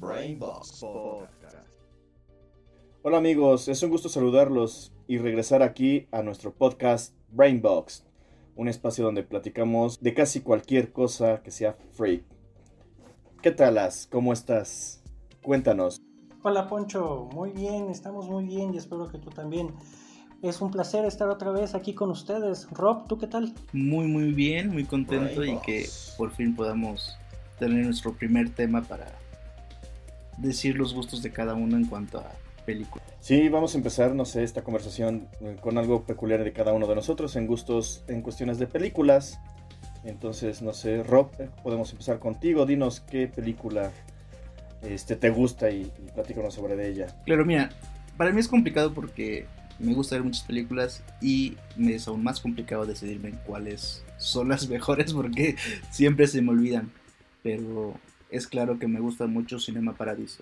Brainbox Podcast. Hola amigos, es un gusto saludarlos y regresar aquí a nuestro podcast Brainbox, un espacio donde platicamos de casi cualquier cosa que sea freak. ¿Qué tal, As? ¿Cómo estás? Cuéntanos. Hola Poncho, muy bien, estamos muy bien y espero que tú también. Es un placer estar otra vez aquí con ustedes. Rob, ¿tú qué tal? Muy bien, muy contento y que por fin podamos tener nuestro primer tema para decir los gustos de cada uno en cuanto a películas. Sí, vamos a empezar, esta conversación con algo peculiar de cada uno de nosotros en gustos, en cuestiones de películas. Entonces, Rob, podemos empezar contigo. Dinos qué película te gusta y platícanos sobre de ella. Claro, mira, para mí es complicado porque me gusta ver muchas películas y me es aún más complicado decidirme en cuáles son las mejores porque siempre se me olvidan. Pero es claro que me gusta mucho Cinema Paradiso.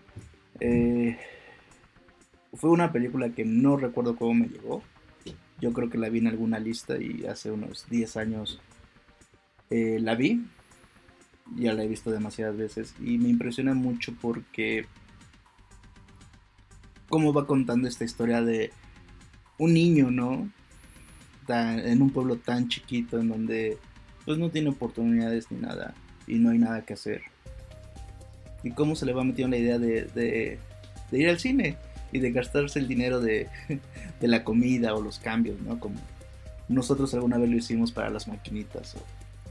Fue una película que no recuerdo cómo me llegó. Yo creo que la vi en alguna lista y hace unos 10 años la vi. Ya la he visto demasiadas veces y me impresiona mucho porque cómo va contando esta historia de un niño, ¿no? En un pueblo tan chiquito en donde pues no tiene oportunidades ni nada y no hay nada que hacer. Y cómo se le va metiendo la idea de ir al cine y de gastarse el dinero de la comida o los cambios, ¿no? Como nosotros alguna vez lo hicimos para las maquinitas.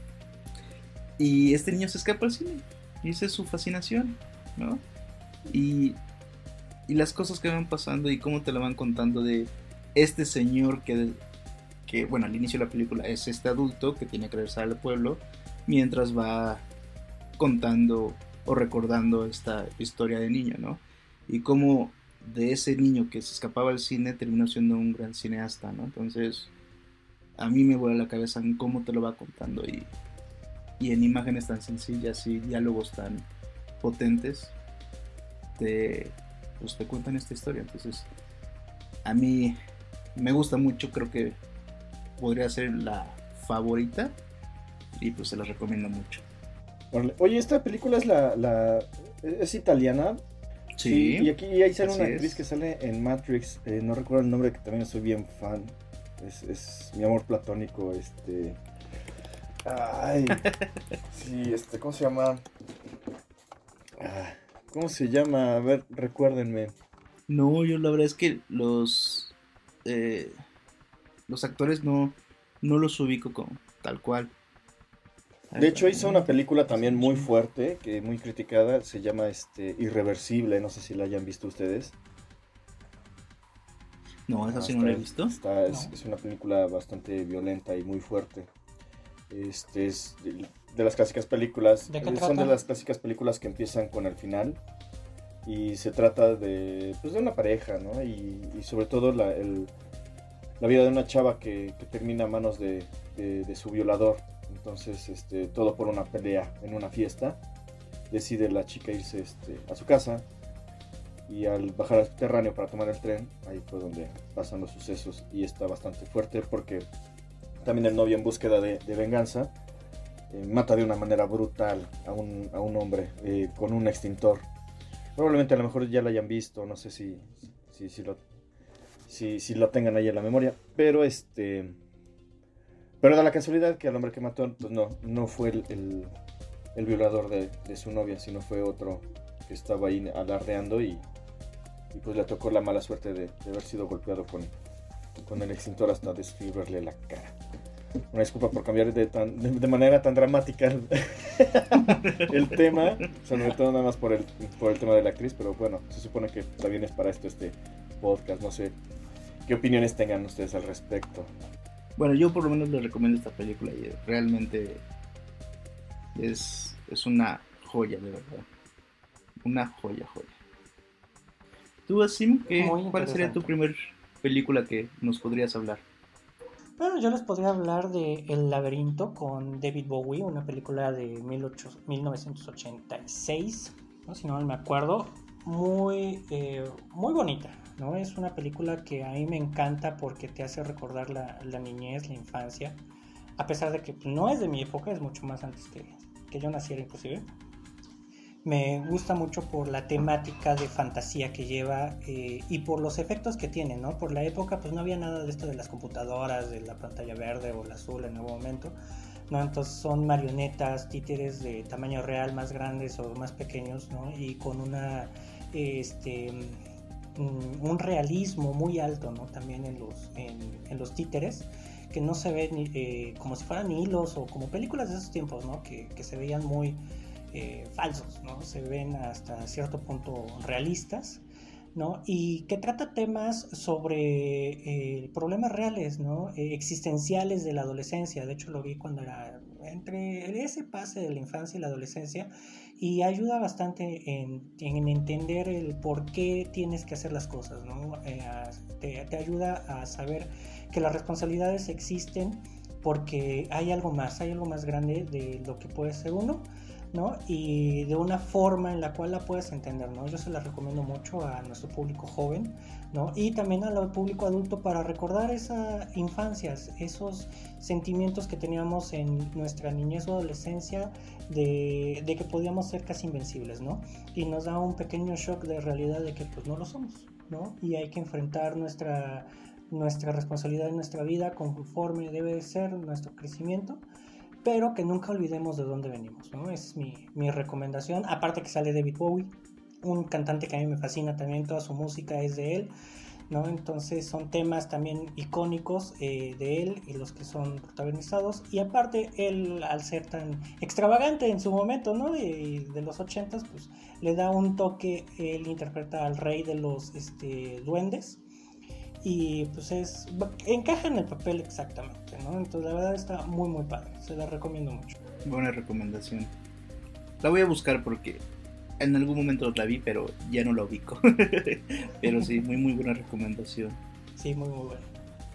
Y este niño se escapa al cine y esa es su fascinación, ¿no? Y las cosas que van pasando y cómo te la van contando de este señor que bueno, al inicio de la película es este adulto que tiene que regresar al pueblo mientras va contando o recordando esta historia de niño, ¿no? Y cómo de ese niño que se escapaba al cine terminó siendo un gran cineasta, ¿no? Entonces a mí me vuela la cabeza en cómo te lo va contando y en imágenes tan sencillas y diálogos tan potentes te cuentan esta historia. Entonces a mí me gusta mucho, creo que podría ser la favorita y pues se la recomiendo mucho. Oye, esta película es italiana. Sí, y aquí ahí sale una actriz es. que sale en Matrix, no recuerdo el nombre, que también soy bien fan. Es mi amor platónico, Ay, sí, ¿cómo se llama? ¿Cómo se llama? A ver, recuérdenme. No, yo la verdad es que los actores no los ubico como tal cual. De hecho hizo una película también muy fuerte, que muy criticada, se llama Irreversible, no sé si la hayan visto ustedes. No, esa sí no la he visto. Es una película bastante violenta y muy fuerte. Es de las clásicas películas. ¿De qué Son trata? de las clásicas películas que empiezan con el final. Y se trata de una pareja, ¿no? Y sobre todo la vida de una chava que termina a manos de su violador. Entonces, todo por una pelea en una fiesta. Decide la chica irse a su casa. Y al bajar al subterráneo para tomar el tren, ahí fue donde pasan los sucesos. Y está bastante fuerte porque también el novio, en búsqueda de venganza, mata de una manera brutal a un hombre con un extintor. Probablemente a lo mejor ya lo hayan visto, no sé si lo tengan ahí en la memoria, pero da la casualidad que al hombre que mató pues no fue el violador de su novia, sino fue otro que estaba ahí alardeando y pues le tocó la mala suerte de haber sido golpeado con el extintor hasta desfibrarle la cara. Una disculpa por cambiar de manera tan dramática el tema, sobre todo nada más por el tema de la actriz, pero bueno, se supone que también es para esto este podcast. No sé qué opiniones tengan ustedes al respecto. Bueno, yo por lo menos les recomiendo esta película y realmente es una joya, de verdad. Una joya. Tú, Asim, ¿cuál sería tu primer película que nos podrías hablar? Bueno, yo les podría hablar de El laberinto con David Bowie, una película de 1986, ¿no? Si no mal me acuerdo, muy bonita, ¿no? Es una película que a mí me encanta porque te hace recordar la niñez, la infancia, a pesar de que no es de mi época, es mucho más antes que yo naciera inclusive. Me gusta mucho por la temática de fantasía que lleva y por los efectos que tiene, ¿no? Por la época pues no había nada de esto de las computadoras, de la pantalla verde o la azul en algún momento, ¿no? Entonces son marionetas, títeres de tamaño real, más grandes o más pequeños, ¿no? Y con un realismo muy alto, ¿no? También en los títeres, que no se ven como si fueran hilos o como películas de esos tiempos, ¿no? Que se veían muy falsos, ¿no? Se ven hasta cierto punto realistas, ¿no? Y que trata temas sobre problemas reales, ¿no? Existenciales de la adolescencia. De hecho lo vi cuando era entre ese pase de la infancia y la adolescencia, y ayuda bastante en entender el por qué tienes que hacer las cosas, ¿no? Te ayuda a saber que las responsabilidades existen porque hay algo más grande de lo que puede ser uno, ¿no? Y de una forma en la cual la puedes entender, ¿no? Yo se la recomiendo mucho a nuestro público joven, ¿no? Y también al público adulto para recordar esas infancias, esos sentimientos que teníamos en nuestra niñez o adolescencia de que podíamos ser casi invencibles, ¿no? Y nos da un pequeño shock de realidad de que pues no lo somos, ¿no? Y hay que enfrentar nuestra responsabilidad en nuestra vida conforme debe de ser nuestro crecimiento, pero que nunca olvidemos de dónde venimos, ¿no? Esa es mi recomendación. Aparte que sale David Bowie, un cantante que a mí me fascina también, toda su música es de él, ¿no? Entonces son temas también icónicos de él y los que son protagonizados. Y aparte él, al ser tan extravagante en su momento, ¿no? De los 80s, pues le da un toque. Él interpreta al rey de los duendes. Y pues encaja en el papel exactamente, ¿no? Entonces la verdad está muy muy padre, se la recomiendo mucho. Buena recomendación. La voy a buscar porque en algún momento la vi, pero ya no la ubico. Pero sí, muy muy buena recomendación. Sí, muy muy buena.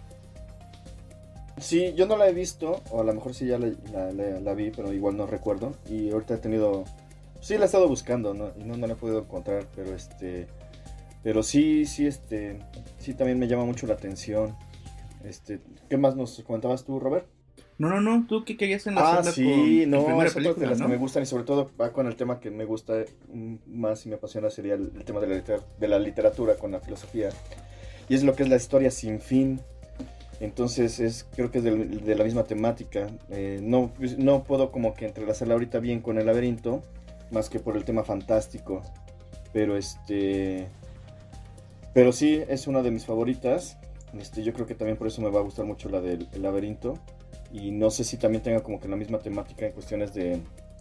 Sí, yo no la he visto, o a lo mejor sí ya la vi, pero igual no recuerdo. Y ahorita he tenido... Sí la he estado buscando, ¿no? Y no la he podido encontrar, pero Pero sí, también me llama mucho la atención. ¿Qué más nos comentabas tú, Robert? No, tú qué querías enlazarla sí, con no, la primera es otra película, de las ¿no? que me gustan y sobre todo va con el tema que me gusta más y me apasiona, sería el tema de la literatura con la filosofía. Y es lo que es la historia sin fin. Entonces creo que es de la misma temática. No puedo como que entrelazarla ahorita bien con El Laberinto, más que por el tema fantástico. Pero sí, es una de mis favoritas. Yo creo que también por eso me va a gustar mucho la del El Laberinto. Y no sé si también tenga como que la misma temática en cuestiones de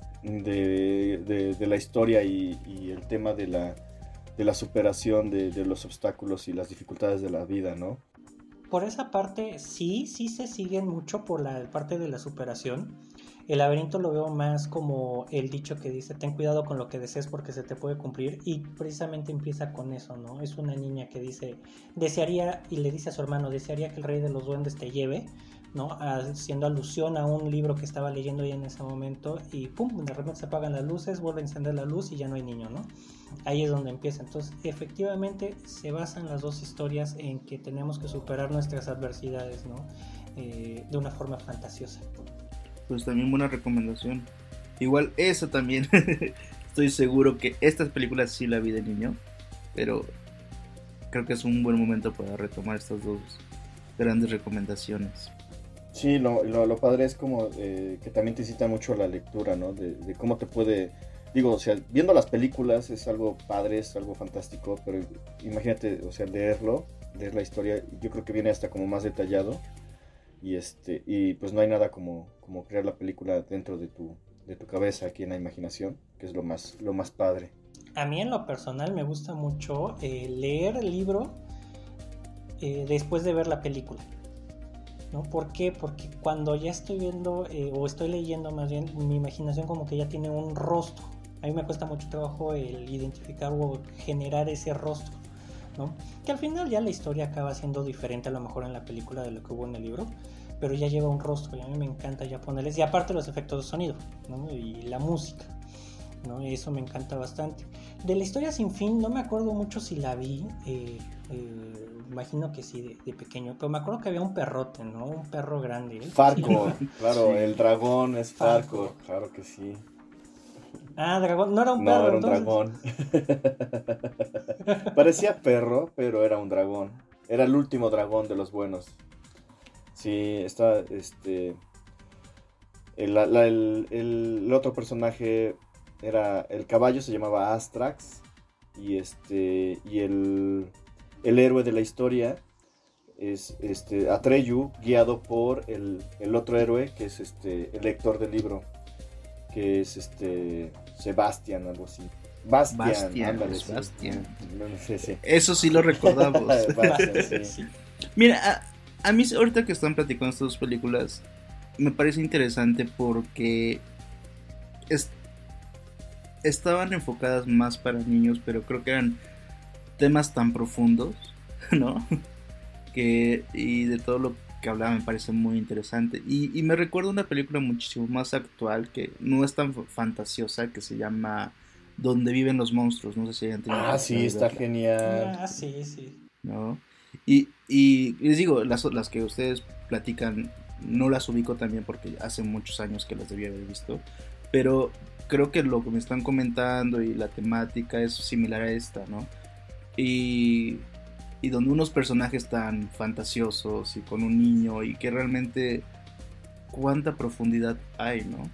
la historia y el tema de la superación de los obstáculos y las dificultades de la vida, ¿no? Por esa parte sí se siguen mucho por la parte de la superación. El Laberinto lo veo más como el dicho que dice: ten cuidado con lo que desees porque se te puede cumplir, y precisamente empieza con eso, ¿no? Es una niña que desearía, y le dice a su hermano, desearía que el rey de los duendes te lleve, ¿no? Haciendo alusión a un libro que estaba leyendo ella en ese momento, y pum, de repente se apagan las luces, vuelve a encender la luz y ya no hay niño, ¿no? Ahí es donde empieza. Entonces efectivamente se basan las dos historias en que tenemos que superar nuestras adversidades, ¿no? De una forma fantasiosa. Pues también buena recomendación. Igual eso también. Estoy seguro que estas películas sí la vi de niño, pero creo que es un buen momento para retomar estas dos grandes recomendaciones. Sí, lo padre es como que también te incita mucho a la lectura, ¿no? De cómo te puede... Digo, o sea, viendo las películas es algo padre, es algo fantástico, pero imagínate, o sea, leer la historia, yo creo que viene hasta como más detallado. Y pues no hay nada como crear la película dentro de tu cabeza, aquí en la imaginación, que es lo más padre. A mí en lo personal me gusta mucho leer el libro después de ver la película, ¿no? ¿Por qué? Porque cuando ya estoy viendo o estoy leyendo más bien, mi imaginación como que ya tiene un rostro. A mí me cuesta mucho trabajo el identificar o generar ese rostro, ¿no? Que al final ya la historia acaba siendo diferente a lo mejor en la película de lo que hubo en el libro, pero ya lleva un rostro y a mí me encanta ya ponerles, y aparte los efectos de sonido, ¿no? Y la música, ¿no? Eso me encanta bastante. De la historia sin fin no me acuerdo mucho si la vi, imagino que sí de pequeño, pero me acuerdo que había un perrote, ¿no? Un perro grande. Farquaad, claro, Sí. el dragón es Farquaad, claro que sí. Ah, dragón, no era un No, perro era un entonces. dragón. Parecía perro, pero era un dragón. Era el último dragón de los buenos. Sí, está, el otro personaje era, el caballo se llamaba Astrax, y el héroe de la historia es Atreyu, guiado por el otro héroe, que es el lector del libro, que es Sebastián, algo así. Bastian, ándale, sí. Bastian. Sí, sí. Eso sí lo recordamos. Bastian, sí. Mira, a mí ahorita que están platicando estas dos películas, me parece interesante porque estaban enfocadas más para niños, pero creo que eran temas tan profundos, ¿no? Y de todo lo que hablaba me parece muy interesante. Y me recuerda una película muchísimo más actual, que no es tan fantasiosa, que se llama Donde viven los monstruos. No sé si hayan tenido Sí, está genial. Ah, sí, sí. ¿No? Y les digo, las que ustedes platican no las ubico también porque hace muchos años que las debía haber visto, pero creo que lo que me están comentando y la temática es similar a esta, ¿no? Y donde unos personajes tan fantasiosos y con un niño, y que realmente cuánta profundidad hay, ¿no?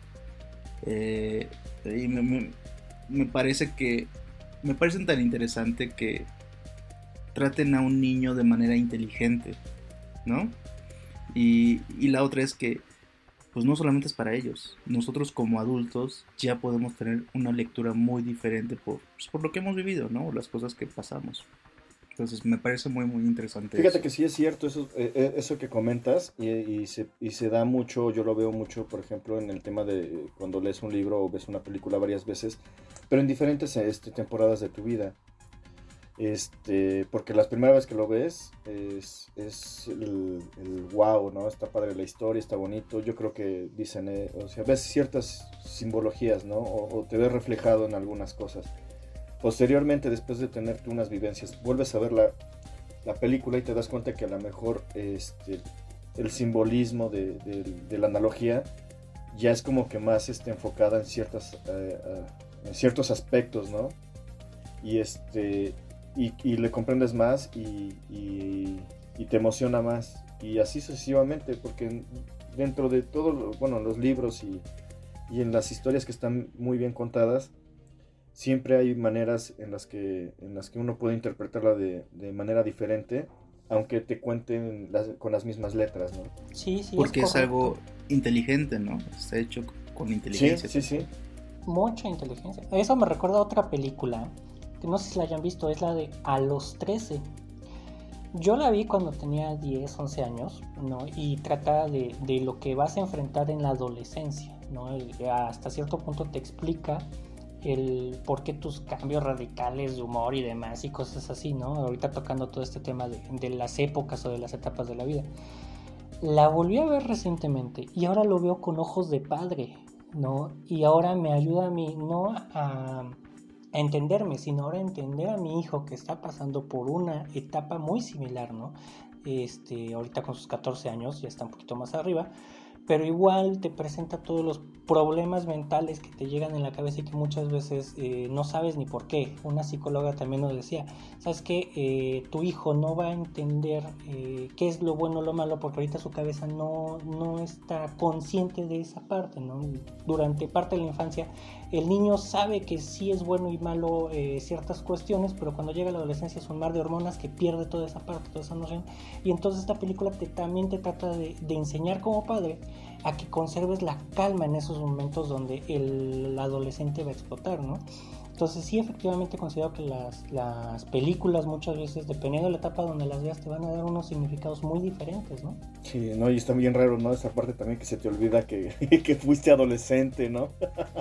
Y me parece me parecen tan interesante que traten a un niño de manera inteligente, ¿no? Y la otra es que pues no solamente es para ellos, nosotros como adultos ya podemos tener una lectura muy diferente por lo que hemos vivido, ¿no? Las cosas que pasamos. Entonces me parece muy muy interesante. Fíjate que sí es cierto eso que comentas, y se da mucho, yo lo veo mucho, por ejemplo, en el tema de cuando lees un libro o ves una película varias veces, pero en diferentes temporadas de tu vida. Porque la primera vez que lo ves es el wow, ¿no? Está padre la historia, está bonito. Yo creo que dicen, o sea, ves ciertas simbologías, ¿no? O te ves reflejado en algunas cosas. Posteriormente, después de tener tú unas vivencias, vuelves a ver la película y te das cuenta que a lo mejor el simbolismo de la analogía ya es como que más enfocada en ciertos aspectos, ¿no? Y le comprendes más y te emociona más, y así sucesivamente, porque dentro de todo, bueno, los libros y en las historias que están muy bien contadas, siempre hay maneras en las que uno puede interpretarla de manera diferente, aunque te cuenten con las mismas letras, ¿no? Sí, sí. Porque es algo inteligente, ¿no? Está hecho con inteligencia. Sí. Mucha inteligencia. Eso me recuerda a otra película, que no sé si la hayan visto, es la de A los 13. Yo la vi cuando tenía 10, 11 años, ¿no? Y trata de lo que vas a enfrentar en la adolescencia, ¿no? Hasta cierto punto te explica el por qué tus cambios radicales de humor y demás y cosas así, ¿no? Ahorita tocando todo este tema de las épocas o de las etapas de la vida. La volví a ver recientemente y ahora lo veo con ojos de padre, ¿no? Y ahora me ayuda a mí no a entenderme, sino ahora a entender a mi hijo que está pasando por una etapa muy similar, ¿no? Ahorita con sus 14 años, ya está un poquito más arriba, pero igual te presenta todos los problemas mentales que te llegan en la cabeza y que muchas veces no sabes ni por qué. Una psicóloga también nos decía, ¿sabes qué? Tu hijo no va a entender qué es lo bueno o lo malo porque ahorita su cabeza no está consciente de esa parte, ¿no? Durante parte de la infancia el niño sabe que sí es bueno y malo ciertas cuestiones, pero cuando llega a la adolescencia es un mar de hormonas que pierde toda esa parte, toda esa noción. Y entonces esta película también te trata de enseñar como padre a que conserves la calma en esos momentos donde el adolescente va a explotar, ¿no? Entonces sí, efectivamente considero que las películas muchas veces, dependiendo de la etapa donde las veas, te van a dar unos significados muy diferentes, ¿no? Sí, no, y está bien raro, ¿no? Esa parte también que se te olvida que fuiste adolescente, ¿no?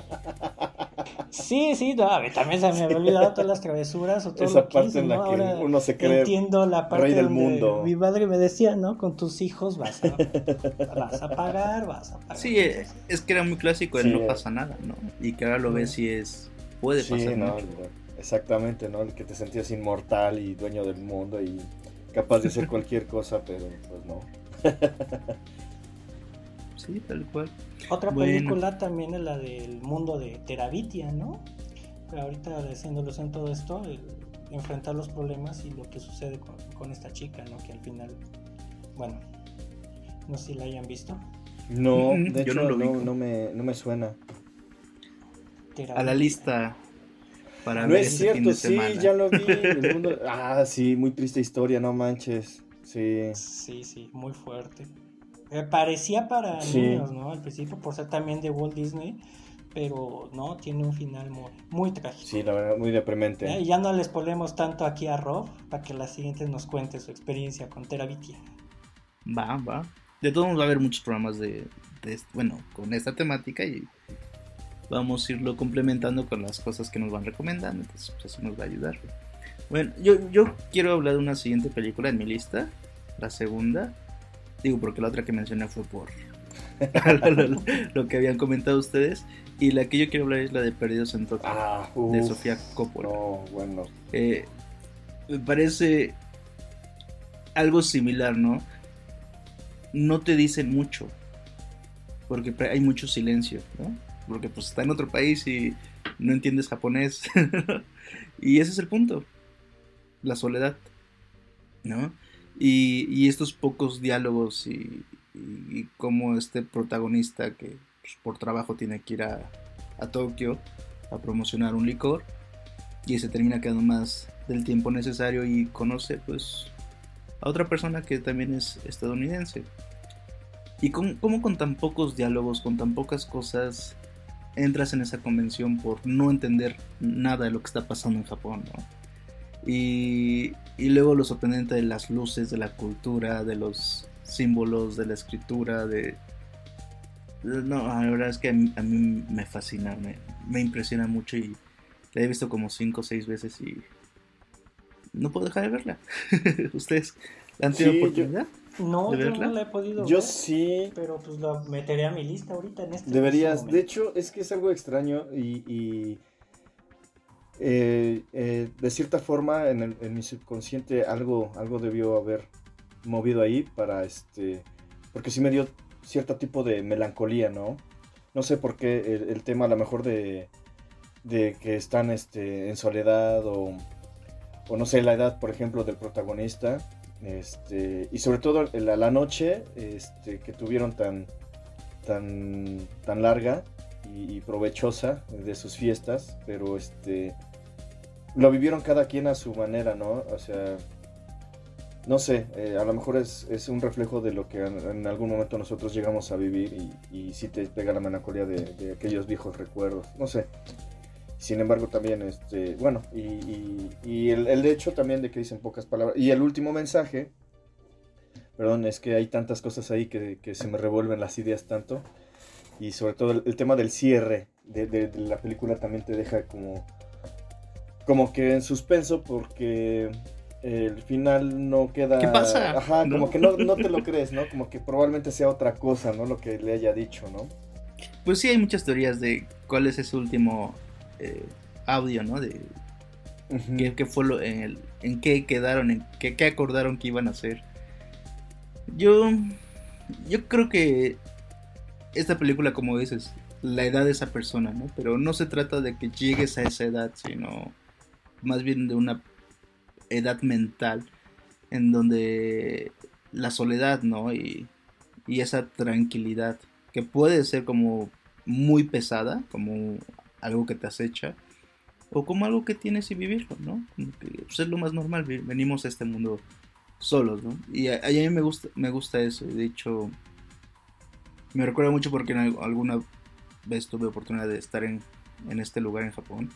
Sí, no, a mí también se me había olvidado todas las travesuras o todo esa lo que parte hice, en la ¿no? que Ahora uno se cree entiendo la parte rey del donde mundo. mi madre me decía, ¿no? Con tus hijos vas a pagar. Sí, es que era muy clásico, Sí, no pasa nada, ¿no? Y que ahora lo ves y puede Sí, pasar no, mucho. exactamente, ¿no? El que te sentías inmortal y dueño del mundo y capaz de hacer cualquier cosa, pero pues no. Sí, tal cual. Otra Bueno. película también es la del mundo de Terabitia, ¿no? Pero ahorita haciéndolos en todo esto, enfrentar los problemas y lo que sucede con esta chica, ¿no? Que al final, bueno, no sé si la hayan visto. No, de Yo hecho no lo ubico. no me suena. Terabitia. A la lista para No ver es este fin cierto, de sí, semana. ya lo vi. El mundo... Ah, sí, muy triste historia, no manches. Sí. Sí, muy fuerte. Parecía para Sí. niños, ¿no? Al principio, por ser también de Walt Disney, pero no, tiene un final muy trágico. Sí, la verdad, muy deprimente. Y ya no les ponemos tanto aquí a Rob para que la siguiente nos cuente su experiencia con Terabitia. Va. De todos modos va a haber muchos programas bueno, con esta temática y vamos a irlo complementando con las cosas que nos van recomendando, entonces pues, eso nos va a ayudar. Bueno, yo quiero hablar de una siguiente película en mi lista, la segunda, digo porque la otra que mencioné fue por lo que habían comentado ustedes, y la que yo quiero hablar es la de Perdidos en Tokio, de Sofía Coppola. No, bueno. Me parece algo similar, ¿no? No te dicen mucho, porque hay mucho silencio, ¿no? Porque pues está en otro país y no entiendes japonés. Y ese es el punto, la soledad, ¿no? Y estos pocos diálogos y como este protagonista que pues, por trabajo tiene que ir a Tokio a promocionar un licor y se termina quedando más del tiempo necesario y conoce pues a otra persona que también es estadounidense. Y como con tan pocos diálogos, con tan pocas cosas, entras en esa convención por no entender nada de lo que está pasando en Japón, ¿no? Y luego lo sorprendente de las luces, de la cultura, de los símbolos, de la escritura, no, la verdad es que a mí me fascina, me impresiona mucho y la he visto como 5 o 6 veces y no puedo dejar de verla. ¿Ustedes la han tenido Sí, oportunidad? No, ¿De yo verla? no la he podido Yo ver, sí. pero pues la meteré a mi lista ahorita en este Deberías. preciso De momento. hecho, es que es algo extraño y de cierta forma en mi subconsciente algo debió haber movido ahí para porque sí me dio cierto tipo de melancolía, ¿no? No sé por qué el tema a lo mejor de que están en soledad o no sé, la edad, por ejemplo, del protagonista, y sobre todo la noche que tuvieron tan larga y provechosa de sus fiestas, pero lo vivieron cada quien a su manera, ¿no? O sea, no sé, a lo mejor es un reflejo de lo que en algún momento nosotros llegamos a vivir y sí te pega la melancolía de aquellos viejos recuerdos, no sé. Sin embargo también, bueno, y el hecho también de que dicen pocas palabras, y el último mensaje, perdón, es que hay tantas cosas ahí que se me revuelven las ideas tanto, y sobre todo el tema del cierre de la película también te deja como que en suspenso porque el final no queda... ¿Qué pasa? Ajá, ¿No? como que no te lo crees, ¿no? Como que probablemente sea otra cosa, ¿no? Lo que le haya dicho, ¿no? Pues sí, hay muchas teorías de cuál es ese último audio, ¿no? De Uh-huh. qué fue en qué quedaron, en qué acordaron que iban a hacer. Yo creo que esta película, como dices, la edad de esa persona, ¿no? Pero no se trata de que llegues a esa edad, sino más bien de una edad mental en donde la soledad, ¿no? Y esa tranquilidad que puede ser como muy pesada, como algo que te acecha, o como algo que tienes y vivirlo, ¿no? Que, pues, es lo más normal, venimos a este mundo solos, ¿no? Y a mí me gusta eso, de hecho me recuerda mucho porque alguna vez tuve oportunidad de estar en este lugar en Japón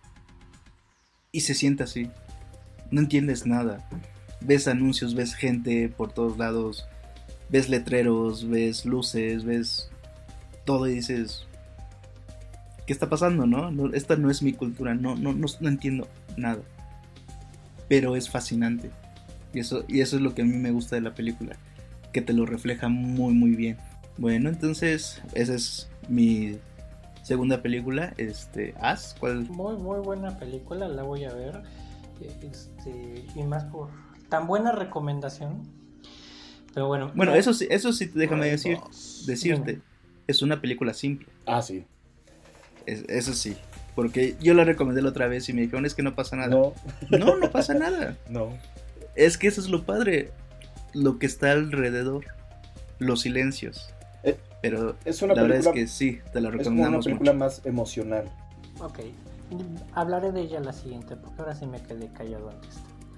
y se siente así, no entiendes nada, ves anuncios, ves gente por todos lados, ves letreros, ves luces, ves todo y dices, ¿qué está pasando, no? Esta no es mi cultura, no entiendo nada, pero es fascinante y eso es lo que a mí me gusta de la película, que te lo refleja muy muy bien. Bueno, entonces esa es mi segunda película, As, ¿cuál? Muy buena película, la voy a ver, y más por tan buena recomendación. Pero bueno, Eso sí, déjame decirte, es una película simple. Ah, sí. Eso sí. Porque yo la recomendé la otra vez y me dijeron, es que no pasa nada. No pasa nada. No. Es que eso es lo padre. Lo que está alrededor. Los silencios. Pero es una la verdad película, es que sí, te la es como recomendamos una película mucho. más emocional. Ok, hablaré de ella la siguiente, porque ahora sí me quedé callado antes.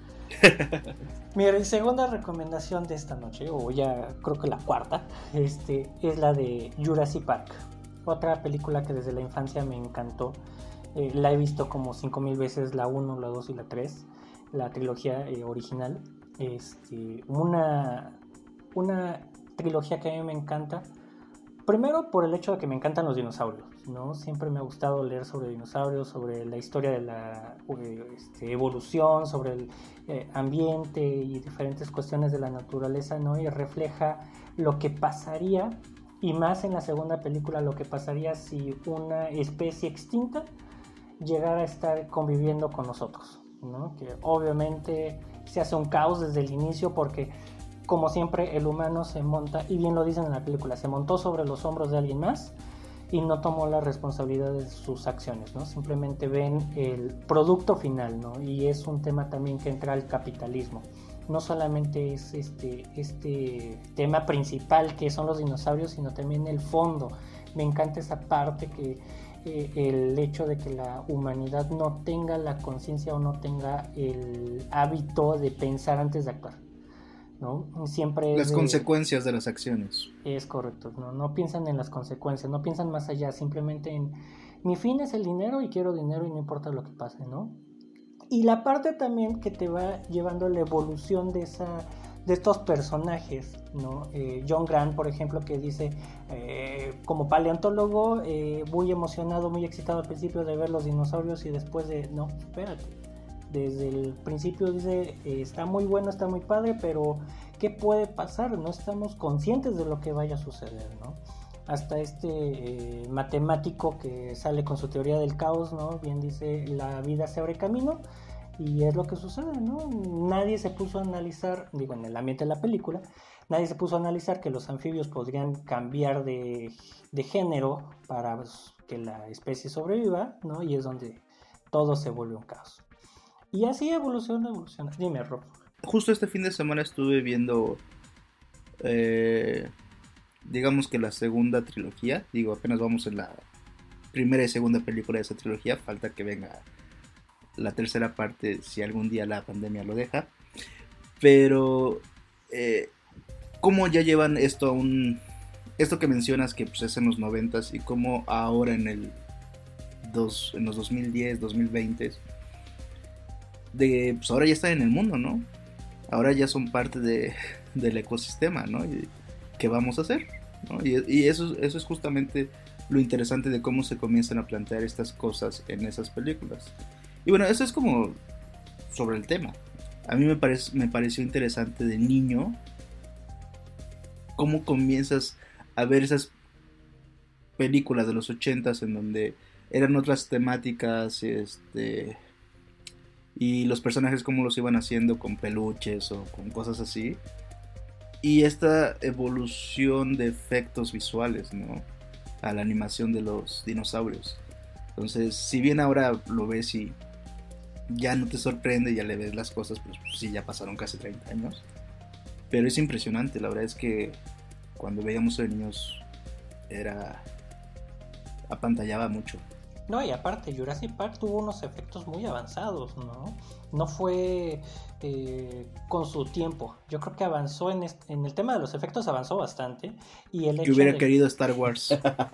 Mi segunda recomendación de esta noche, o ya creo que la cuarta, es la de Jurassic Park. Otra película que desde la infancia me encantó. La he visto como 5000 veces, la 1, la 2 y la 3, la trilogía original. Una trilogía que a mí me encanta. Primero por el hecho de que me encantan los dinosaurios, ¿no? Siempre me ha gustado leer sobre dinosaurios, sobre la historia de la evolución, sobre el ambiente y diferentes cuestiones de la naturaleza, ¿no? Y refleja lo que pasaría, y más en la segunda película, lo que pasaría si una especie extinta llegara a estar conviviendo con nosotros, ¿no? Que obviamente se hace un caos desde el inicio porque, como siempre, el humano se monta, y bien lo dicen en la película, se montó sobre los hombros de alguien más y no tomó la responsabilidad de sus acciones, ¿no? Simplemente ven el producto final, ¿no? Y es un tema también que entra al capitalismo. No solamente es este tema principal que son los dinosaurios, sino también el fondo. Me encanta esa parte que el hecho de que la humanidad no tenga la conciencia o no tenga el hábito de pensar antes de actuar, ¿no? Siempre las consecuencias de las acciones. Es correcto, no piensan en las consecuencias, no piensan más allá, simplemente en mi fin es el dinero y quiero dinero y no importa lo que pase, ¿no? Y la parte también que te va llevando a la evolución de estos personajes, ¿no? John Grant, por ejemplo, que dice, como paleontólogo, muy emocionado, muy excitado al principio de ver los dinosaurios y después de, no, espérate. Desde el principio dice, está muy bueno, está muy padre, pero ¿qué puede pasar? No estamos conscientes de lo que vaya a suceder, ¿no? Hasta matemático que sale con su teoría del caos, ¿no? Bien dice, la vida se abre camino y es lo que sucede, ¿no? Nadie se puso a analizar, digo, en el ambiente de la película, nadie se puso a analizar que los anfibios podrían cambiar de género para que la especie sobreviva, ¿no? Y es donde todo se vuelve un caos. Y así evoluciona. Dime, Rob. Justo este fin de semana estuve viendo, digamos que la segunda trilogía. Digo, apenas vamos en la primera y segunda película de esa trilogía. Falta que venga la tercera parte si algún día la pandemia lo deja. Pero, ¿cómo ya llevan esto esto que mencionas que pues, es en los 90s y cómo ahora en los 2010, 2020... pues ahora ya están en el mundo, ¿no? Ahora ya son parte del ecosistema, ¿no? ¿Qué vamos a hacer? ¿No? Y eso es justamente lo interesante de cómo se comienzan a plantear estas cosas en esas películas. Y bueno, eso es como sobre el tema. A mí me pareció interesante de niño cómo comienzas a ver esas películas de los 80s en donde eran otras temáticas, y los personajes cómo los iban haciendo con peluches o con cosas así, y esta evolución de efectos visuales, ¿no? A la animación de los dinosaurios. Entonces, si bien ahora lo ves y ya no te sorprende, ya le ves las cosas, pues sí, ya pasaron casi 30 años, pero es impresionante. La verdad es que cuando veíamos a niños apantallaba mucho. No, y aparte, Jurassic Park tuvo unos efectos muy avanzados, ¿no? No fue con su tiempo. Yo creo que avanzó en el tema de los efectos, avanzó bastante. Y el hecho que hubiera querido Star Wars.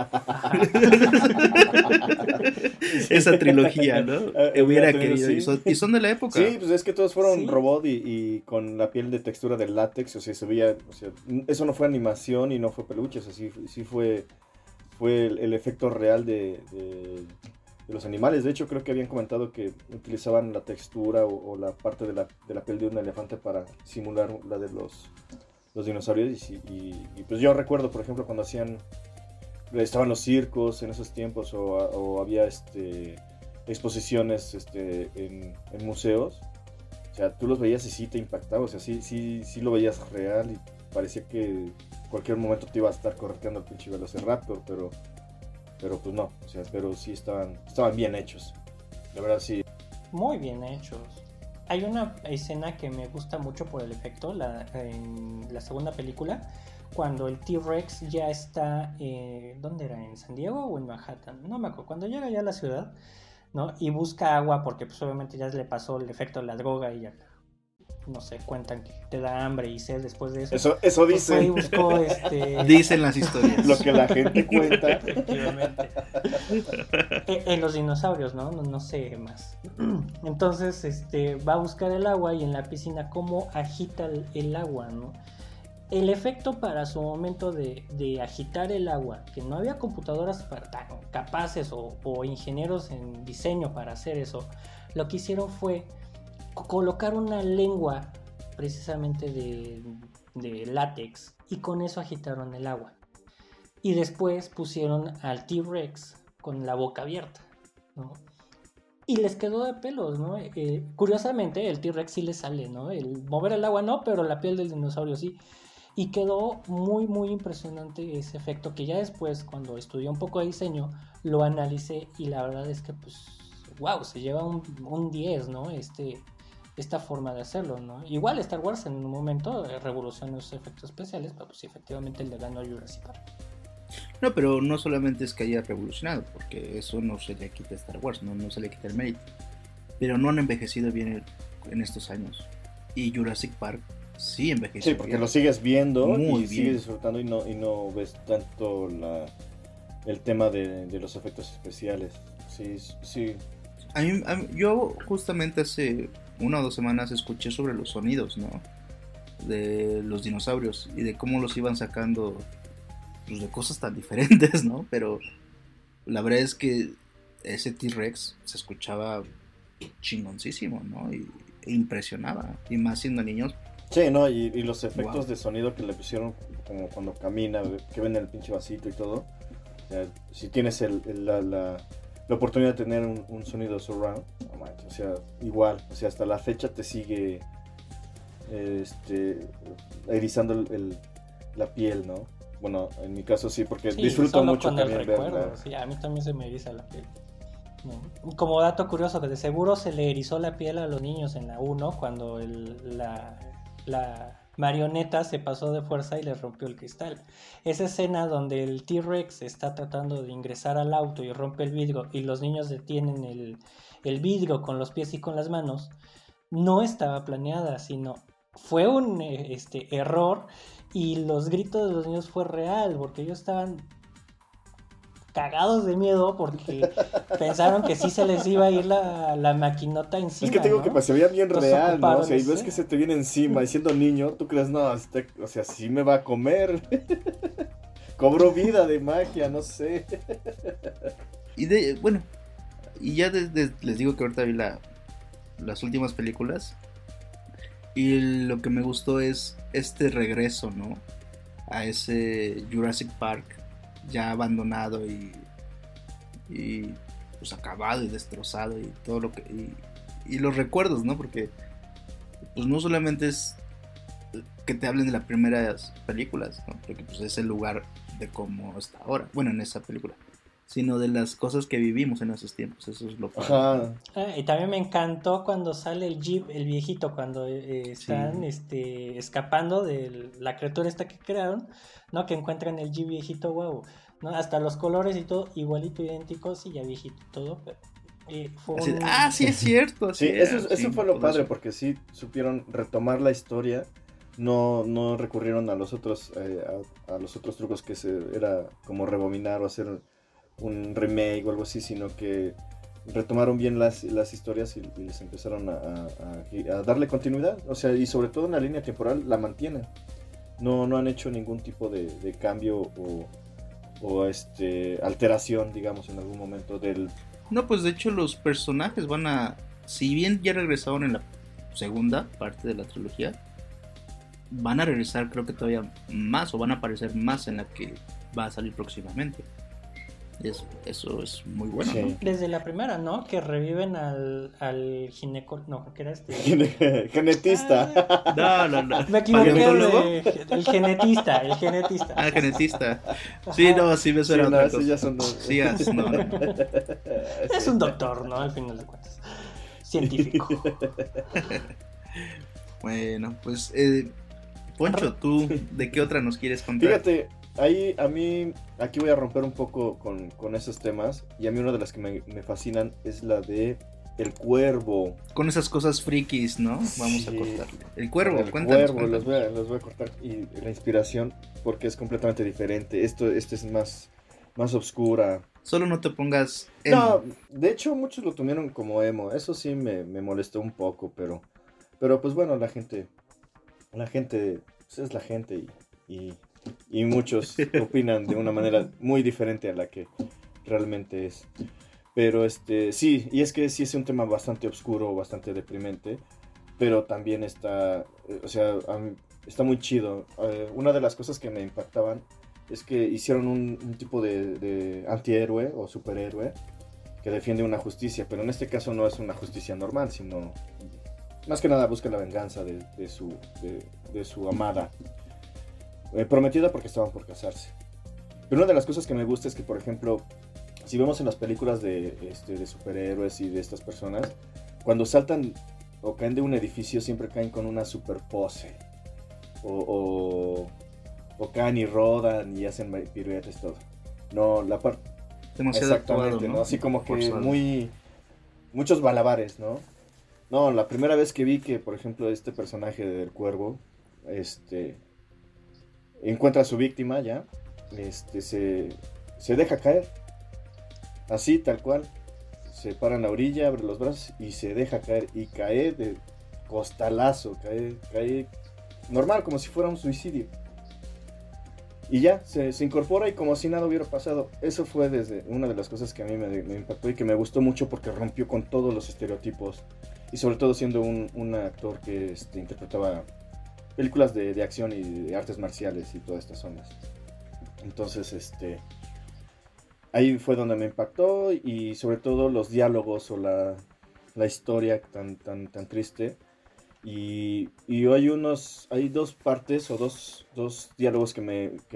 Sí. Esa trilogía, ¿no? Hubiera querido. Sí. Y son de la época. Sí, pues es que todos fueron Sí. robot y con la piel de textura de látex, o sea, se veía, o sea, eso no fue animación y no fue peluche, o sea, sí fue el efecto real de los animales. De hecho, creo que habían comentado que utilizaban la textura o la parte de la piel de un elefante para simular la de los dinosaurios. Y pues yo recuerdo, por ejemplo, cuando estaban los circos en esos tiempos o había exposiciones en museos. O sea, tú los veías y sí te impactaba, o sea, sí lo veías real y parecía que cualquier momento te iba a estar correteando el pinche Velociraptor, pero pues no, o sea, pero sí estaban bien hechos, la verdad sí. Muy bien hechos. Hay una escena que me gusta mucho por el efecto, en la segunda película, cuando el T-Rex ya está, ¿dónde era? ¿En San Diego o en Manhattan? No me acuerdo, cuando llega ya a la ciudad, ¿no? Y busca agua porque pues obviamente ya le pasó el efecto de la droga y ya, no sé, cuentan que te da hambre y sed después de eso. Eso Pues fue y dicen. buscó, Dicen las historias. Lo que la gente cuenta. Efectivamente. En los dinosaurios, ¿no? No sé más. Entonces, va a buscar el agua y en la piscina cómo agita el agua, ¿no? El efecto para su momento de agitar el agua, que no había computadoras tan capaces o ingenieros en diseño para hacer eso, lo que hicieron fue colocar una lengua precisamente de látex y con eso agitaron el agua. Y después pusieron al T-Rex con la boca abierta, ¿no? Y les quedó de pelos, ¿no? Curiosamente, el T-Rex sí le sale, ¿no? El mover el agua no, pero la piel del dinosaurio sí. Y quedó muy, muy impresionante ese efecto que ya después, cuando estudié un poco de diseño, lo analicé y la verdad es que, pues, wow, se lleva un 10, ¿no? Esta forma de hacerlo, ¿no? Igual Star Wars en un momento revolucionó los efectos especiales, pero pues efectivamente le ganó a Jurassic Park. No, pero no solamente es que haya revolucionado, porque eso no se le quita a Star Wars, no se le quita el mérito. Pero no han envejecido bien en estos años. Y Jurassic Park sí envejeció. Sí, porque bien. Lo sigues viendo muy y sigues disfrutando y no ves tanto el tema de los efectos especiales. Sí. Yo justamente hace 1 o 2 semanas escuché sobre los sonidos, ¿no? De los dinosaurios y de cómo los iban sacando, pues, de cosas tan diferentes, ¿no? Pero la verdad es que ese T-Rex se escuchaba chingoncísimo, ¿no? E impresionaba, y más siendo niños. Sí, ¿no? Y los efectos de sonido que le pusieron, como cuando camina, que ven el pinche vasito y todo. O sea, si tienes la oportunidad de tener un sonido surround, no manches, o sea, igual, o sea, hasta la fecha te sigue erizando la piel, ¿no? Bueno, en mi caso sí, porque sí, disfruto mucho con también el recuerdo. Sí, a mí también se me eriza la piel. ¿No? Como dato curioso, que de seguro se le erizó la piel a los niños en la 1 cuando la marioneta se pasó de fuerza y les rompió el cristal. Esa escena donde el T-Rex está tratando de ingresar al auto y rompe el vidrio y los niños detienen el vidrio con los pies y con las manos, no estaba planeada, sino fue un error, y los gritos de los niños fue real, porque ellos estaban cagados de miedo porque pensaron que sí se les iba a ir la maquinota encima. Es que te digo, ¿no? Que se veía bien Entonces real, ¿no? O sea, y ves que se te viene encima, y siendo niño, tú crees, no, o sea, sí me va a comer. Cobro vida de magia, no sé. Y bueno, y ya les digo que ahorita vi las últimas películas, y lo que me gustó es este regreso, ¿no? A ese Jurassic Park ya abandonado y pues acabado y destrozado, y todo lo que y los recuerdos, ¿no? Porque pues no solamente es que te hablen de las primeras películas, ¿no? Porque pues es el lugar de cómo está ahora, bueno, en esa película, sino de las cosas que vivimos en esos tiempos. Eso es lo que... y también me encantó cuando sale el Jeep, el viejito, cuando están escapando de la criatura esta que crearon, ¿no? Que encuentran el Jeep viejito, wow, ¿no? Hasta los colores y todo igualito, idénticos, y ya viejito todo, pero fue sí es cierto. Sí, eso fue lo padre, porque sí supieron retomar la historia. No recurrieron a los otros trucos que era como rebobinar o hacer un remake o algo así, sino que retomaron bien las historias y les empezaron a darle continuidad, o sea, y sobre todo en la línea temporal la mantienen. No han hecho ningún tipo de cambio o alteración, digamos, en algún momento del... No, pues de hecho los personajes si bien ya regresaron en la segunda parte de la trilogía, van a regresar, creo que todavía más, o van a aparecer más en la que va a salir próximamente. Eso es muy bueno, Sí. ¿no? Desde la primera, ¿no? Que reviven al ginecólogo. No, que era este. Genetista. No. Me equivoqué ¿Paleontólogo? el genetista, el genetista. Ah, genetista. Sí, no, sí me Sí, suena no, otra esos cosa. ya son Sí, no. Es un doctor, ¿no? Al final de cuentas. Científico. Bueno, pues, Poncho, ¿tú de qué otra nos quieres contar? Fíjate, ahí a mí, aquí voy a romper un poco con esos temas, y a mí una de las que me fascinan es la de El Cuervo. Con esas cosas frikis, ¿no? Vamos a Sí. cortarle. El Cuervo, El cuéntanos. Cuervo, los voy a cortar, y la inspiración, porque es completamente diferente. Este es más oscura. Solo no te pongas emo. No, de hecho muchos lo tomaron como emo, eso sí me molestó un poco, pero pues bueno, la gente pues es la gente, y muchos opinan de una manera muy diferente a la que realmente es. Pero sí, y es que sí es un tema bastante oscuro, bastante deprimente, pero también está, o sea, está muy chido. Una de las cosas que me impactaban es que hicieron un tipo de antihéroe o superhéroe que defiende una justicia, pero en este caso no es una justicia normal, sino más que nada busca la venganza de su amada, prometida porque estaban por casarse. Pero una de las cosas que me gusta es que, por ejemplo, si vemos en las películas de superhéroes y de estas personas, cuando saltan o caen de un edificio siempre caen con una super pose, o caen y rodan y hacen piruetas, todo. No, la parte... Demasiado Exactamente, actuado, ¿no? Así como que Forzado. muchos malabares, ¿no? No, la primera vez que vi que, por ejemplo, este personaje del Cuervo, encuentra a su víctima ya, se deja caer, así, tal cual, se para en la orilla, abre los brazos y se deja caer, y cae de costalazo, cae normal, como si fuera un suicidio. Y ya, se incorpora y como si nada hubiera pasado. Eso fue desde una de las cosas que a mí me impactó y que me gustó mucho porque rompió con todos los estereotipos. Y sobre todo siendo un actor que interpretaba películas de acción y de artes marciales y todas estas ondas. Entonces, ahí fue donde me impactó, y sobre todo los diálogos o la historia tan triste. Y hay dos partes o dos diálogos que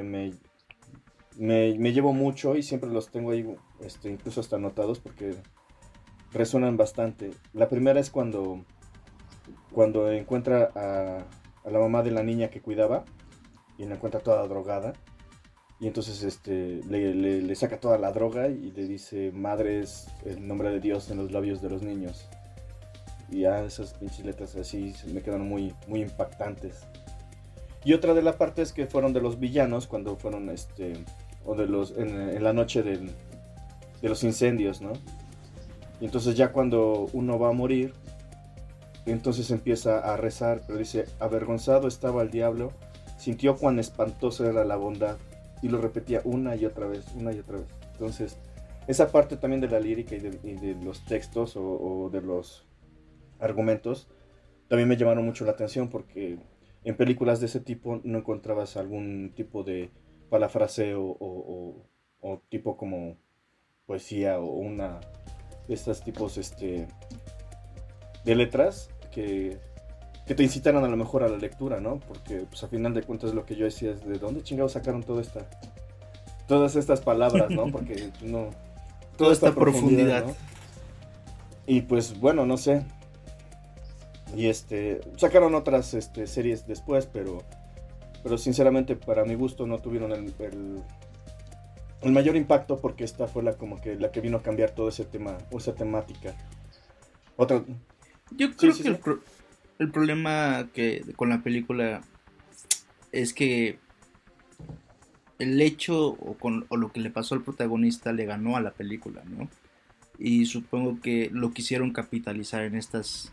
me llevo mucho, y siempre los tengo ahí, incluso hasta anotados porque resuenan bastante. La primera es cuando encuentra a la mamá de la niña que cuidaba, y la encuentra toda drogada, y entonces le saca toda la droga y le dice: madre es el nombre de Dios en los labios de los niños. Y ya esas pinches letras así me quedaron muy, muy impactantes. Y otra de la parte es que fueron de los villanos cuando fueron o de los en la noche de los incendios, ¿no? Y entonces ya cuando uno va a morir, entonces empieza a rezar, pero dice: avergonzado estaba el diablo, sintió cuán espantosa era la bondad, y lo repetía una y otra vez, una y otra vez. Entonces esa parte también de la lírica y de los textos o de los argumentos también me llamaron mucho la atención, porque en películas de ese tipo no encontrabas algún tipo de parafraseo o tipo como poesía o una de estos tipos de letras que te incitaran a lo mejor a la lectura, ¿no? Porque pues a final de cuentas lo que yo decía es: ¿de dónde chingados sacaron todas estas palabras, ¿no? Porque no... Toda esta profundidad. ¿no? Y pues bueno, no sé. Y sacaron otras series después, pero sinceramente para mi gusto no tuvieron el mayor impacto, porque esta fue la que vino a cambiar todo ese tema o esa temática. Otra... Yo creo Sí, que sí. el problema con la película es que el hecho o lo que le pasó al protagonista le ganó a la película, ¿no? Y supongo que lo quisieron capitalizar en estas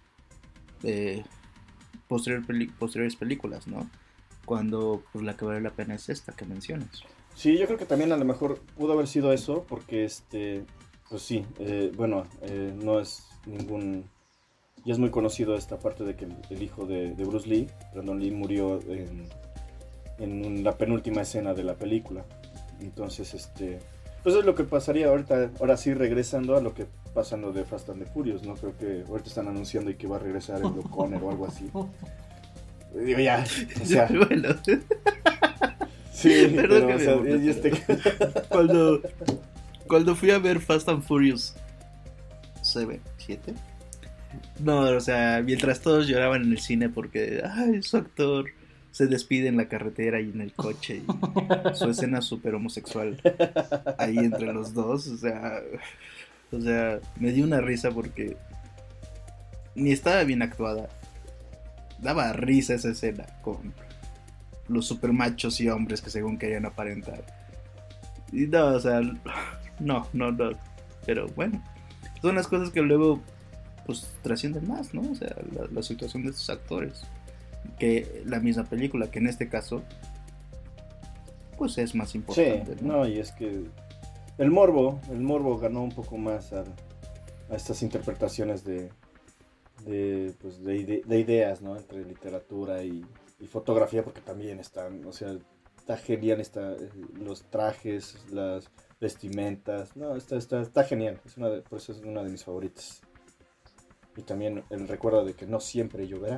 posteriores películas, ¿no? Cuando pues la que vale la pena es esta que mencionas. Sí, yo creo que también a lo mejor pudo haber sido eso, porque pues sí, no es ningún... Ya es muy conocido esta parte de que el hijo de Bruce Lee, Brandon Lee, murió en la penúltima escena de la película. Entonces, Pues es lo que pasaría ahorita, ahora sí regresando a lo que pasa en lo de Fast and the Furious, ¿no? Creo que ahorita están anunciando y que va a regresar el O'Connor o algo así. Digo, ya, o sea, Bueno, sí, perdón pero, que o me sea, emocioné. Cuando fui a ver Fast and Furious 7, no, o sea, mientras todos lloraban en el cine porque, ay, su actor se despide en la carretera y en el coche y su escena súper homosexual ahí entre los dos, o sea, me dio una risa porque ni estaba bien actuada, daba risa esa escena con los super machos y hombres que según querían aparentar. Y no, o sea, no, pero bueno, son las cosas que luego pues trascienden más, ¿no? O sea, la situación de estos actores que la misma película, que en este caso pues es más sí, importante, ¿no? no, y es que el morbo ganó un poco más a estas interpretaciones pues de ideas, ¿no? Entre literatura y fotografía, porque también están, o sea, está genial, los trajes, las vestimentas, no, está genial, por eso es una de mis favoritas. Y también el recuerdo de que no siempre lloverá.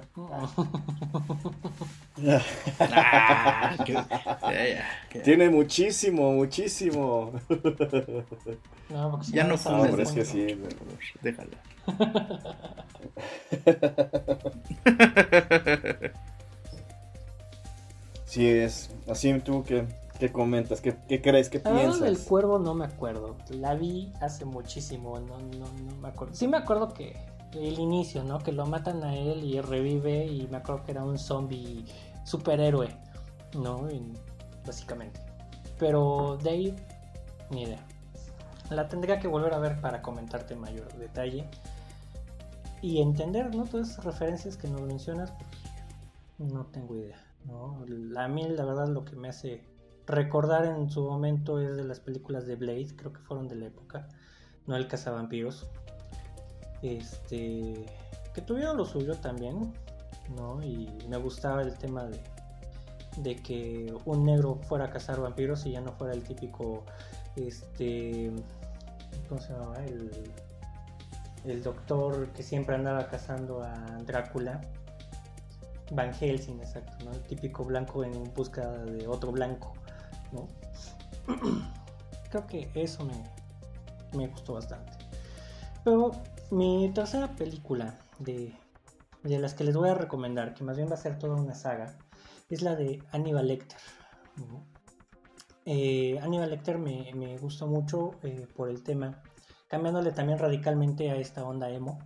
Ah, Tiene muchísimo. No, porque si Ya no vas a No, fumes, pero ver es que mucho. sí. por favor, déjala. Sí es. Así tú, ¿qué comentas? ¿Qué crees? ¿Qué La verdad del piensas? cuervo no me acuerdo. La vi hace muchísimo, no me acuerdo. Sí me acuerdo que el inicio, ¿no? Que lo matan a él y revive y me acuerdo que era un zombie superhéroe, ¿no? Básicamente. Pero de ahí, ni idea. La tendría que volver a ver para comentarte en mayor detalle y entender, ¿no? Todas esas referencias que nos mencionas, pues no tengo idea, ¿no? A mí la verdad lo que me hace recordar en su momento es de las películas de Blade, creo que fueron de la época, no el cazavampiros, que tuvieron lo suyo también, ¿no? Y me gustaba el tema de que un negro fuera a cazar vampiros y ya no fuera el típico, ¿cómo se llamaba? El doctor que siempre andaba cazando a Drácula. Van Helsing, exacto, ¿no? El típico blanco en busca de otro blanco, ¿no? Creo que eso me gustó bastante. Pero mi tercera película de las que les voy a recomendar, que más bien va a ser toda una saga, es la de Hannibal Lecter, ¿no? Hannibal Lecter me gustó mucho por el tema, cambiándole también radicalmente a esta onda emo.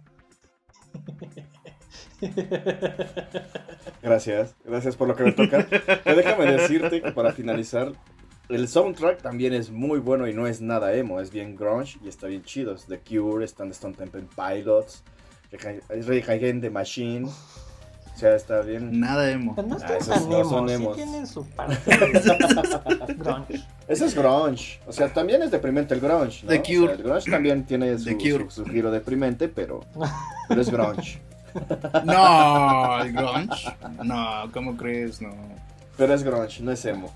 Gracias por lo que me toca. Pero déjame decirte que para finalizar, el soundtrack también es muy bueno y no es nada emo, es bien grunge y está bien chido. Es The Cure, están Stone Temple Pilots, Rage Against the Machine. O sea, está bien. Nada emo. Pero no están esos tan no son emos, sí emos. tienen su parte de grunge. Ese es grunge. O sea, también es deprimente el grunge, ¿no? The Cure. O sea, el grunge también tiene The Cure. su giro deprimente, pero es grunge. No, el grunge. No, ¿cómo crees? No. Pero es grunge, no es emo.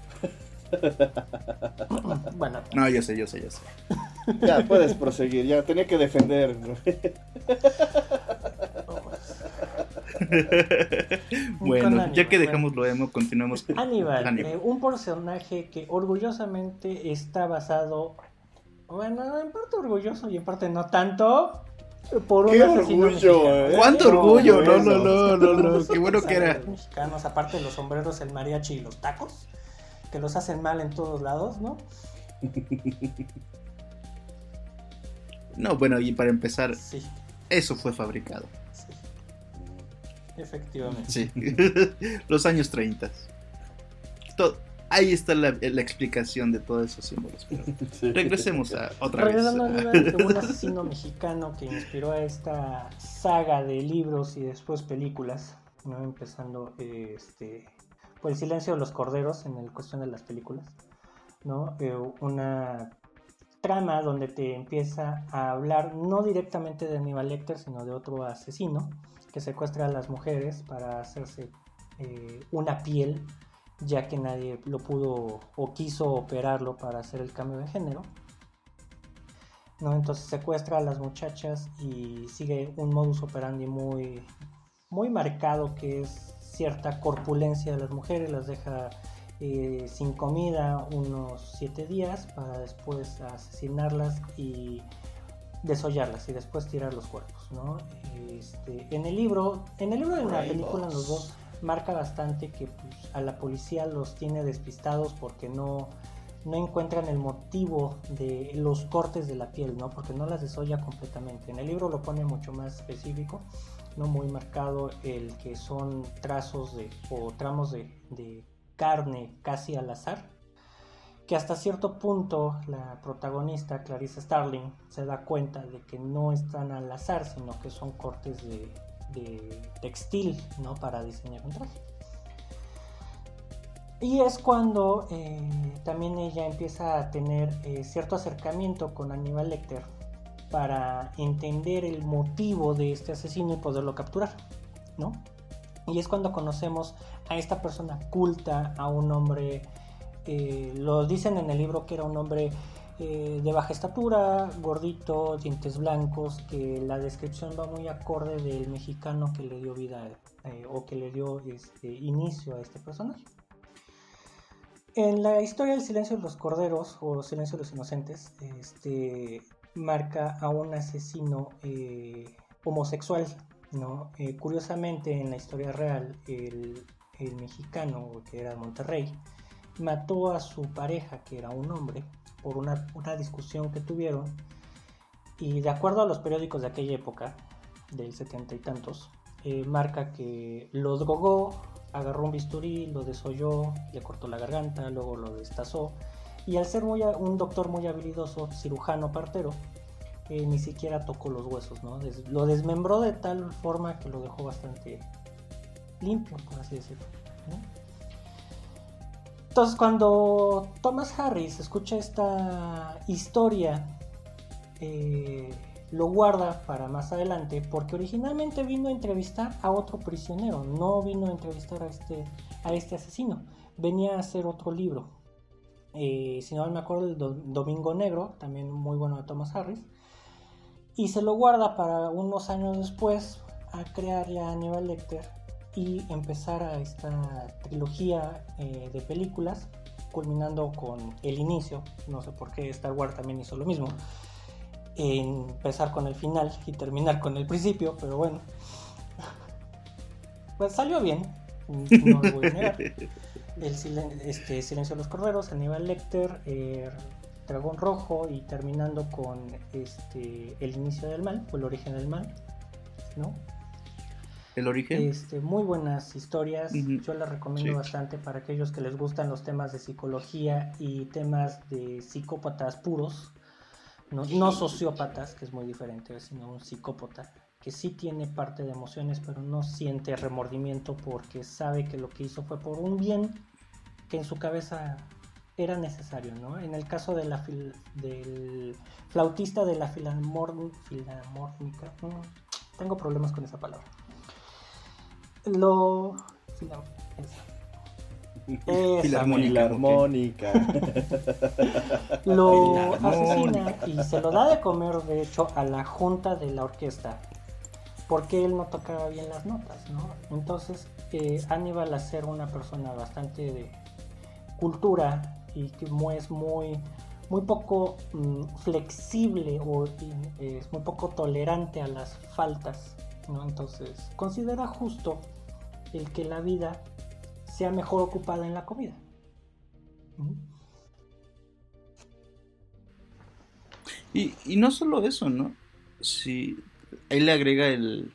Bueno, No, yo sé. Ya, puedes proseguir. Ya, tenía que defender, ¿no? Bueno, ya que Hannibal, dejamos lo emo, continuamos con Hannibal, un personaje que orgullosamente está basado, bueno, en parte orgulloso y en parte no tanto, por un ¡Qué asesino orgullo, mexicano. ¿Cuánto No, orgullo? bueno. No, qué bueno que era. Los mexicanos, aparte de los sombreros, el mariachi y los tacos, que los hacen mal en todos lados, ¿no? No, bueno, y para empezar, Sí, eso fue fabricado. sí, efectivamente. Sí. Los años 30. Ahí está la explicación de todos esos símbolos. Pero Sí. regresemos a otra vez. Regresando a Hannibal, un asesino mexicano que inspiró a esta saga de libros y después películas, ¿no? Empezando por El silencio de los corderos en la cuestión de las películas, ¿no? Una trama donde te empieza a hablar no directamente de Hannibal Lecter, sino de otro asesino que secuestra a las mujeres para hacerse una piel, ya que nadie lo pudo o quiso operarlo para hacer el cambio de género, ¿no? Entonces secuestra a las muchachas y sigue un modus operandi muy, muy marcado, que es cierta corpulencia de las mujeres, las deja sin comida unos 7 días para después asesinarlas y desollarlas y después tirar los cuerpos, ¿no? En el libro y en la película, los dos marca bastante que pues, a la policía los tiene despistados porque no encuentran el motivo de los cortes de la piel, ¿no? Porque no las desolla completamente. En el libro lo pone mucho más específico, ¿no? Muy marcado el que son trazos o tramos de carne casi al azar, que hasta cierto punto la protagonista, Clarice Starling, se da cuenta de que no están al azar, sino que son cortes de textil, ¿no? Para diseñar un traje. Y es cuando también ella empieza a tener cierto acercamiento con Hannibal Lecter para entender el motivo de este asesino y poderlo capturar, ¿no? Y es cuando conocemos a esta persona culta, a un hombre, lo dicen en el libro que era un hombre de baja estatura, gordito, dientes blancos, que la descripción va muy acorde del mexicano que le dio vida o que le dio inicio a este personaje. En la historia del Silencio de los Corderos o Silencio de los Inocentes, marca a un asesino homosexual, ¿no? Curiosamente, en la historia real, el mexicano, que era de Monterrey, mató a su pareja, que era un hombre, por una discusión que tuvieron, y de acuerdo a los periódicos de aquella época, del 70 y tantos, marca que lo drogó, agarró un bisturí, lo desolló, le cortó la garganta, luego lo destazó, y al ser un doctor muy habilidoso, cirujano partero, ni siquiera tocó los huesos, ¿no? Lo desmembró de tal forma que lo dejó bastante limpio, por así decirlo, ¿no? Entonces, cuando Thomas Harris escucha esta historia, lo guarda para más adelante, porque originalmente vino a entrevistar a otro prisionero, no vino a entrevistar a este asesino, venía a hacer otro libro. Si no me acuerdo, el Domingo Negro, también muy bueno de Thomas Harris, y se lo guarda para unos años después a crear ya Hannibal Lecter y empezar a esta trilogía de películas, culminando con el inicio. No sé por qué Star Wars también hizo lo mismo, empezar con el final y terminar con el principio, pero bueno, pues salió bien, no lo voy a negar. Silencio de los Corderos, Hannibal Lecter, Dragón Rojo, y terminando con el inicio del mal, o el origen del mal, ¿no? El origen. Muy buenas historias. Uh-huh. Yo las recomiendo bastante para aquellos que les gustan los temas de psicología y temas de psicópatas puros, no sociópatas, que es muy diferente, sino un psicópata que sí tiene parte de emociones, pero no siente remordimiento porque sabe que lo que hizo fue por un bien que en su cabeza era necesario, ¿no? En el caso de del flautista de la filarmónica, tengo problemas con esa palabra. Filarmónica. Lo asesina y se lo da de comer, de hecho, a la junta de la orquesta, porque él no tocaba bien las notas, ¿no? Entonces, Hannibal, al ser una persona bastante de cultura y que es muy poco flexible o es muy poco tolerante a las faltas, ¿no? Entonces considera justo el que la vida sea mejor ocupada en la comida. Y no solo eso, ¿no? Si él le agrega el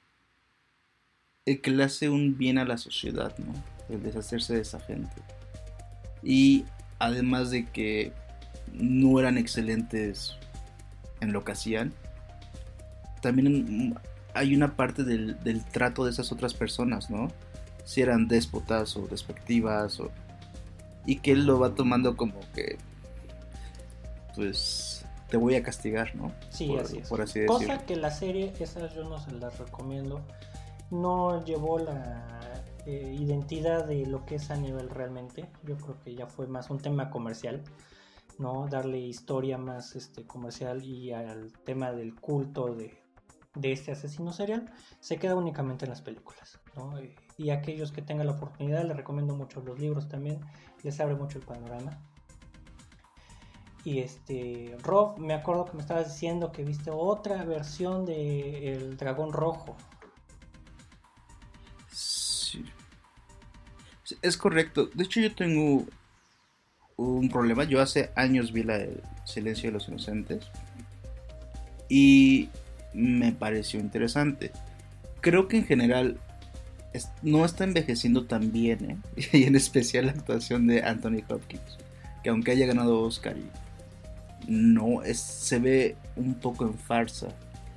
que le hace un bien a la sociedad, ¿no? El deshacerse de esa gente. Y además de que no eran excelentes en lo que hacían, también hay una parte del trato de esas otras personas, ¿no? Si eran déspotas o despectivas, y que él lo va tomando como que, pues, te voy a castigar, ¿no? Sí, así es. Por así decirlo. Cosa que la serie, esas yo no se las recomiendo, no llevó la identidad de lo que es Hannibal realmente. Yo creo que ya fue más un tema comercial. ¿no? Darle historia más comercial y al tema del culto de este asesino serial, se queda únicamente en las películas, ¿no? Y aquellos que tengan la oportunidad, les recomiendo mucho los libros también, les abre mucho el panorama. Y Rob, me acuerdo que me estabas diciendo que viste otra versión de El Dragón Rojo. Sí. Es correcto. De hecho, yo tengo un problema. Yo hace años vi El Silencio de los Inocentes y me pareció interesante. Creo que en general no está envejeciendo tan bien, ¿eh? Y en especial la actuación de Anthony Hopkins, que aunque haya ganado Oscar, se ve un poco en farsa.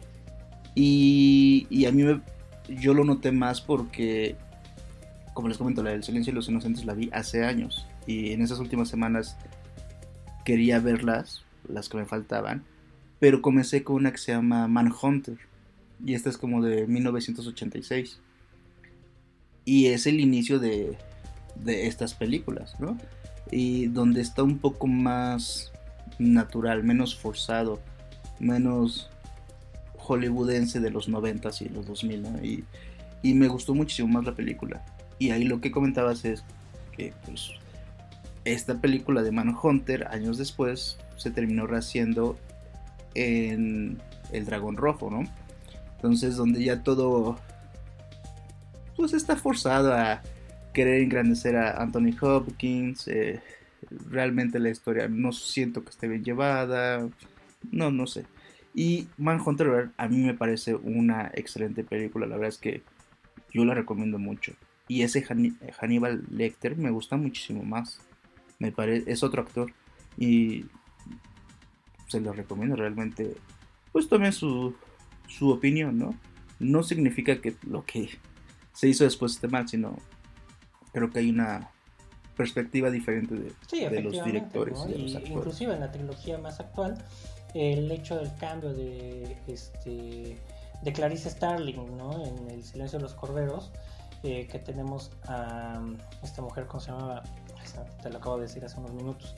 Y a mí yo lo noté más porque, como les comento, El Silencio de los Inocentes la vi hace años, y en esas últimas semanas quería verlas, las que me faltaban, pero comencé con una que se llama Manhunter, y esta es como de 1986, y es el inicio de estas películas, ¿no? Y donde está un poco más natural, menos forzado, menos hollywoodense de los 90s y los 2000, ¿no? Y me gustó muchísimo más la película. Y ahí lo que comentabas es que pues esta película de Manhunter, años después, se terminó rehaciendo en El Dragón Rojo, ¿no? Entonces, donde ya todo pues está forzado a querer engrandecer a Anthony Hopkins. Realmente la historia no siento que esté bien llevada, no sé. Y Manhunter a mí me parece una excelente película, la verdad es que yo la recomiendo mucho. Y ese Hannibal Lecter me gusta muchísimo más, es otro actor y se lo recomiendo realmente. Pues tomen su opinión, ¿no? No significa que lo que se hizo después esté mal, sino creo que hay una perspectiva diferente de los directores, ¿no? Y de los actores. Inclusive en la trilogía más actual, el hecho del cambio de Clarice Starling, ¿no? En El Silencio de los Corderos, que tenemos a esta mujer, ¿cómo se llamaba? Te lo acabo de decir hace unos minutos.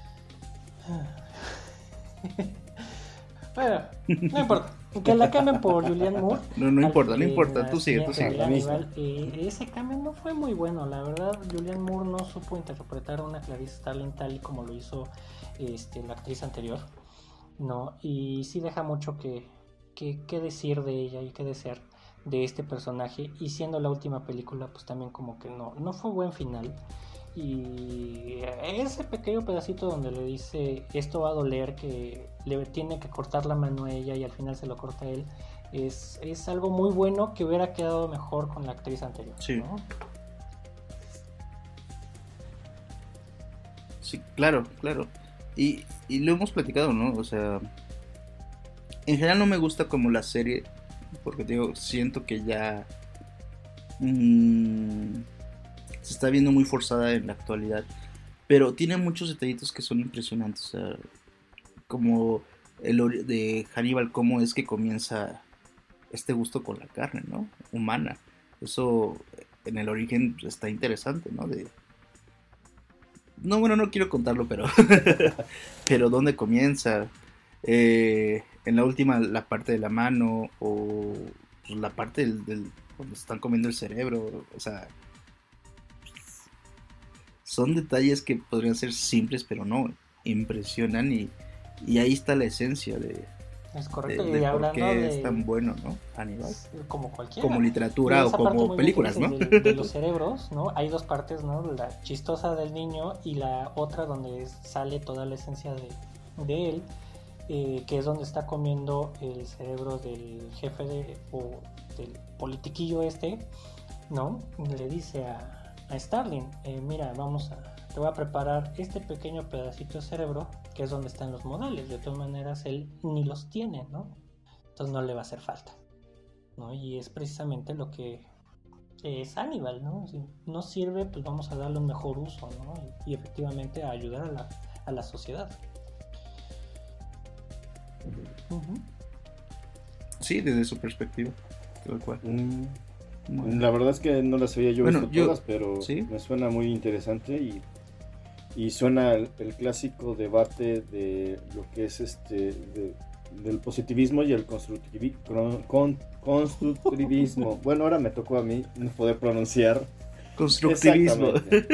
Bueno, no importa, que la cambien por Julianne Moore. No importa, tú sigue. Ese cambio no fue muy bueno, la verdad. Julianne Moore no supo interpretar a una Clarice Starling tal y como lo hizo la actriz anterior, ¿no? Y sí deja mucho que decir de ella y que desear de este personaje, y siendo la última película, pues también como que no fue buen final. Y ese pequeño pedacito donde le dice esto va a doler, que le tiene que cortar la mano a ella y al final se lo corta a él, es algo muy bueno que hubiera quedado mejor con la actriz anterior, sí, ¿no? Sí, claro. Y lo hemos platicado, ¿no? O sea, en general no me gusta como la serie, porque digo, siento que ya se está viendo muy forzada en la actualidad, pero tiene muchos detallitos que son impresionantes. O sea, como el de Hannibal, cómo es que comienza este gusto con la carne, ¿no? Humana. Eso en el origen está interesante, ¿no? No quiero contarlo, pero pero dónde comienza, en la última, la parte de la mano, o pues, la parte del cuando están comiendo el cerebro. O sea, son detalles que podrían ser simples, pero no, impresionan, y ahí está la esencia de por qué es tan bueno, ¿no? Hannibal. Como cualquiera. Como literatura o como películas, ¿no? De los cerebros, ¿no? Hay dos partes, ¿no? La chistosa del niño y la otra donde sale toda la esencia de él, que es donde está comiendo el cerebro del jefe o del politiquillo ¿no? Le dice a Starling, mira, te voy a preparar este pequeño pedacito de cerebro, que es donde están los modales. De todas maneras, él ni los tiene, ¿no? Entonces no le va a hacer falta, ¿no? Y es precisamente lo que es Hannibal, ¿no? Si no sirve, pues vamos a darle un mejor uso, ¿no? Y efectivamente a ayudar a la sociedad. Uh-huh. Sí, desde su perspectiva, tal cual. La verdad es que no las había visto todas, pero ¿sí? me suena muy interesante, y suena el clásico debate de lo que es del positivismo y el constructivismo. Bueno, ahora me tocó a mí no poder pronunciar. Constructivismo.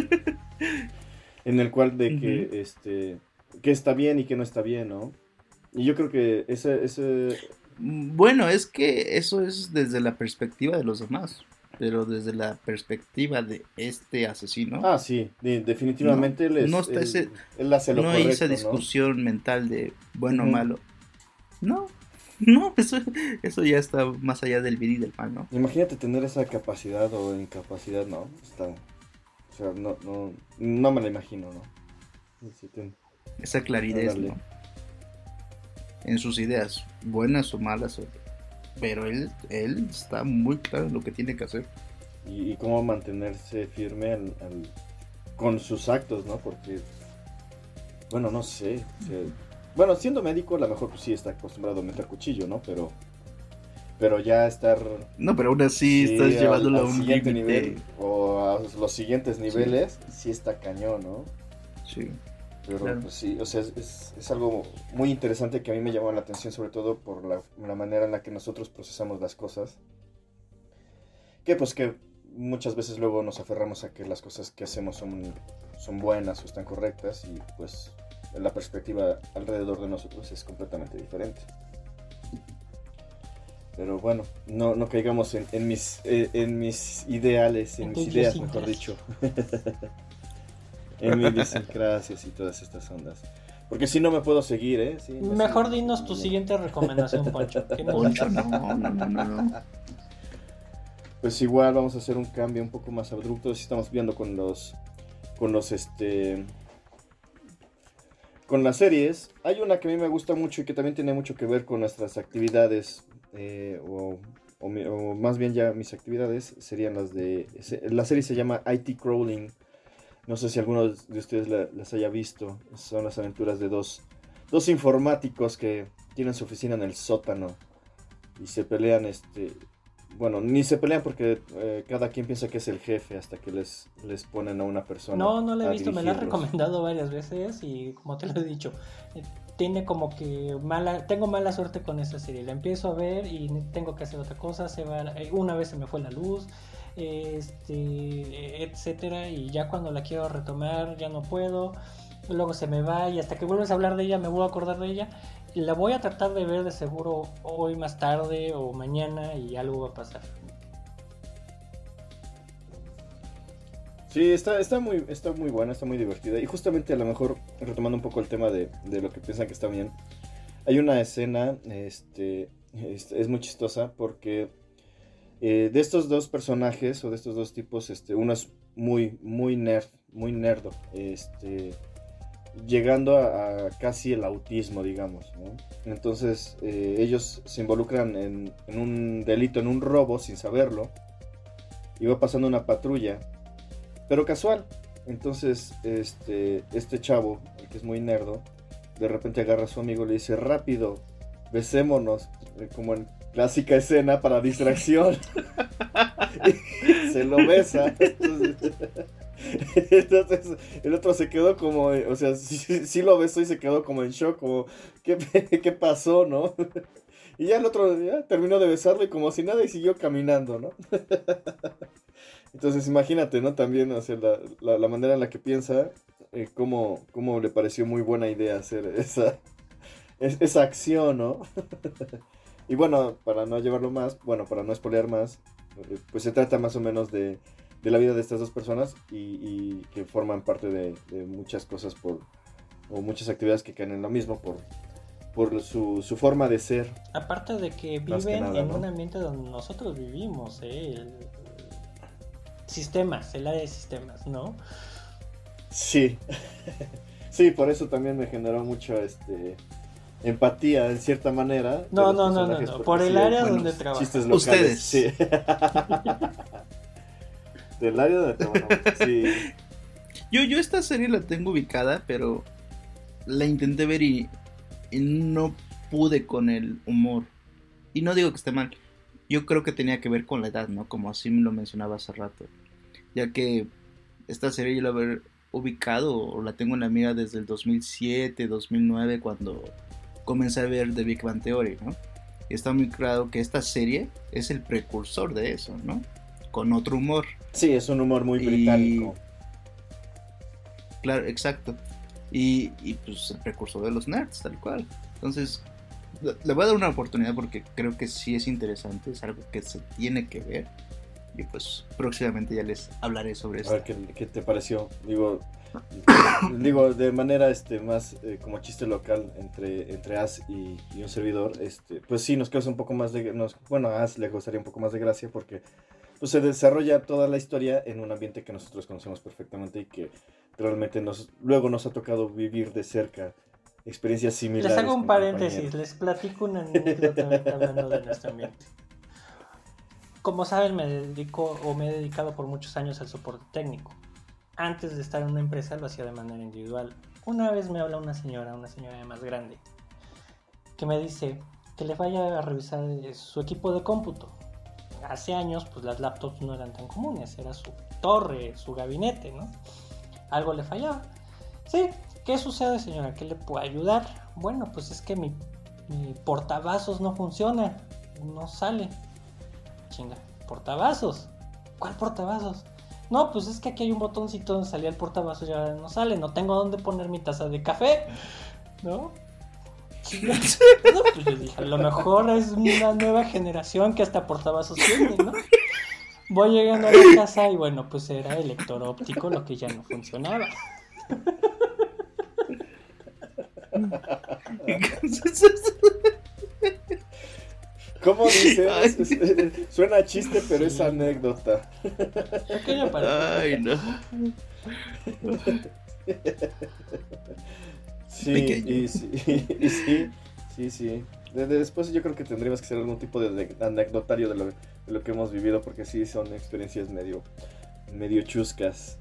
En el cual de que que está bien y que no está bien, ¿no? Y yo creo que ese Bueno, es que eso es desde la perspectiva de los demás, pero desde la perspectiva de este asesino. sí, definitivamente no él hace lo no hay correcto, esa discusión mental de bueno o malo. No, eso ya está más allá del bien y del mal, ¿no? Imagínate tener esa capacidad o incapacidad, ¿no? O sea, no me la imagino, ¿no? Esa claridad, ¿no? En sus ideas, buenas o malas, pero él está muy claro en lo que tiene que hacer. Y cómo mantenerse firme con sus actos, ¿no? Porque, bueno, no sé. O sea, bueno, siendo médico, a lo mejor pues sí está acostumbrado a meter cuchillo, ¿no? Pero ya estar... No, pero aún así estás llevándolo a un siguiente límite. nivel o a los siguientes niveles, sí está cañón, ¿no? Sí. Pero claro. pues sí, o sea, es algo muy interesante que a mí me llamó la atención, sobre todo por la manera en la que nosotros procesamos las cosas. Que pues que muchas veces luego nos aferramos a que las cosas que hacemos son buenas o están correctas y pues la perspectiva alrededor de nosotros es completamente diferente. Pero bueno, no caigamos en mis ideales, en mis ideas, mejor dicho. En mi idiosincrasias y todas estas ondas. Porque si no me puedo seguir, ¿eh? Sí, mejor dinos tu siguiente recomendación, Poncho. Poncho, no. Pues igual vamos a hacer un cambio un poco más abrupto. Si estamos viendo con las series. Hay una que a mí me gusta mucho y que también tiene mucho que ver con nuestras actividades. O más bien ya mis actividades serían las de... La serie se llama IT Crawling. No sé si alguno de ustedes las haya visto. Son las aventuras de dos informáticos que tienen su oficina en el sótano. Y se pelean, bueno, ni se pelean porque cada quien piensa que es el jefe hasta que les ponen a una persona. No la he visto, me la has dirigirlos. recomendado varias veces y como te lo he dicho, tiene como que tengo mala suerte con esa serie. La empiezo a ver y tengo que hacer otra cosa, una vez se me fue la luz, etcétera, y ya cuando la quiero retomar ya no puedo, luego se me va y hasta que vuelves a hablar de ella me vuelvo a acordar de ella. La voy a tratar de ver de seguro hoy más tarde o mañana y algo va a pasar. Sí, está muy buena, está muy divertida. Y justamente a lo mejor, retomando un poco el tema de lo que piensan que está bien, hay una escena, es muy chistosa porque de estos dos personajes o de estos dos tipos, uno es muy nerdo, llegando a casi el autismo, digamos, ¿no? Entonces ellos se involucran en un delito, en un robo sin saberlo, y va pasando una patrulla, pero casual. Entonces este chavo, el que es muy nerdo, de repente agarra a su amigo y le dice: rápido, besémonos, como en clásica escena para distracción. Y se lo besa. Entonces el otro se quedó como, o sea, sí lo besó y se quedó como en shock, como ¿qué pasó, no? Y ya el otro ya terminó de besarlo y como si nada y siguió caminando, ¿no? Entonces imagínate, ¿no? También, o sea, la manera en la que piensa, cómo le pareció muy buena idea hacer esa acción, ¿no? Y bueno, para no llevarlo más, para no spoilear más, pues se trata más o menos de la vida de estas dos personas y que forman parte de muchas cosas o muchas actividades que caen en lo mismo por su forma de ser. Aparte de que viven en un ambiente donde nosotros vivimos, el área de sistemas, ¿no? Sí. Sí, por eso también me generó mucho empatía en cierta manera. No, por el área donde trabajan. Chistes locales. Ustedes. Sí. Del área donde trabajamos. Sí. Yo esta serie la tengo ubicada, pero la intenté ver y no pude con el humor. Y no digo que esté mal. Yo creo que tenía que ver con la edad, ¿no? Como así me lo mencionaba hace rato. Ya que esta serie yo la ubicado o la tengo en la mira desde el 2007, 2009, cuando comencé a ver The Big Bang Theory, ¿no? Y está muy claro que esta serie es el precursor de eso, ¿no? Con otro humor. Sí, es un humor muy británico. Claro, exacto. Y pues el precursor de los nerds, tal cual. Entonces, le voy a dar una oportunidad porque creo que sí es interesante, es algo que se tiene que ver. Y pues próximamente ya les hablaré sobre eso. A ver qué te pareció. Digo, de manera más como chiste local entre As y un servidor, pues sí nos causa un poco más bueno, a As le gustaría un poco más de gracia porque pues se desarrolla toda la historia en un ambiente que nosotros conocemos perfectamente y que realmente luego nos ha tocado vivir de cerca experiencias similares. Les hago un paréntesis, les platico una anécdota hablando de nuestro ambiente. Como saben, me he dedicado por muchos años al soporte técnico. Antes de estar en una empresa lo hacía de manera individual. Una vez me habla una señora más grande, que me dice que le vaya a revisar su equipo de cómputo. Hace años, pues las laptops no eran tan comunes, era su torre, su gabinete, ¿no? Algo le fallaba. Sí, ¿qué sucede, señora? ¿Qué le puedo ayudar? Bueno, pues es que mi portavasos no funciona, no sale. Chinga, ¿portavasos? ¿Cuál portavasos? No, pues es que aquí hay un botoncito donde salía el portavasos y ahora no sale, no tengo dónde poner mi taza de café, ¿no? Chinga. No, pues yo dije, a lo mejor es una nueva generación que hasta portavasos tiene, ¿no? Voy llegando a la casa y bueno, pues era el lector óptico lo que ya no funcionaba. ¿Cómo dices? Suena a chiste, pero sí. Es anécdota. Ay, no. Sí, sí. Después yo creo que tendríamos que hacer algún tipo de anecdotario de lo que hemos vivido, porque sí son experiencias medio chuscas.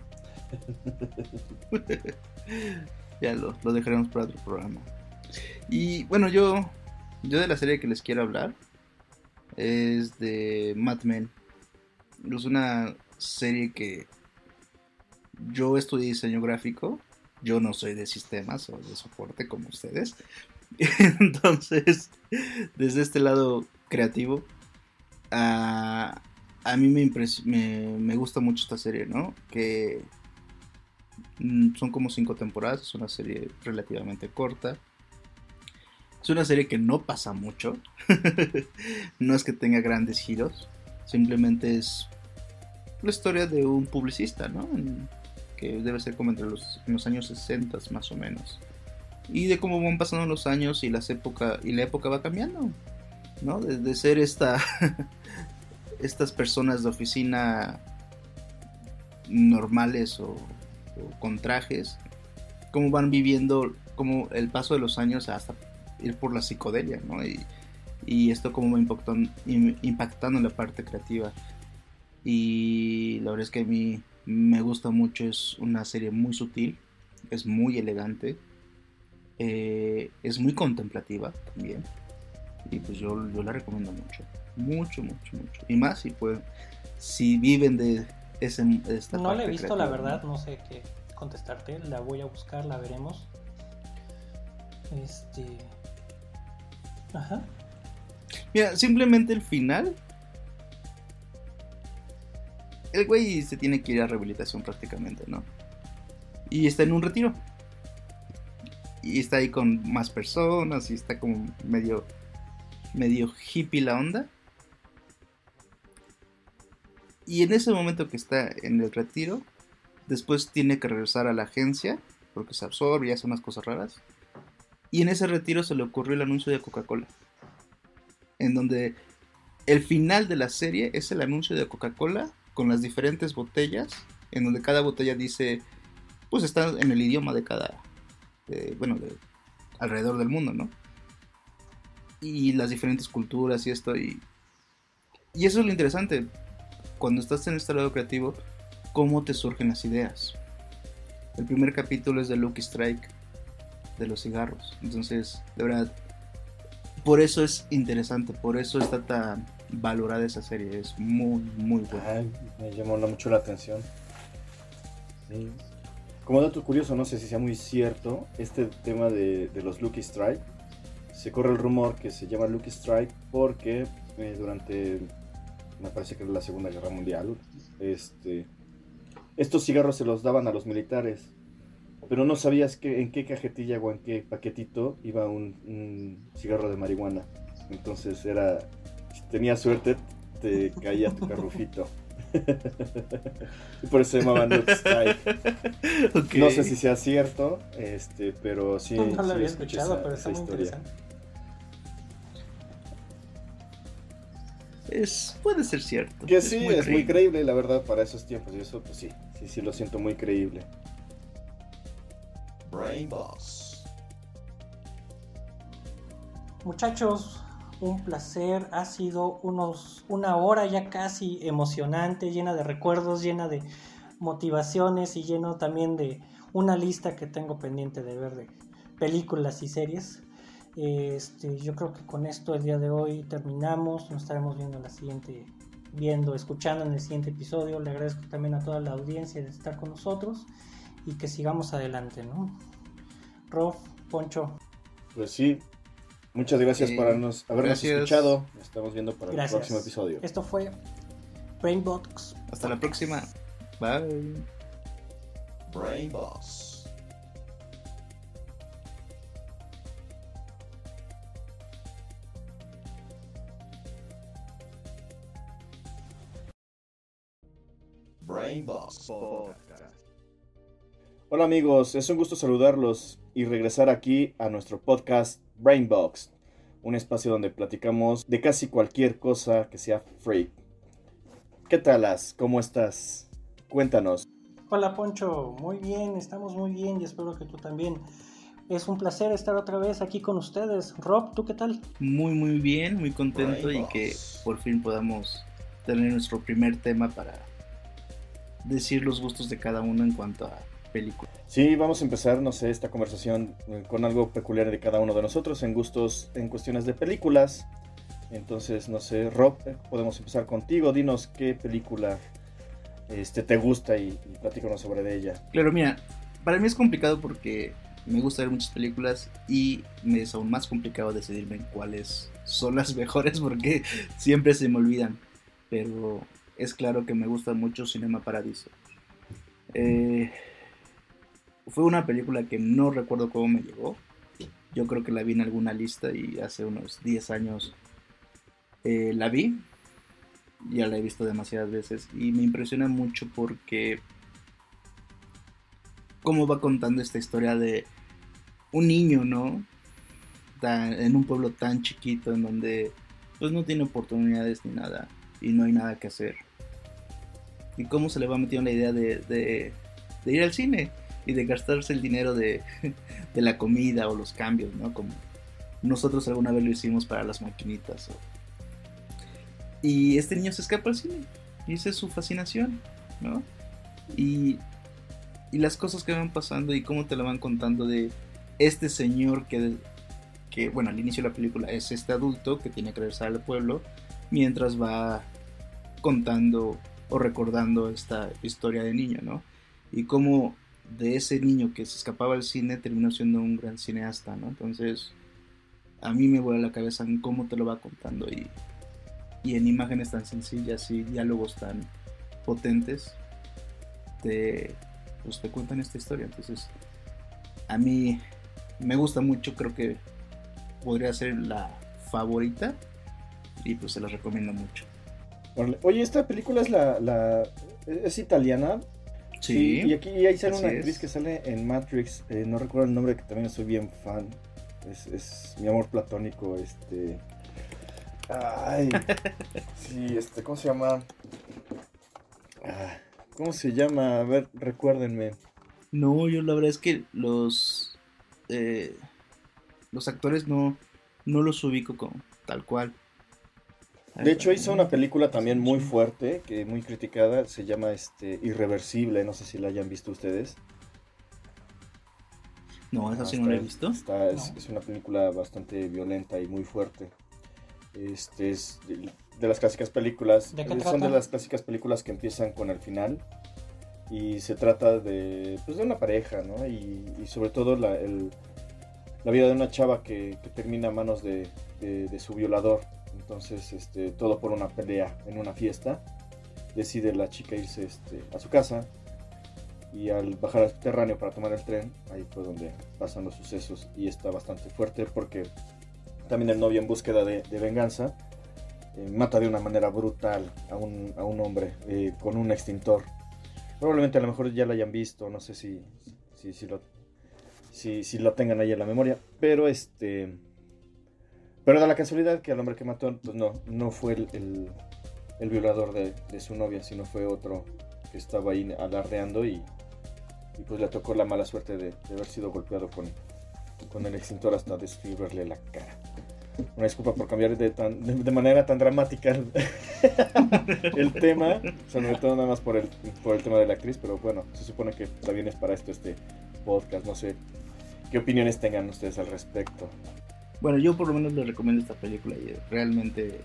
Ya lo dejaremos para otro programa. Y bueno, yo de la serie que les quiero hablar es de Mad Men. Es una serie que yo estudié diseño gráfico. Yo no soy de sistemas o de soporte como ustedes. Entonces, desde este lado creativo, a mí me gusta mucho esta serie, ¿no? Que son como 5 temporadas, es una serie relativamente corta. Es una serie que no pasa mucho. No es que tenga grandes giros. Simplemente es la historia de un publicista, ¿no? Que debe ser como entre los años 60 más o menos. Y de cómo van pasando los años y la época va cambiando, ¿no? De ser estas personas de oficina normales o con trajes, cómo van viviendo, como el paso de los años hasta ir por la psicodelia, ¿no? Y esto cómo va impactando en la parte creativa. Y la verdad es que a mí me gusta mucho, es una serie muy sutil, es muy elegante, es muy contemplativa también, y pues yo la recomiendo mucho. Y más si viven de esta no parte la he visto, creativa, la verdad, ¿no? no sé qué contestarte, la voy a buscar, la veremos. Ajá. Mira, simplemente el final, el güey se tiene que ir a rehabilitación prácticamente, ¿no? Y está en un retiro. Y está ahí con más personas y está como medio hippie la onda. Y en ese momento que está en el retiro, después tiene que regresar a la agencia porque se absorbe y hace unas cosas raras. Y en ese retiro se le ocurrió el anuncio de Coca-Cola, en donde el final de la serie es el anuncio de Coca-Cola con las diferentes botellas, en donde cada botella dice, pues está en el idioma de cada, de alrededor del mundo, ¿no? Y las diferentes culturas y esto, y eso es lo interesante, cuando estás en este lado creativo, cómo te surgen las ideas. El primer capítulo es de Lucky Strike, de los cigarros, entonces, de verdad, por eso es interesante, por eso está tan valorada esa serie, es muy, muy buena. Ay, me llamó mucho la atención. Sí. Como dato curioso, no sé si sea muy cierto, este tema de los Lucky Strike, se corre el rumor que se llama Lucky Strike porque durante, me parece que era la Segunda Guerra Mundial, estos cigarros se los daban a los militares, pero no sabías en qué cajetilla o en qué paquetito iba un cigarro de marihuana. Entonces si tenías suerte, te caía tu carrufito. Y por eso se llamaban Lucky Strike. Okay. No sé si sea cierto, pero sí. No lo sí había escuché escuchado, pero esa está muy historia. interesante. Puede ser cierto. Que sí, es muy creíble, la verdad, para esos tiempos. Y eso, pues sí lo siento muy creíble. Brainbox. Muchachos, un placer. Ha sido una hora ya casi emocionante, llena de recuerdos, llena de motivaciones y lleno también de una lista que tengo pendiente de ver de películas y series. Yo creo que con esto el día de hoy terminamos. Nos estaremos escuchando en el siguiente episodio. Le agradezco también a toda la audiencia de estar con nosotros y que sigamos adelante, ¿no? Rob, Poncho. Pues sí, muchas gracias por habernos escuchado. Nos estamos viendo para el próximo episodio. Esto fue Brainbox. Hasta la próxima. Bye. Brainbox. Brainbox Podcast. Hola amigos, es un gusto saludarlos y regresar aquí a nuestro podcast Brainbox, un espacio donde platicamos de casi cualquier cosa que sea freak. ¿Qué tal, As? ¿Cómo estás? Cuéntanos. Hola Poncho, muy bien, estamos muy bien y espero que tú también. Es un placer estar otra vez aquí con ustedes. Rob, ¿tú qué tal? Muy bien, muy contento y que por fin podamos tener nuestro primer tema para decir los gustos de cada uno en cuanto a películas. Sí, vamos a empezar, esta conversación con algo peculiar de cada uno de nosotros en gustos, en cuestiones de películas. Entonces, Rob, podemos empezar contigo. Dinos qué película te gusta y platícanos sobre ella. Claro, mira, para mí es complicado porque me gusta ver muchas películas y me es aún más complicado decidirme en cuáles son las mejores porque siempre se me olvidan. Pero es claro que me gusta mucho Cinema Paradiso. Fue una película que no recuerdo cómo me llegó. Yo creo que la vi en alguna lista y hace unos 10 años la vi. Ya la he visto demasiadas veces y me impresiona mucho porque cómo va contando esta historia de un niño, ¿no? En un pueblo tan chiquito en donde pues no tiene oportunidades ni nada y no hay nada que hacer. Y cómo se le va metiendo la idea de ir al cine y de gastarse el dinero de la comida o los cambios, ¿no? Como nosotros alguna vez lo hicimos para las maquinitas. Y este niño se escapa al cine y esa es su fascinación, ¿no? Y las cosas que van pasando y cómo te la van contando de este señor que bueno, al inicio de la película es este adulto que tiene que regresar al pueblo mientras va contando o recordando esta historia de niño, ¿no? Y cómo de ese niño que se escapaba al cine terminó siendo un gran cineasta, ¿no? Entonces a mí me vuela la cabeza en cómo te lo va contando y en imágenes tan sencillas y diálogos tan potentes te cuentan esta historia. Entonces a mí me gusta mucho, creo que podría ser la favorita y pues se la recomiendo mucho. Oye, esta película es italiana. Sí. Y ahí sale una actriz es. que sale en Matrix, no recuerdo el nombre, que también soy bien fan. Es mi amor platónico, Ay, sí, ¿cómo se llama? ¿Cómo se llama? A ver, recuérdenme. No, yo la verdad es que los actores no los ubico como tal cual. De hecho hizo una película también muy fuerte, que muy criticada, se llama Irreversible, no sé si la hayan visto ustedes. No, esa sí no la he visto. Es una película bastante violenta y muy fuerte. Es de las clásicas películas. ¿De qué Son trata? de las clásicas películas que empiezan con el final. y se trata pues de una pareja, ¿no? Y sobre todo la vida de una chava que termina a manos de su violador. Entonces, todo por una pelea en una fiesta. Decide la chica irse a su casa, y al bajar al subterráneo para tomar el tren, ahí fue donde pasan los sucesos, y está bastante fuerte porque también el novio, en búsqueda de venganza, mata de una manera brutal a un hombre con un extintor. Probablemente a lo mejor ya lo hayan visto, no sé si lo tengan ahí en la memoria, pero da la casualidad que al hombre que mató, pues no fue el violador de su novia, sino fue otro que estaba ahí alardeando, y pues le tocó la mala suerte de haber sido golpeado con el extintor hasta desfibrarle la cara. Una disculpa por cambiar de manera tan dramática el tema, sobre todo nada más por el tema de la actriz, pero bueno, se supone que también es para esto este podcast. No sé qué opiniones tengan ustedes al respecto. Bueno, yo por lo menos les recomiendo esta película y realmente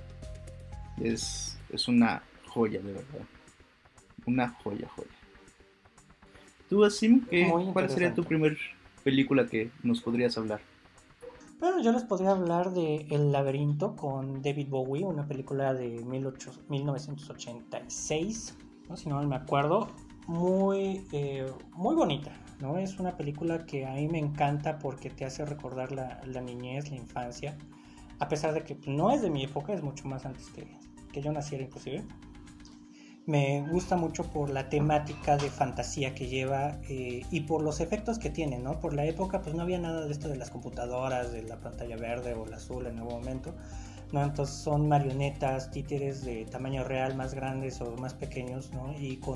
es una joya, de verdad. Una joya. Tú, Asim, ¿cuál sería tu primer película que nos podrías hablar? Bueno, yo les podría hablar de El laberinto con David Bowie, una película de 1986, ¿no? Si no mal me acuerdo, muy bonita, ¿no? Es una película que a mí me encanta porque te hace recordar la niñez, la infancia, a pesar de que no es de mi época, es mucho más antes que yo naciera inclusive. Me gusta mucho por la temática de fantasía que lleva y por los efectos que tiene, ¿no? Por la época pues no había nada de esto de las computadoras, de la pantalla verde o la azul en algún momento, ¿no? Entonces son marionetas, títeres de tamaño real, más grandes o más pequeños, ¿no? Y con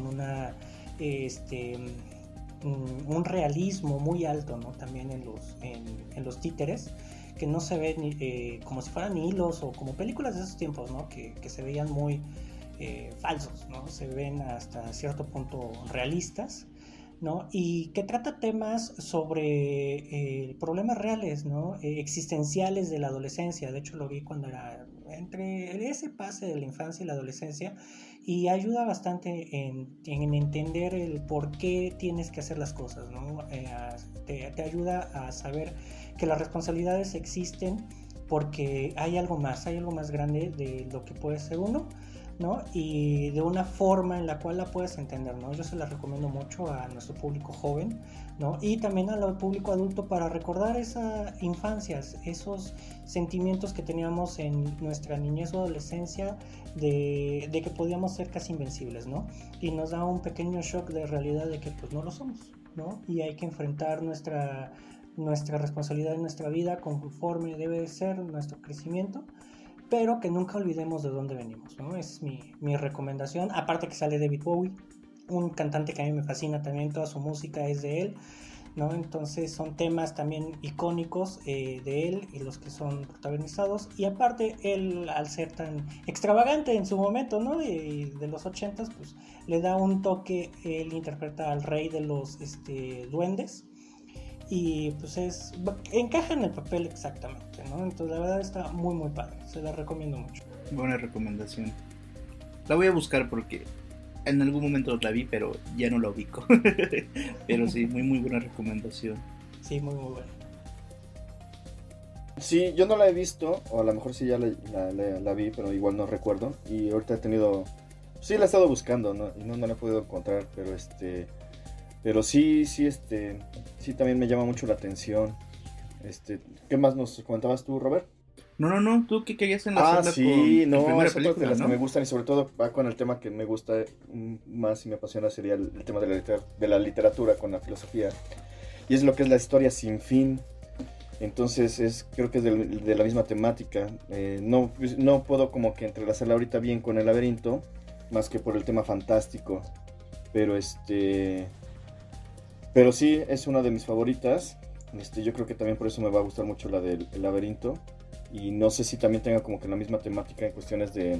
un realismo muy alto, ¿no? También en los títeres, que no se ven como si fueran hilos o como películas de esos tiempos, ¿no? Que se veían muy falsos, ¿no? Se ven hasta cierto punto realistas, ¿no? Y que trata temas sobre problemas reales, ¿no? Existenciales de la adolescencia. De hecho lo vi cuando era entre ese pase de la infancia y la adolescencia, y ayuda bastante en entender el por qué tienes que hacer las cosas, ¿no? Te ayuda a saber que las responsabilidades existen porque hay algo más grande de lo que puede ser uno, ¿no? Y de una forma en la cual la puedes entender, ¿no? Yo se la recomiendo mucho a nuestro público joven, ¿no? Y también al público adulto, para recordar esas infancias, esos sentimientos que teníamos en nuestra niñez o adolescencia de que podíamos ser casi invencibles, ¿no? Y nos da un pequeño shock de realidad de que pues no lo somos, ¿no? Y hay que enfrentar nuestra responsabilidad en nuestra vida conforme debe de ser nuestro crecimiento, pero que nunca olvidemos de dónde venimos, ¿no? Esa es mi recomendación. Aparte que sale David Bowie, un cantante que a mí me fascina también, toda su música es de él, ¿no? Entonces son temas también icónicos de él y los que son protagonizados. Y aparte él, al ser tan extravagante en su momento, ¿no? De los 80s, pues le da un toque. Él interpreta al rey de los duendes. Y pues encaja en el papel exactamente, ¿no? Entonces la verdad está muy muy padre, se la recomiendo mucho. Buena recomendación. La voy a buscar porque en algún momento la vi, pero ya no la ubico. Pero sí, muy muy buena recomendación. Sí, muy muy buena. Sí, yo no la he visto, o a lo mejor sí ya la vi, pero igual no recuerdo. Y ahorita he tenido... Sí la he estado buscando, ¿no? Y no la he podido encontrar, pero sí también me llama mucho la atención. ¿Qué más nos comentabas tú, Robert? No, tú qué querías enlazarla con no, tu primera es otra película, de las ¿no? que me gustan, y sobre todo va con el tema que me gusta más y me apasiona, sería el tema de la literatura con la filosofía, y es lo que es la historia sin fin. Entonces creo que es de la misma temática. No puedo como que entrelazarla ahorita bien con El laberinto, más que por el tema fantástico, pero sí, es una de mis favoritas. Yo creo que también por eso me va a gustar mucho la del El laberinto. Y no sé si también tenga como que la misma temática en cuestiones de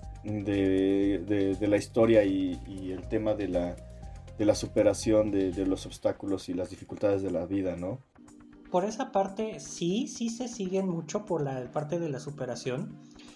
la historia y el tema de la superación de los obstáculos y las dificultades de la vida, ¿no? Por esa parte sí se siguen mucho por la parte de la superación.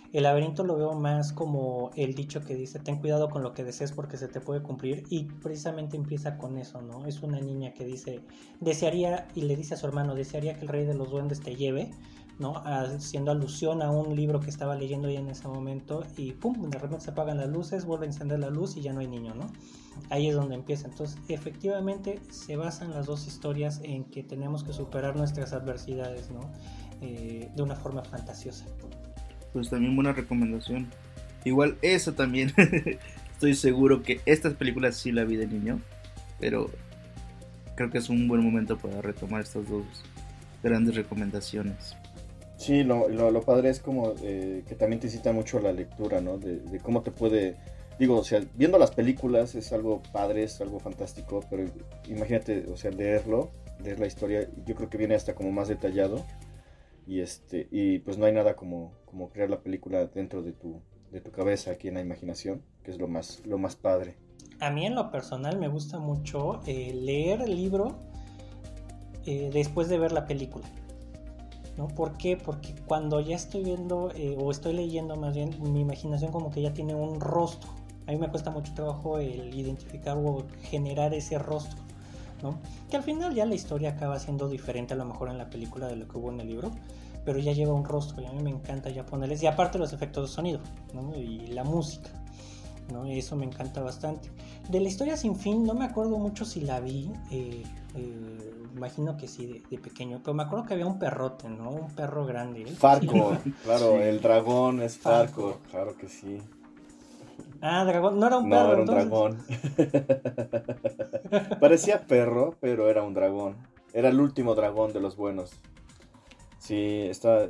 El laberinto lo veo más como el dicho que dice, ten cuidado con lo que desees porque se te puede cumplir, y precisamente empieza con eso, ¿no? Es una niña que dice, desearía, y le dice a su hermano, desearía que el rey de los duendes te lleve, ¿no? Haciendo alusión a un libro que estaba leyendo ella en ese momento, y pum, de repente se apagan las luces, vuelve a encender la luz y ya no hay niño, ¿no? Ahí es donde empieza. Entonces, efectivamente, se basan las dos historias en que tenemos que superar nuestras adversidades, ¿no? De una forma fantasiosa. Pues también buena recomendación. Igual eso también. Estoy seguro que estas películas sí la vi de niño, pero creo que es un buen momento para retomar estas dos grandes recomendaciones. Sí, lo padre es como que también te incita mucho a la lectura, ¿no? De cómo te puede... Digo, o sea, viendo las películas es algo padre, es algo fantástico, pero imagínate, o sea, leer la historia, yo creo que viene hasta como más detallado, y pues no hay nada como crear la película dentro de tu cabeza, aquí en la imaginación, que es lo más padre. A mí en lo personal me gusta mucho leer el libro después de ver la película, ¿no? ¿Por qué? Porque cuando ya estoy viendo o estoy leyendo más bien, mi imaginación como que ya tiene un rostro. A mí me cuesta mucho trabajo el identificar o generar ese rostro, ¿no? Que al final ya la historia acaba siendo diferente a lo mejor en la película de lo que hubo en el libro, pero ya lleva un rostro y a mí me encanta ya ponerles, y aparte los efectos de sonido, ¿no? Y la música, ¿no? Eso me encanta bastante. De la historia sin fin no me acuerdo mucho si la vi, imagino que sí de pequeño, pero me acuerdo que había un perrote, ¿no? Un perro grande. Farco, sí. Claro, Sí. El dragón es Farco, claro que sí. Ah, dragón, no era un No, perro, era un entonces. dragón. Parecía perro, pero era un dragón. Era el último dragón de los buenos. Sí, está,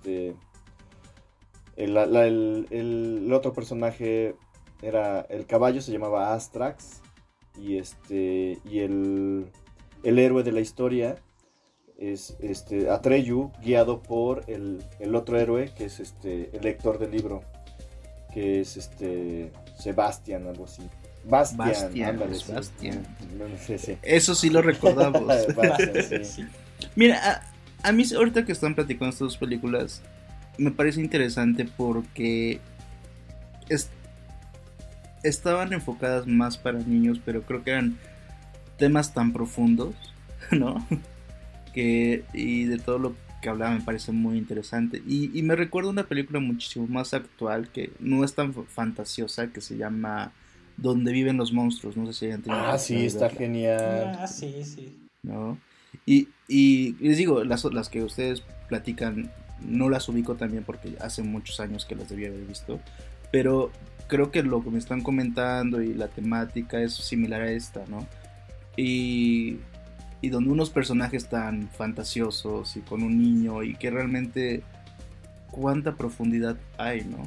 el otro personaje era, el caballo se llamaba Astrax, y el héroe de la historia es Atreyu, guiado por el otro héroe, que es el lector del libro, que es Sebastián, algo así. Bastian, ándale, Sebastián. Sí. Eso sí lo recordamos. Bastian, sí. Mira, a mí ahorita que están platicando estas dos películas, me parece interesante porque estaban enfocadas más para niños, pero creo que eran temas tan profundos, ¿no? Y de todo lo que hablaba me parece muy interesante. Y me recuerda una película muchísimo más actual, que no es tan fantasiosa, que se llama Donde viven los monstruos. No sé si hayan tenido Ah, sí, está genial. Ah, sí. ¿No? Y les digo, las que ustedes platican no las ubico también porque hace muchos años que las debía haber visto, pero creo que lo que me están comentando y la temática es similar a esta, ¿no? Y donde unos personajes tan fantasiosos y con un niño, y que realmente cuánta profundidad hay, ¿no?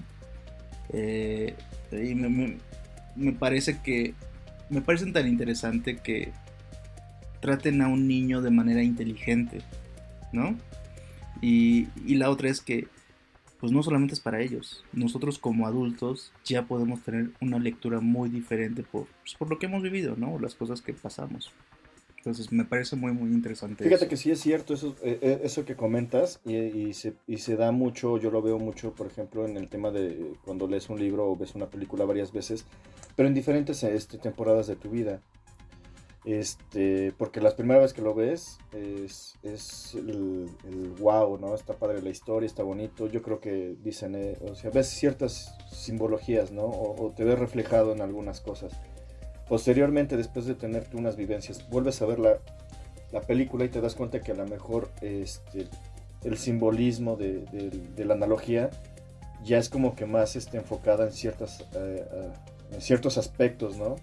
Y me parece que me parecen tan interesante que traten a un niño de manera inteligente, ¿no? Y la otra es que pues no solamente es para ellos, nosotros como adultos ya podemos tener una lectura muy diferente por lo que hemos vivido, ¿no? Las cosas que pasamos. Entonces me parece muy muy interesante. Fíjate eso. que sí es cierto eso que comentas, y se da mucho, yo lo veo mucho, por ejemplo, en el tema de cuando lees un libro o ves una película varias veces, pero en diferentes temporadas de tu vida. Porque la primera vez que lo ves es el wow, ¿no? Está padre la historia, está bonito. Yo creo que dicen, o sea, ves ciertas simbologías, ¿no? O te ves reflejado en algunas cosas. Posteriormente, después de tener tú unas vivencias, vuelves a ver la película y te das cuenta que a lo mejor el simbolismo de la analogía ya es como que más enfocada en ciertos aspectos, ¿no?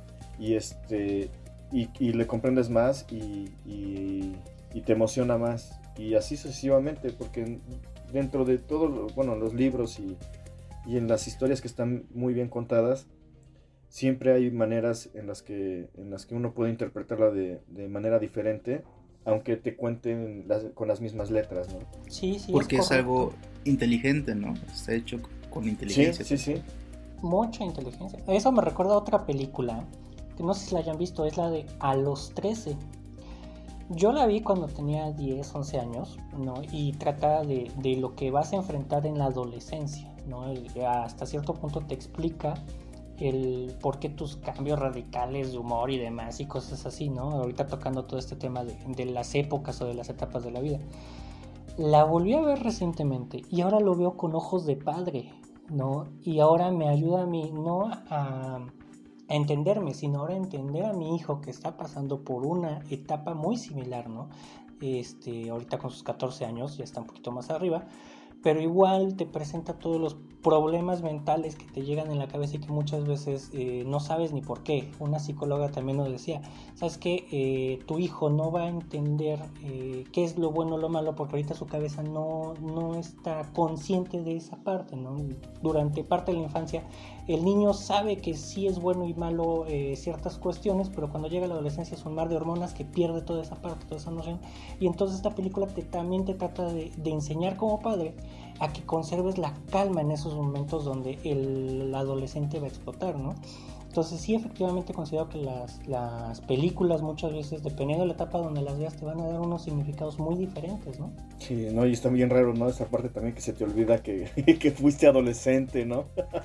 Y le comprendes más y te emociona más, y así sucesivamente, porque dentro de todo, bueno, los libros y en las historias que están muy bien contadas, siempre hay maneras en las que uno puede interpretarla de manera diferente, aunque te cuenten con las mismas letras, ¿no? Sí, porque es algo inteligente, ¿no? Está hecho con inteligencia. Sí. Mucha inteligencia. Eso me recuerda a otra película que no sé si la hayan visto, es la de A los 13. Yo la vi cuando tenía 10, 11 años, ¿no? Y trata de lo que vas a enfrentar en la adolescencia, ¿no? Hasta cierto punto te explica el por qué tus cambios radicales de humor y demás y cosas así, ¿no? Ahorita tocando todo este tema de las épocas o de las etapas de la vida. La volví a ver recientemente y ahora lo veo con ojos de padre, ¿no? Y ahora me ayuda a mí no a entenderme, sino ahora a entender a mi hijo que está pasando por una etapa muy similar, ¿no? Ahorita con sus 14 años ya está un poquito más arriba, pero igual te presenta todos los problemas mentales que te llegan en la cabeza y que muchas veces no sabes ni por qué. Una psicóloga también nos decía, ¿sabes qué? Tu hijo no va a entender qué es lo bueno o lo malo porque ahorita su cabeza no está consciente de esa parte, ¿no? Durante parte de la infancia el niño sabe que sí es bueno y malo ciertas cuestiones, pero cuando llega a la adolescencia es un mar de hormonas que pierde toda esa parte, toda esa noción. Y entonces esta película también te trata de enseñar como padre a que conserves la calma en esos momentos donde el adolescente va a explotar, ¿no? Entonces sí, efectivamente considero que las películas muchas veces, dependiendo de la etapa donde las veas, te van a dar unos significados muy diferentes, ¿no? Sí, no, y está bien raro, ¿no? Esa parte también que se te olvida que, que fuiste adolescente, ¿no?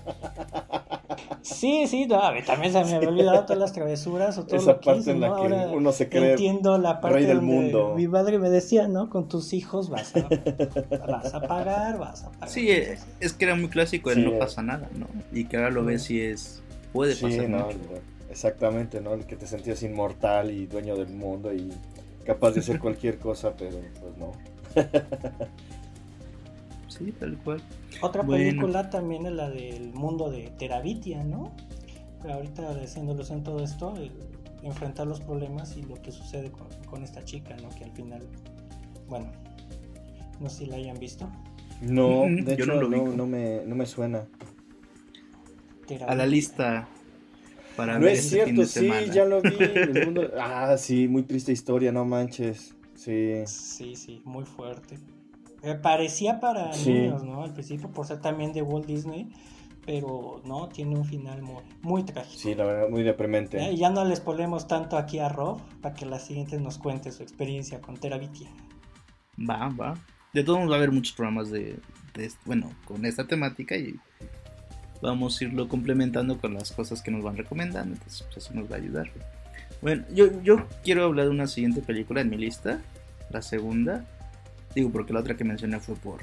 Sí, no, a mí también se me había olvidado todas las travesuras o todo esa lo que parte hice, en la ¿no? que Ahora uno se cree entiendo la parte rey del donde mundo. mi madre me decía, ¿no? Con tus hijos vas a pagar. Sí, es que era muy clásico el Sí. no pasa nada, ¿no? Y que ahora lo ves y puede Sí, pasar no, mucho. exactamente, ¿no? El que te sentías inmortal y dueño del mundo y capaz de hacer cualquier cosa, pero pues no. Sí, tal cual. Otra Bueno. película también es la del mundo de Terabitia, ¿no? Pero ahorita haciéndolos en todo esto, enfrentar los problemas y lo que sucede con esta chica, ¿no? Que al final, bueno, no sé si la hayan visto. No, de Yo hecho no lo ubico. no me suena. Terabitia. A la lista para No ver es este fin cierto, de sí, semana. ya lo vi. El mundo... Ah, sí, muy triste historia, no manches. Sí. Sí, muy fuerte. Parecía para Sí. niños, ¿no? Al principio, por ser también de Walt Disney, pero no, tiene un final muy trágico. Sí, la verdad, muy deprimente. Y ya no les ponemos tanto aquí a Rob para que la siguiente nos cuente su experiencia con Terabitia. Va. De todos modos va a haber muchos programas con esta temática y vamos a irlo complementando con las cosas que nos van recomendando, entonces pues, eso nos va a ayudar. Bueno, yo quiero hablar de una siguiente película en mi lista, la segunda, digo porque la otra que mencioné fue por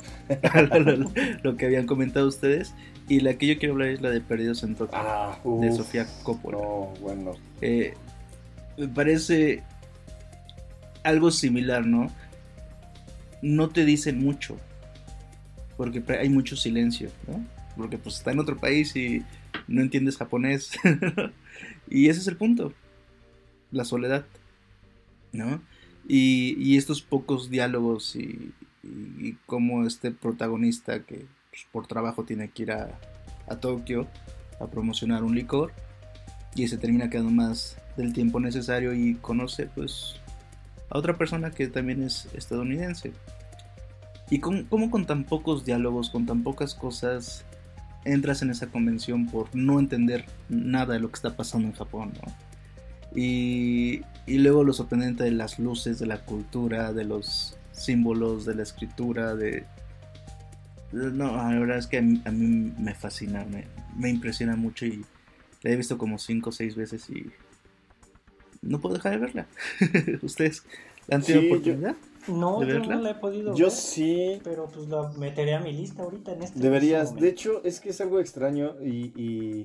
lo que habían comentado ustedes, y la que yo quiero hablar es la de Perdidos en Tokio, de Sofía Coppola. No, bueno. Me parece algo similar, ¿no? No te dicen mucho, porque hay mucho silencio, ¿no? Porque pues está en otro país y no entiendes japonés. Y ese es el punto, la soledad, ¿no? Y estos pocos diálogos y como este protagonista que pues, por trabajo tiene que ir a Tokio a promocionar un licor y se termina quedando más del tiempo necesario y conoce pues a otra persona que también es estadounidense. Y como con tan pocos diálogos, con tan pocas cosas, entras en esa convención por no entender nada de lo que está pasando en Japón, ¿no? Y luego lo sorprendente de las luces, de la cultura, de los símbolos, de la escritura, no, la verdad es que a mí me fascina, me impresiona mucho y la he visto como 5 o 6 veces y no puedo dejar de verla. ¿Ustedes la han tenido oportunidad? No, ¿de yo verla? no la he podido Yo ver, sí. pero pues la meteré a mi lista ahorita en este Deberías. momento. De hecho, es que es algo extraño y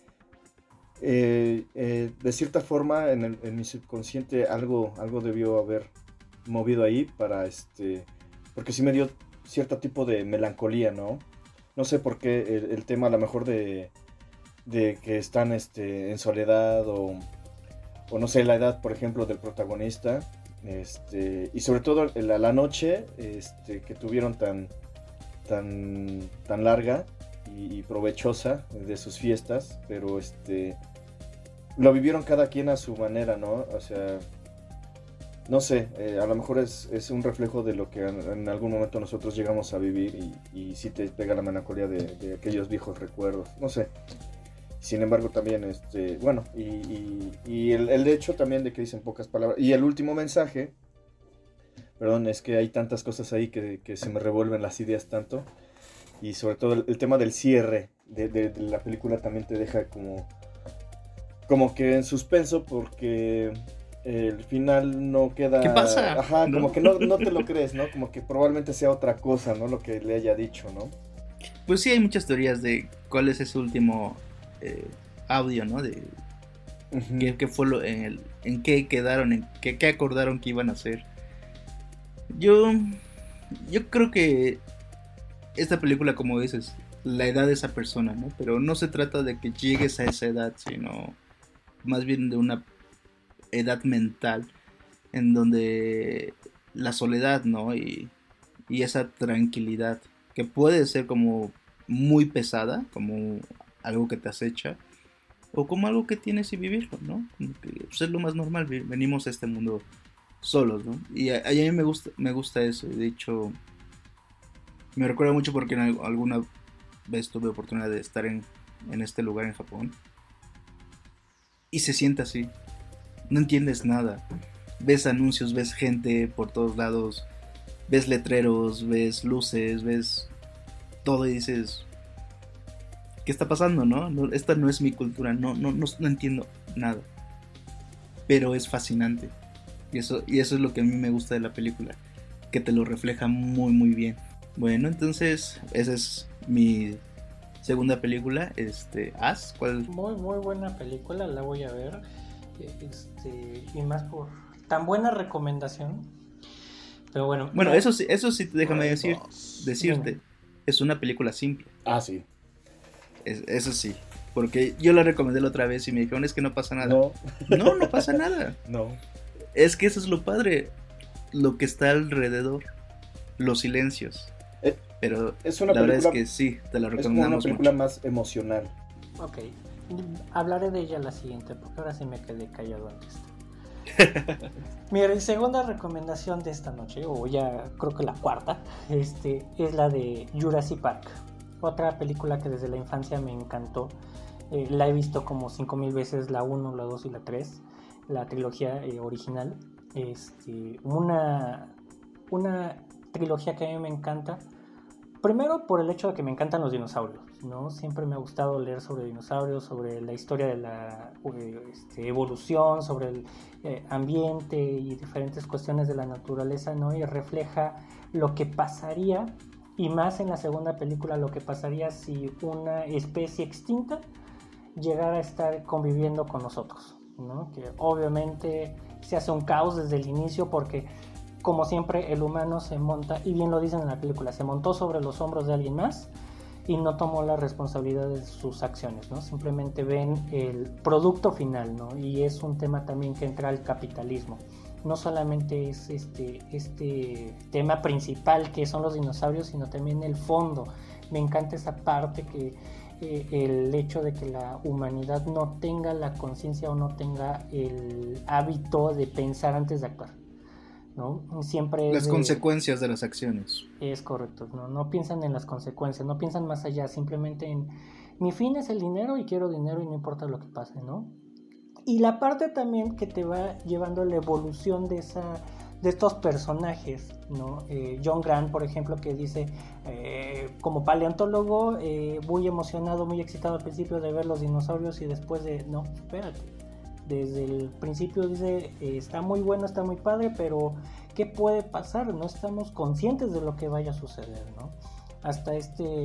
de cierta forma en mi subconsciente algo debió haber movido ahí para porque sí me dio cierto tipo de melancolía, ¿no? No sé por qué el tema a lo mejor de que están en soledad o no sé, la edad, por ejemplo, del protagonista, y sobre todo la noche que tuvieron tan larga y provechosa de sus fiestas, pero lo vivieron cada quien a su manera, ¿no? O sea, no sé, a lo mejor es un reflejo de lo que en algún momento nosotros llegamos a vivir y sí te pega la melancolía de aquellos viejos recuerdos, no sé. Sin embargo también, bueno, y el hecho también de que dicen pocas palabras. Y el último mensaje, perdón, es que hay tantas cosas ahí que se me revuelven las ideas tanto. Y sobre todo el tema del cierre de la película también te deja como que en suspenso, porque el final no queda... ¿Qué pasa? Ajá, ¿No? como que no te lo crees, ¿no? Como que probablemente sea otra cosa, ¿no? Lo que le haya dicho, ¿no? Pues sí, hay muchas teorías de cuál es ese último audio, ¿no? De Ujú. qué fue en qué quedaron, en qué acordaron que iban a hacer. Yo creo que esta película, como dices, la edad de esa persona, ¿no? Pero no se trata de que llegues a esa edad, sino más bien de una edad mental en donde la soledad, ¿no? Y esa tranquilidad que puede ser como muy pesada, como algo que te acecha, o como algo que tienes y vivirlo, ¿no? Como que, pues, es lo más normal, venimos a este mundo solos, ¿no? Y a mí me gusta eso. De hecho, me recuerda mucho porque alguna vez tuve oportunidad de estar en este lugar en Japón. Y se siente así. No entiendes nada. Ves anuncios, ves gente por todos lados. Ves letreros, ves luces, ves todo y dices... ¿Qué está pasando, no? Esta no es mi cultura. No entiendo nada. Pero es fascinante. Y eso es lo que a mí me gusta de la película. Que te lo refleja muy, muy bien. Bueno, entonces esa es mi segunda película, As, ¿cuál? Muy, muy buena película, la voy a ver. Y más por tan buena recomendación. Pero bueno. Bueno, eso sí, déjame Boss. decirte, es una película simple. Ah, sí. Eso sí, porque yo la recomendé la otra vez y me dijeron, es que no pasa nada. No pasa nada. No. Es que eso es lo padre, lo que está alrededor, los silencios. Pero Es una la verdad es película- que sí, te la Es como una recomendamos película mucho. más emocional. Ok, hablaré de ella la siguiente, porque ahora sí me quedé callado antes. Mi segunda recomendación de esta noche, o ya creo que la cuarta, es la de Jurassic Park. Otra película que desde la infancia me encantó. La he visto como 5000 veces, la 1, la 2 y la 3, la trilogía original. Una trilogía que a mí me encanta. Primero por el hecho de que me encantan los dinosaurios, ¿no? Siempre me ha gustado leer sobre dinosaurios, sobre la historia de la evolución, sobre el ambiente y diferentes cuestiones de la naturaleza, ¿no? Y refleja lo que pasaría, y más en la segunda película, lo que pasaría si una especie extinta llegara a estar conviviendo con nosotros, ¿no? Que obviamente se hace un caos desde el inicio porque... Como siempre, el humano se monta, y bien lo dicen en la película, se montó sobre los hombros de alguien más y no tomó la responsabilidad de sus acciones, ¿no? Simplemente ven el producto final, ¿no? Y es un tema también que entra al capitalismo. No solamente es este tema principal que son los dinosaurios, sino también el fondo. Me encanta esa parte que el hecho de que la humanidad no tenga la conciencia o no tenga el hábito de pensar antes de actuar, ¿no? Siempre Las consecuencias de las acciones. Es correcto, no piensan en las consecuencias, no piensan más allá, simplemente en mi fin es el dinero y quiero dinero y no importa lo que pase, ¿no? Y la parte también que te va llevando a la evolución de estos personajes, ¿no? John Grant, por ejemplo, que dice, como paleontólogo, muy emocionado, muy excitado al principio de ver los dinosaurios y después de, no, espérate. Desde el principio dice, está muy bueno, está muy padre, pero ¿qué puede pasar? No estamos conscientes de lo que vaya a suceder, ¿no? Hasta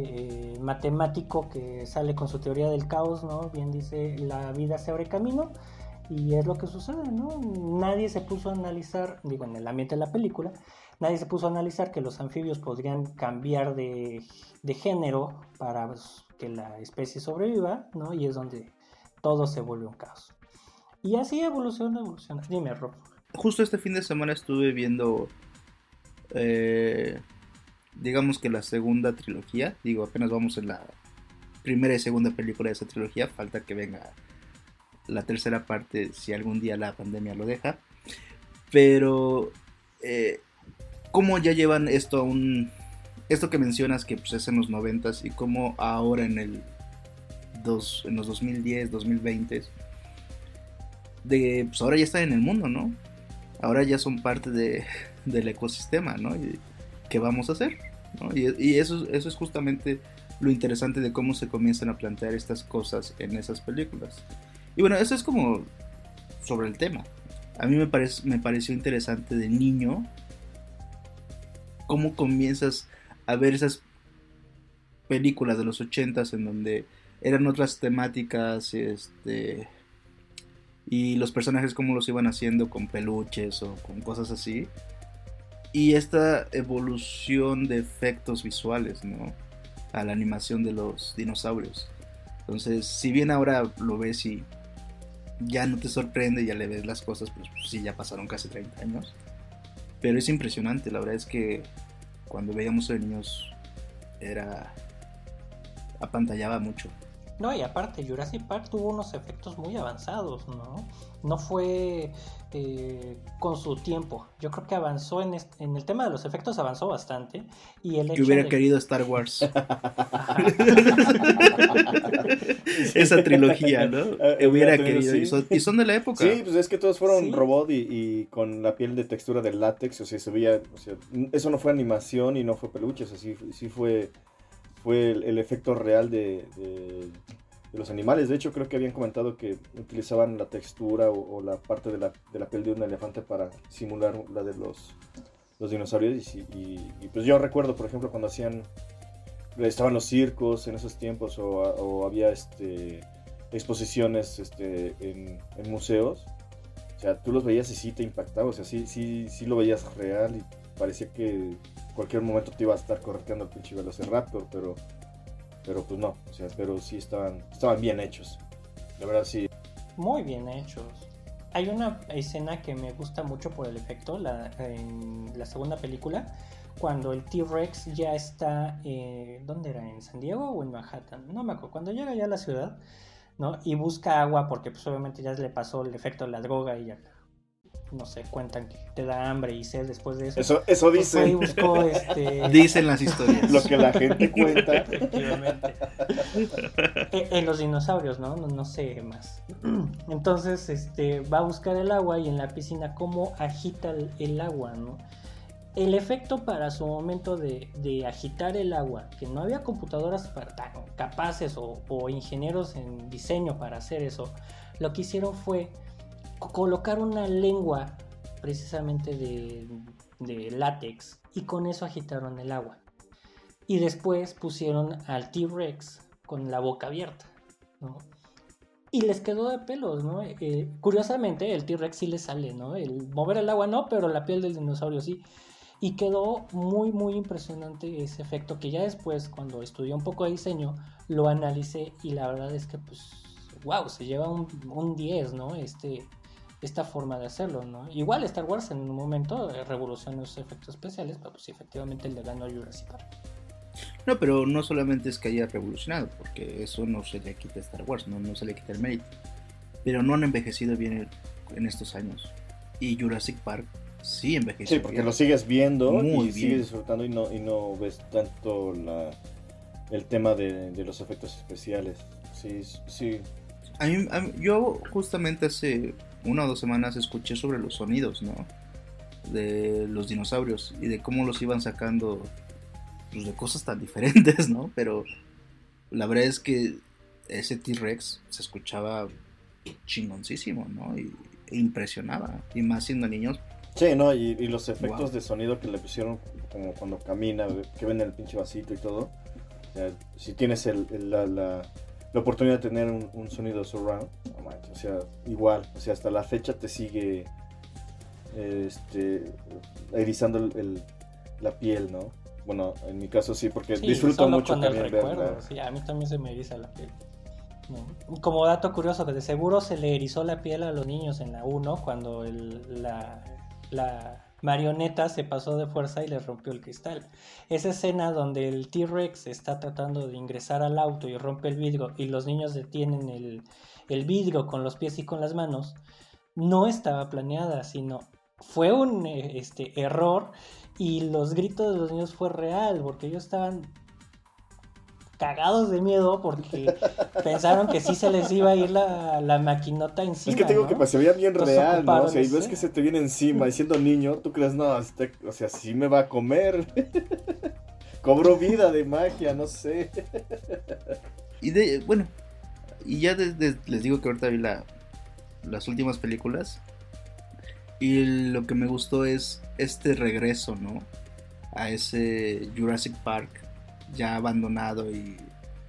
matemático que sale con su teoría del caos, ¿no? Bien dice, la vida se abre camino y es lo que sucede, ¿no? Nadie se puso a analizar, digo, en el ambiente de la película, nadie se puso a analizar que los anfibios podrían cambiar de género para que la especie sobreviva, ¿no? Y es donde todo se vuelve un caos. Y así evoluciona. Dime, Rob. Justo este fin de semana estuve viendo, digamos que la segunda trilogía. Digo, apenas vamos en la primera y segunda película de esa trilogía. Falta que venga la tercera parte si algún día la pandemia lo deja. Pero, ¿cómo ya llevan esto a esto que mencionas que pues, es en los 90s y cómo ahora en el en los 2010, 2020, pues ahora ya están en el mundo, ¿no? Ahora ya son parte del ecosistema, ¿no? ¿Qué vamos a hacer? ¿No? Y eso es justamente lo interesante de cómo se comienzan a plantear estas cosas en esas películas. Y bueno, eso es como sobre el tema. A mí me pareció interesante de niño cómo comienzas a ver esas películas de los 80s en donde eran otras temáticas, y los personajes cómo los iban haciendo con peluches o con cosas así, y esta evolución de efectos visuales, ¿no?, a la animación de los dinosaurios. Entonces, si bien ahora lo ves y ya no te sorprende, ya le ves las cosas, pues sí, ya pasaron casi 30 años, pero es impresionante. La verdad es que cuando veíamos de niños apantallaba mucho. No, y aparte, Jurassic Park tuvo unos efectos muy avanzados, ¿no? No fue con su tiempo. Yo creo que avanzó en el tema de los efectos, avanzó bastante. Y el que hubiera querido Star Wars. Esa trilogía, ¿no? Hubiera querido. Sí. Y son de la época. Sí, pues es que todos fueron robot y con la piel de textura de látex. O sea, se veía. O sea, eso no fue animación y no fue peluche. O sea, sí fue el efecto real de los animales. De hecho, creo que habían comentado que utilizaban la textura o la parte de la piel de un elefante para simular la de los dinosaurios. Y pues yo recuerdo, por ejemplo, cuando estaban los circos en esos tiempos o había exposiciones en museos. O sea, tú los veías y sí te impactaba. O sea, sí lo veías real y parecía que cualquier momento te iba a estar correteando el pinche Velociraptor, pero pues no, o sea, pero sí estaban bien hechos, la verdad sí. Muy bien hechos. Hay una escena que me gusta mucho por el efecto, en la segunda película, cuando el T-Rex ya está, ¿dónde era? ¿En San Diego o en Manhattan? No me acuerdo, cuando llega ya a la ciudad, ¿no? Y busca agua porque pues obviamente ya le pasó el efecto de la droga y ya, no sé, cuentan que te da hambre y sed después de eso. Eso dicen. Pues buscó, Dicen las historias. Lo que la gente cuenta. Efectivamente. En los dinosaurios, ¿no? No sé más. Entonces, va a buscar el agua y en la piscina cómo agita el agua, ¿no? El efecto para su momento de agitar el agua, que no había computadoras tan capaces o ingenieros en diseño para hacer eso, lo que hicieron fue colocar una lengua precisamente de látex y con eso agitaron el agua. Y después pusieron al T-Rex con la boca abierta, ¿no? Y les quedó de pelos, ¿no? Curiosamente, el T-Rex sí le sale, ¿no? El mover el agua no, pero la piel del dinosaurio sí. Y quedó muy, muy impresionante ese efecto que ya después, cuando estudié un poco de diseño, lo analicé y la verdad es que, pues, wow, se lleva un 10, ¿no? Esta forma de hacerlo, ¿no? Igual Star Wars en un momento revolucionó los efectos especiales, pero pues efectivamente le ganó a Jurassic Park. No, pero no solamente es que haya revolucionado, porque eso no se le quita a Star Wars, no se le quita el mérito. Pero no han envejecido bien en estos años. Y Jurassic Park sí envejeció. Sí, porque bien. Lo sigues viendo muy y bien. Sigues disfrutando y no ves tanto el tema de los efectos especiales. Sí. Yo justamente hace 1 o 2 semanas escuché sobre los sonidos, ¿no? De los dinosaurios y de cómo los iban sacando, pues, de cosas tan diferentes, ¿no? Pero la verdad es que ese T-Rex se escuchaba chingoncísimo, ¿no? E impresionaba, y más siendo niños. Sí, ¿no? Y los efectos de sonido que le pusieron, como cuando camina, que ven el pinche vasito y todo. O sea, si tienes la oportunidad de tener un sonido surround, no manches, o sea, igual, o sea, hasta la fecha te sigue erizando la piel, ¿no? Bueno, en mi caso sí, porque sí, disfruto mucho con también el recuerdo, sí, a mí también se me eriza la piel. ¿No? Como dato curioso, que de seguro se le erizó la piel a los niños en la 1 cuando la marioneta se pasó de fuerza y le rompió el cristal. Esa escena donde el T-Rex está tratando de ingresar al auto y rompe el vidrio y los niños detienen el vidrio con los pies y con las manos, no estaba planeada, sino fue un error, y los gritos de los niños fue real, porque ellos estaban cagados de miedo porque pensaron que sí se les iba a ir la maquinota encima. Es que te digo, ¿no? que pues, se veía bien Entonces real, ¿no? O ocuparon sea, y ves ese. que se te viene encima y siendo niño, tú crees, no, o sea, sí me va a comer. Cobró vida de magia, no sé. Bueno, y ya les digo que ahorita vi las últimas películas. Y lo que me gustó es este regreso, ¿no? A ese Jurassic Park ya abandonado y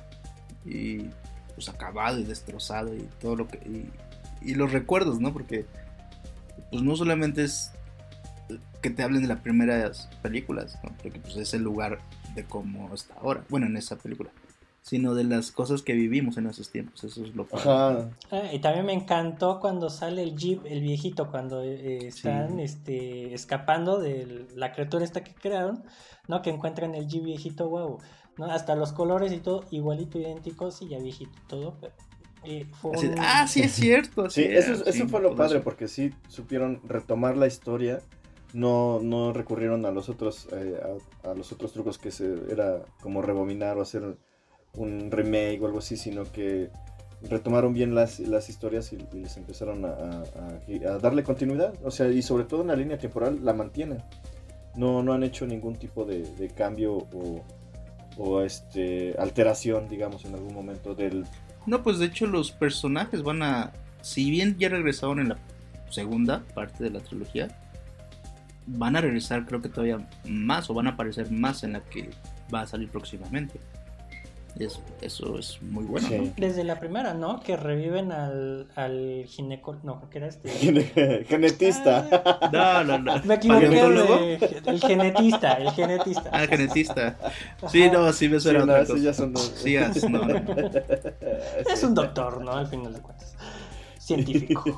pues acabado y destrozado y todo lo que... Y los recuerdos, ¿no? Porque pues no solamente es que te hablen de las primeras películas, ¿no? Porque pues es el lugar de cómo está ahora, bueno, en esa película, sino de las cosas que vivimos en esos tiempos. Eso es lo que... Ajá. Y también me encantó cuando sale el Jeep, el viejito, cuando están escapando de la criatura esta que crearon, ¿no? Que encuentran el Jeep viejito, wow, ¿no? Hasta los colores y todo igualito, idénticos, y ya viejito y todo, pero fue Así, un... sí es cierto. Sí, eso fue lo todo padre, eso. porque sí supieron retomar la historia. No recurrieron a los otros a los otros trucos que era como rebobinar o hacer un remake o algo así, sino que retomaron bien las historias y les empezaron a darle continuidad. O sea, y sobre todo en la línea temporal la mantienen. No han hecho ningún tipo de cambio o alteración, digamos, en algún momento del... No, pues de hecho los personajes van a... Si bien ya regresaron en la segunda parte de la trilogía, van a regresar creo que todavía más, o van a aparecer más en la que va a salir próximamente. Eso es muy bueno, Sí. ¿no? Desde la primera, ¿no? Que reviven al ginecólogo, no, que era Genetista. No. Me equivoqué ¿Paleontólogo? el genetista. Ah, genetista. Sí, no, sí me suena Sí, no, otra esos cosa. ya son Sí, no. Es un doctor, ¿no? Al final de cuentas. Científico.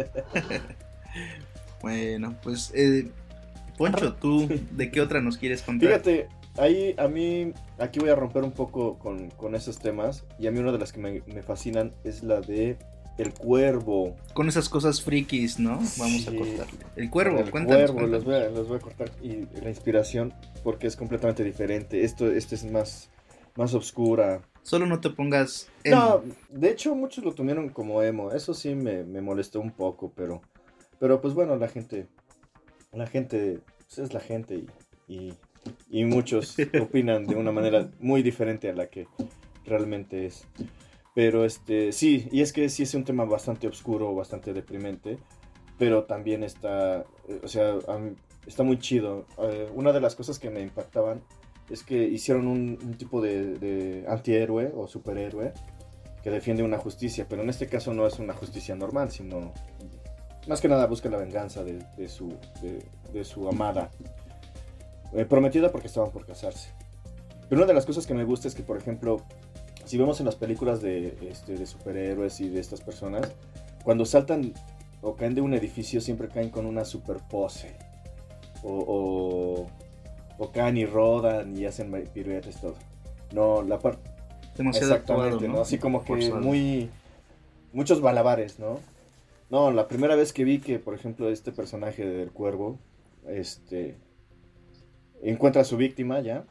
Bueno, pues Poncho, ¿tú de qué otra nos quieres contar? Fíjate, ahí a mí, aquí voy a romper un poco con esos temas, y a mí una de las que me fascinan es la de El Cuervo. Con esas cosas frikis, ¿no? Vamos a Sí. cortarle. El Cuervo, El cuéntanos. Cuervo, los voy a cortar, y la inspiración, porque es completamente diferente. Este es más oscura. Solo no te pongas No, de hecho muchos lo tomaron como emo, eso sí me molestó un poco, pero pues bueno, la gente pues es la gente, y muchos opinan de una manera muy diferente a la que realmente es. Pero sí, y es que sí es un tema bastante oscuro, bastante deprimente, pero también está, o sea, está muy chido. Una de las cosas que me impactaban es que hicieron un tipo de antihéroe o superhéroe que defiende una justicia, pero en este caso no es una justicia normal, sino más que nada busca la venganza de su amada, prometida porque estaban por casarse. Pero una de las cosas que me gusta es que, por ejemplo, si vemos en las películas de superhéroes y de estas personas, cuando saltan o caen de un edificio siempre caen con una super pose, o caen y rodan y hacen piruetas, todo. No, la parte... demasiado Exactamente, actuado, ¿no? Así como que Forzado. muchos malabares, ¿no? No, la primera vez que vi que, por ejemplo, este personaje del Cuervo, encuentra a su víctima ya,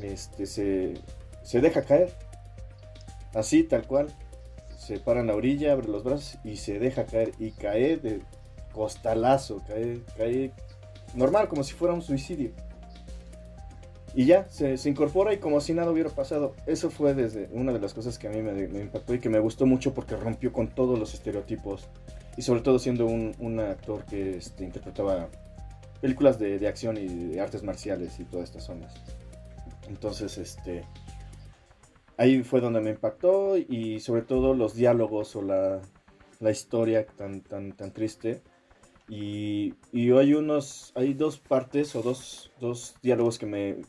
se deja caer, así, tal cual, se para en la orilla, abre los brazos y se deja caer, y cae de costalazo, cae normal, como si fuera un suicidio. Y ya, se incorpora y como si nada hubiera pasado. Eso fue desde una de las cosas que a mí me impactó y que me gustó mucho, porque rompió con todos los estereotipos. Y sobre todo siendo un actor que interpretaba películas de acción y de artes marciales y todas estas ondas. Entonces, ahí fue donde me impactó, y sobre todo los diálogos o la historia tan triste. Y hay dos partes o dos diálogos que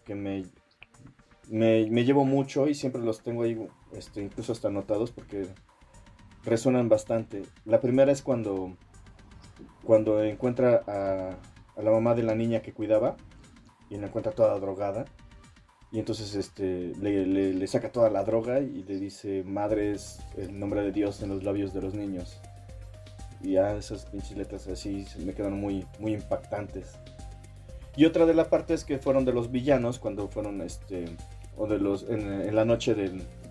me llevo mucho, y siempre los tengo ahí, incluso hasta anotados, porque resuenan bastante. La primera es cuando encuentra a la mamá de la niña que cuidaba, y la encuentra toda drogada, y entonces le saca toda la droga y le dice: madre es el nombre de Dios en los labios de los niños. Y ya esas pinches letras así me quedaron muy, muy impactantes. Y otra de las partes que fueron de los villanos, cuando fueron o de los en la noche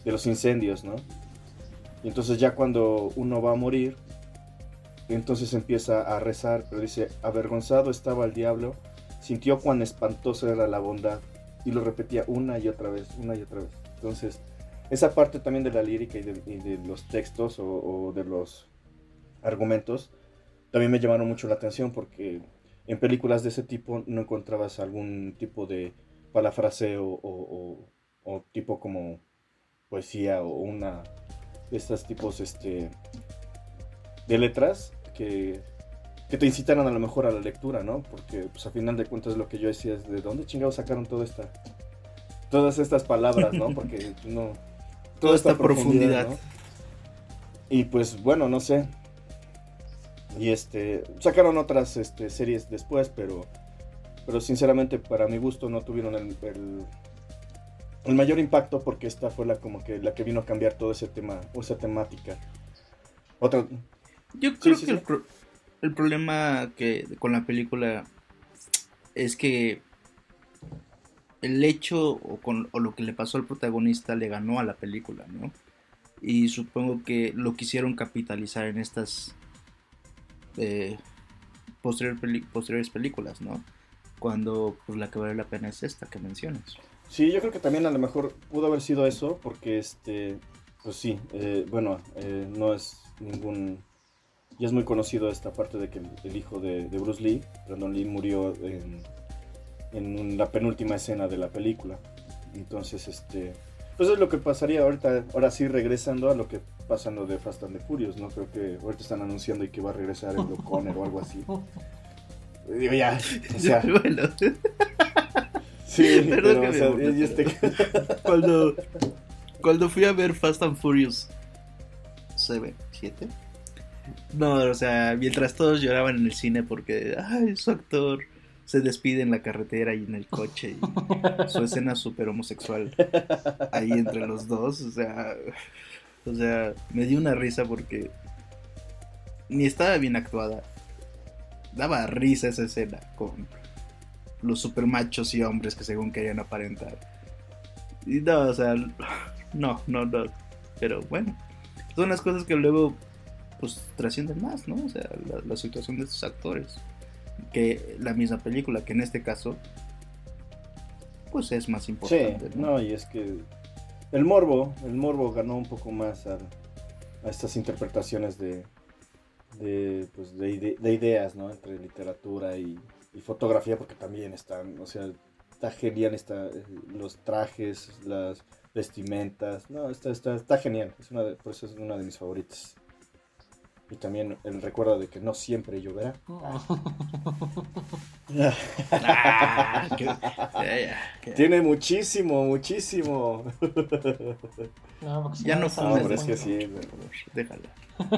de los incendios, ¿no? Y entonces ya cuando uno va a morir, entonces empieza a rezar, pero dice, avergonzado estaba el diablo, sintió cuán espantosa era la bondad, y lo repetía una y otra vez, una y otra vez. Entonces, esa parte también de la lírica y de los textos o de los argumentos, también me llamaron mucho la atención, porque en películas de ese tipo no encontrabas algún tipo de parafraseo o tipo como poesía o una de estos tipos de letras que te incitaran a lo mejor a la lectura, ¿no? Porque pues a final de cuentas lo que yo decía es ¿de dónde chingados sacaron todas estas palabras, ¿no? Porque no Toda esta profundidad, ¿no? Y pues bueno, no sé. Y sacaron otras series después, pero sinceramente para mi gusto no tuvieron el mayor impacto, porque esta fue la que vino a cambiar todo ese tema o esa temática. Otra. Yo creo Sí, que sí. el problema con la película es que el hecho o lo que le pasó al protagonista le ganó a la película, ¿no? Y supongo que lo quisieron capitalizar en estas posteriores películas, ¿no? Cuando pues la que vale la pena es esta que mencionas. Sí, yo creo que también a lo mejor pudo haber sido eso, porque pues sí, no es ningún. Ya es muy conocido esta parte de que el hijo de Bruce Lee, Brandon Lee, murió en la penúltima escena de la película. Entonces, pues es lo que pasaría ahora sí regresando a lo que pasa en lo de Fast and the Furious, ¿no? Creo que ahorita están anunciando y que va a regresar el O'Connor o algo así. Digo, ya, o sea. Bueno, Sí, perdón pero, que o me sea, cuando fui a ver Fast and Furious 7, no, o sea, mientras todos lloraban en el cine porque, ay, su actor se despide en la carretera y en el coche, y su escena súper homosexual ahí entre los dos, o sea, me dio una risa porque ni estaba bien actuada, daba risa esa escena con los super machos y hombres que según querían aparentar. Y no, o sea, no, pero bueno, son las cosas que luego pues trascienden más, ¿no? O sea, la situación de estos actores, que la misma película, que en este caso pues es más importante. Sí, no, y es que el morbo ganó un poco más a estas interpretaciones de ideas, ¿no? Entre literatura y fotografía, porque también están, o sea, está genial, los trajes, las vestimentas, no, está genial, por eso es una de mis favoritas. Y también el recuerdo de que no siempre lloverá. Tiene muchísimo. No, porque si Ya no no, fumes, hombre, es que sí. por favor, déjala.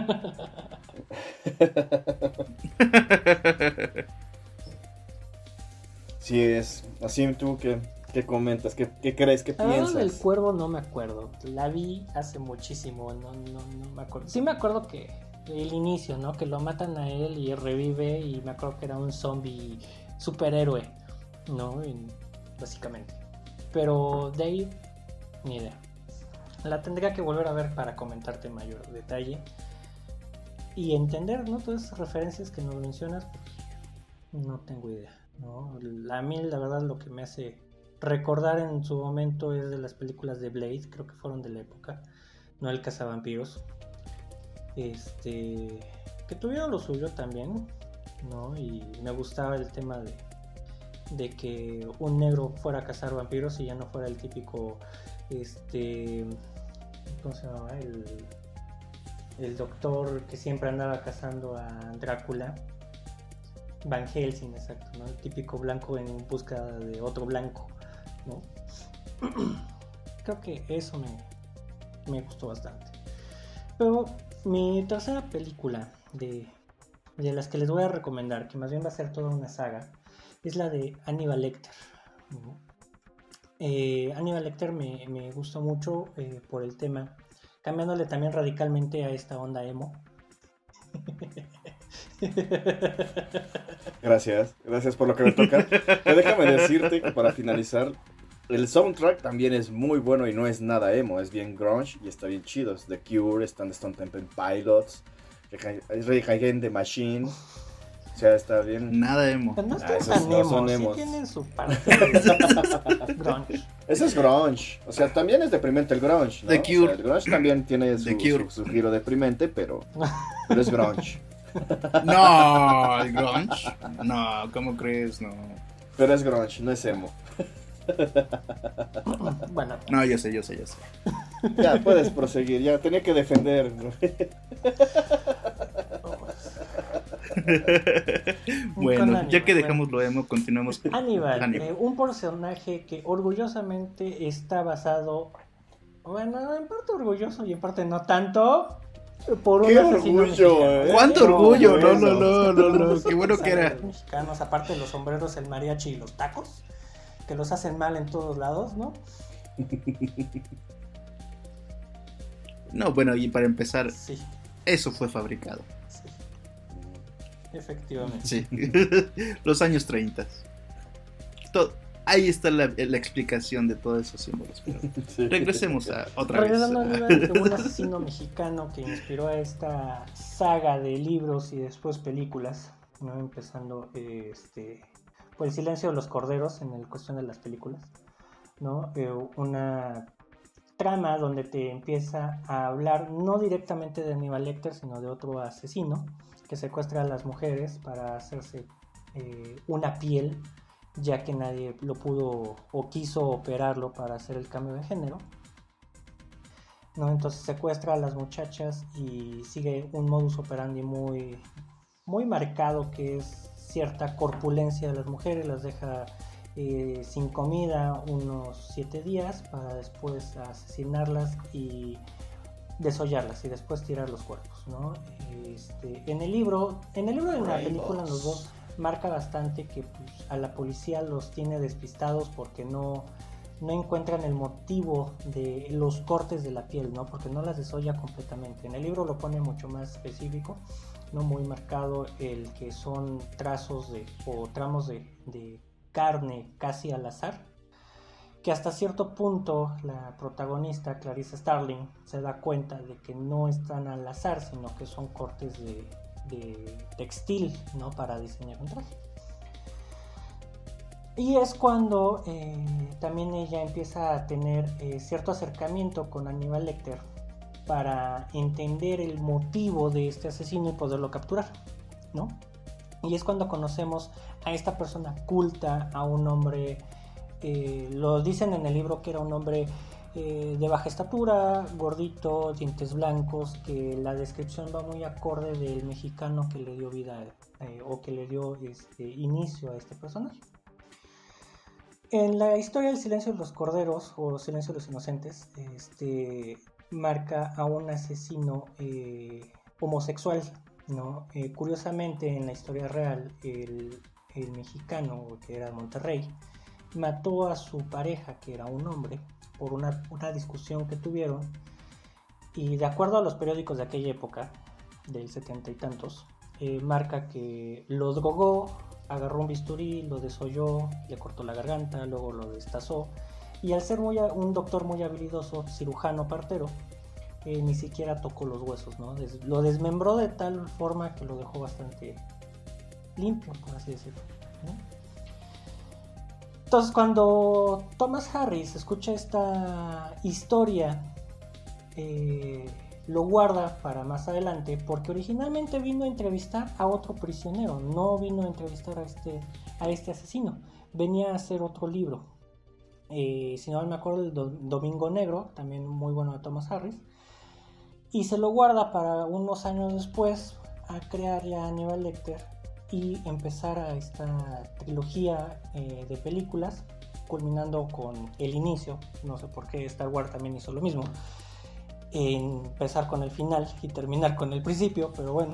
Sí es. Así tú, ¿qué comentas? ¿Qué crees? ¿Qué La verdad, piensas? del cuervo no me acuerdo. La vi hace muchísimo, no me acuerdo. Sí me acuerdo que el inicio, ¿no? Que lo matan a él y revive, y me acuerdo que era un zombie superhéroe, ¿no? Básicamente. Pero de ahí, ni idea. La tendría que volver a ver para comentarte en mayor detalle y entender, ¿no? Todas esas referencias que nos mencionas, pues no tengo idea, ¿no? A mí la verdad lo que me hace recordar en su momento es de las películas de Blade, creo que fueron de la época, no el cazavampiros, que tuvieron lo suyo también, ¿no? Y me gustaba el tema de que un negro fuera a cazar vampiros y ya no fuera el típico, ¿cómo se llamaba? El doctor que siempre andaba cazando a Drácula. Van Helsing, exacto, ¿no? El típico blanco en busca de otro blanco, ¿no? Creo que eso me gustó bastante. Pero mi tercera película de las que les voy a recomendar, que más bien va a ser toda una saga, es la de Hannibal Lecter, ¿no? Hannibal Lecter me gustó mucho por el tema, cambiándole también radicalmente a esta onda emo. Gracias por lo que me toca. Pero déjame decirte que para finalizar, El soundtrack también es muy bueno y no es nada emo, es bien grunge y está bien chido. Es The Cure, están Stone Temple Pilots, Rage Against the Machine. O sea, está bien. Nada emo. Pero no Ah, están esos tan no emos, son sí emos. tienen su parte de grunge. Ese es grunge. O sea, también es deprimente el grunge, ¿no? The Cure. O sea, el grunge también tiene The Cure. su giro deprimente, pero es grunge. No, el grunge. No, ¿cómo crees? No. Pero es grunge, no es emo. Bueno, No, yo sé. Ya, puedes proseguir. Ya, tenía que defender, ¿no? Bueno, Aníbal, ya que dejamos lo emo, continuamos con Aníbal, un personaje que orgullosamente está basado, bueno, en parte orgulloso y en parte no tanto, por un ¡Qué asesino orgullo, mexicano. ¿Cuánto No, orgullo? bueno. No. Qué bueno que era. Los mexicanos, aparte de los sombreros, el mariachi y los tacos, que los hacen mal en todos lados, ¿no? No, bueno, y para empezar, Sí, eso fue fabricado. sí, efectivamente. Sí. Los años 30. Ahí está la explicación de todos esos símbolos. Pero Sí. regresemos a otra vez. Regresando a Aníbal, un asesino mexicano que inspiró a esta saga de libros y después películas, ¿no? Empezando por El silencio de los corderos en el cuestión de las películas, ¿no? Una trama donde te empieza a hablar no directamente de Aníbal Lecter, sino de otro asesino que secuestra a las mujeres para hacerse una piel, ya que nadie lo pudo o quiso operarlo para hacer el cambio de género, ¿no? Entonces secuestra a las muchachas y sigue un modus operandi muy, muy marcado, que es cierta corpulencia de las mujeres, las deja sin comida unos 7 días para después asesinarlas y desollarlas y después tirar los cuerpos, ¿no? En el libro y en la película, los dos marca bastante que pues, a la policía los tiene despistados porque no encuentran el motivo de los cortes de la piel, ¿no? Porque no las desolla completamente. En el libro lo pone mucho más específico, no muy marcado, el que son trazos o tramos de carne casi al azar, que hasta cierto punto la protagonista Clarice Starling se da cuenta de que no están al azar, sino que son cortes de textil, ¿no? Para diseñar un traje. Y es cuando también ella empieza a tener cierto acercamiento con Aníbal Lecter para entender el motivo de este asesino y poderlo capturar, ¿no? Y es cuando conocemos a esta persona culta, a un hombre, lo dicen en el libro que era un hombre de baja estatura, gordito, dientes blancos, que la descripción va muy acorde del mexicano que le dio vida o que le dio inicio a este personaje. En la historia del silencio de los corderos o silencio de los inocentes, marca a un asesino homosexual, ¿no? Curiosamente, en la historia real, el mexicano, que era de Monterrey, mató a su pareja, que era un hombre, por una discusión que tuvieron, y de acuerdo a los periódicos de aquella época, del 70 y tantos, marca que lo drogó, agarró un bisturí, lo desolló, le cortó la garganta, luego lo destazó, y al ser un doctor muy habilidoso, cirujano partero, ni siquiera tocó los huesos, ¿no? Lo desmembró de tal forma que lo dejó bastante limpio, por así decirlo, ¿no? Entonces, cuando Thomas Harris escucha esta historia, lo guarda para más adelante, porque originalmente vino a entrevistar a otro prisionero, no vino a entrevistar a este asesino, venía a hacer otro libro. Si no me acuerdo, el Domingo Negro, también muy bueno de Thomas Harris, y se lo guarda para unos años después a crear ya Aníbal Lecter y empezar a esta trilogía de películas, culminando con el inicio. No sé por qué Star Wars también hizo lo mismo, empezar con el final y terminar con el principio, pero bueno,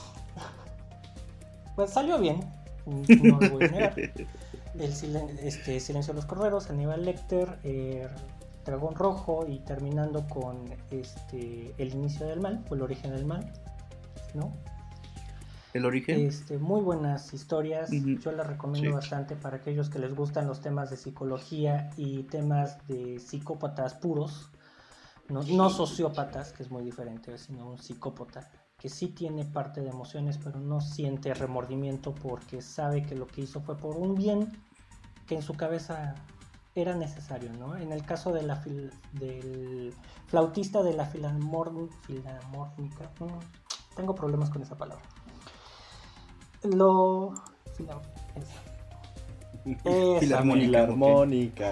pues salió bien, no lo voy a negar. Silencio de los corderos, Aníbal Lecter, Dragón Rojo, y terminando con el inicio del mal, o el origen del mal, ¿no? ¿El origen? Muy buenas historias, Ujú. yo las recomiendo Sí. bastante para aquellos que les gustan los temas de psicología y temas de psicópatas puros, no sociópatas, que es muy diferente, sino un psicópata que sí tiene parte de emociones, pero no siente remordimiento porque sabe que lo que hizo fue por un bien que en su cabeza era necesario, ¿no? En el caso de del flautista de la filarmónica, tengo problemas con esa palabra. Filarmónica.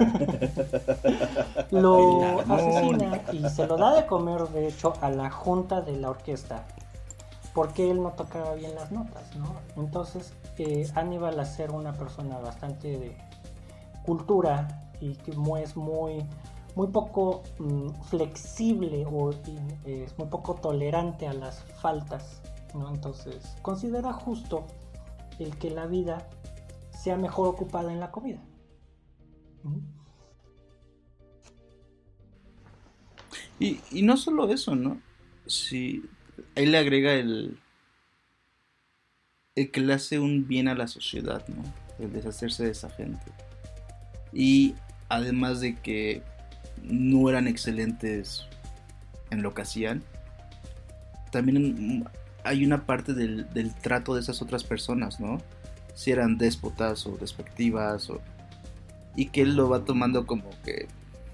Lo asesina y se lo da de comer, de hecho, a la junta de la orquesta, porque él no tocaba bien las notas, ¿no? Entonces, Aníbal, al ser una persona bastante de cultura y que es muy poco flexible o es muy poco tolerante a las faltas, ¿no? Entonces, considera justo el que la vida sea mejor ocupada en la comida. Y no solo eso, ¿no? Sí, ahí le agrega el que le hace un bien a la sociedad, ¿no? El deshacerse de esa gente. Y además de que no eran excelentes en lo que hacían, también hay una parte del trato de esas otras personas, ¿no? Si eran déspotas o despectivas, y que él lo va tomando como que,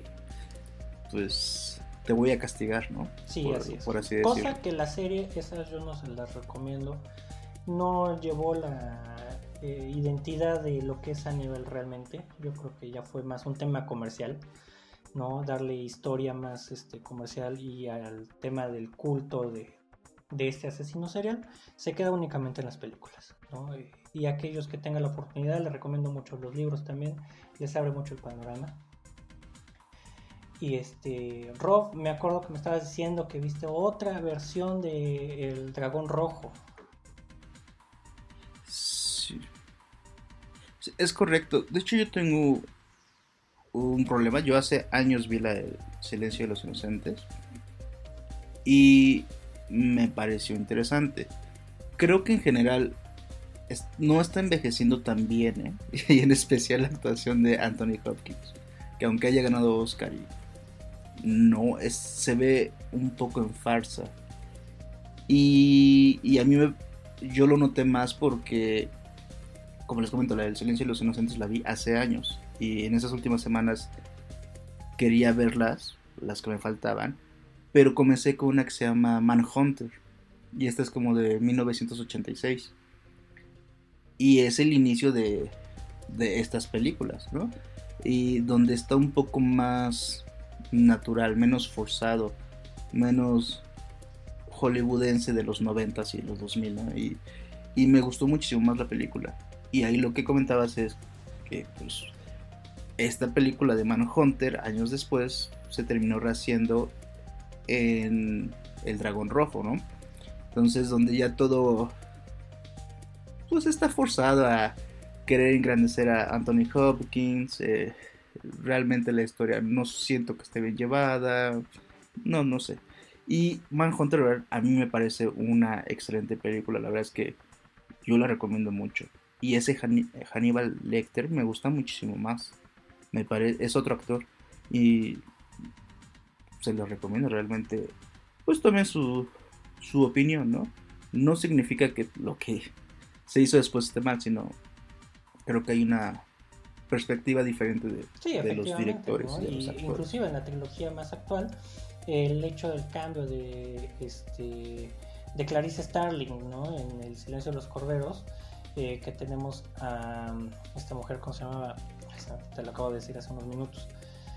pues, te voy a castigar, ¿no? Sí, así es. Por así decirlo. Cosa que la serie, esas yo no se las recomiendo, no llevó la identidad de lo que es Aníbal realmente. Yo creo que ya fue más un tema comercial, ¿no? Darle historia más comercial, y al tema del culto de este asesino serial se queda únicamente en las películas, ¿no? Y a aquellos que tengan la oportunidad les recomiendo mucho los libros también, les abre mucho el panorama. Y Rob, me acuerdo que me estabas diciendo que viste otra versión de El Dragón Rojo. Sí. Es correcto. De hecho, yo tengo un problema. Yo hace años vi El Silencio de los Inocentes y me pareció interesante. Creo que en general no está envejeciendo tan bien, ¿eh? Y en especial la actuación de Anthony Hopkins, que aunque haya ganado Oscar, se ve un poco en farsa. Y a mí yo lo noté más porque, como les comento, la del Silencio de los Inocentes la vi hace años, y en esas últimas semanas quería verlas, las que me faltaban, pero comencé con una que se llama Manhunter, y esta es como de 1986, y es el inicio de estas películas, ¿no? Y donde está un poco más natural, menos forzado, menos hollywoodense de los 90s y los 2000, ¿no? Y me gustó muchísimo más la película. Y ahí lo que comentabas es que, pues, esta película de Manhunter, años después, se terminó rehaciendo en El Dragón Rojo, ¿no? Entonces, donde ya todo, pues, está forzado a querer engrandecer a Anthony Hopkins. Realmente la historia no siento que esté bien llevada, no sé. Y Manhunter a mí me parece una excelente película, la verdad es que yo la recomiendo mucho. Y ese Hannibal Lecter me gusta muchísimo más, es otro actor, y se lo recomiendo realmente. Pues tomen su opinión, ¿no? No significa que lo que se hizo después esté mal, sino creo que hay una perspectiva diferente de los directores, ¿no? y de los actores. Inclusive en la trilogía más actual, el hecho del cambio de Clarice Starling, ¿no? En El Silencio de los Corderos, que tenemos a esta mujer, ¿cómo se llamaba? Te lo acabo de decir hace unos minutos.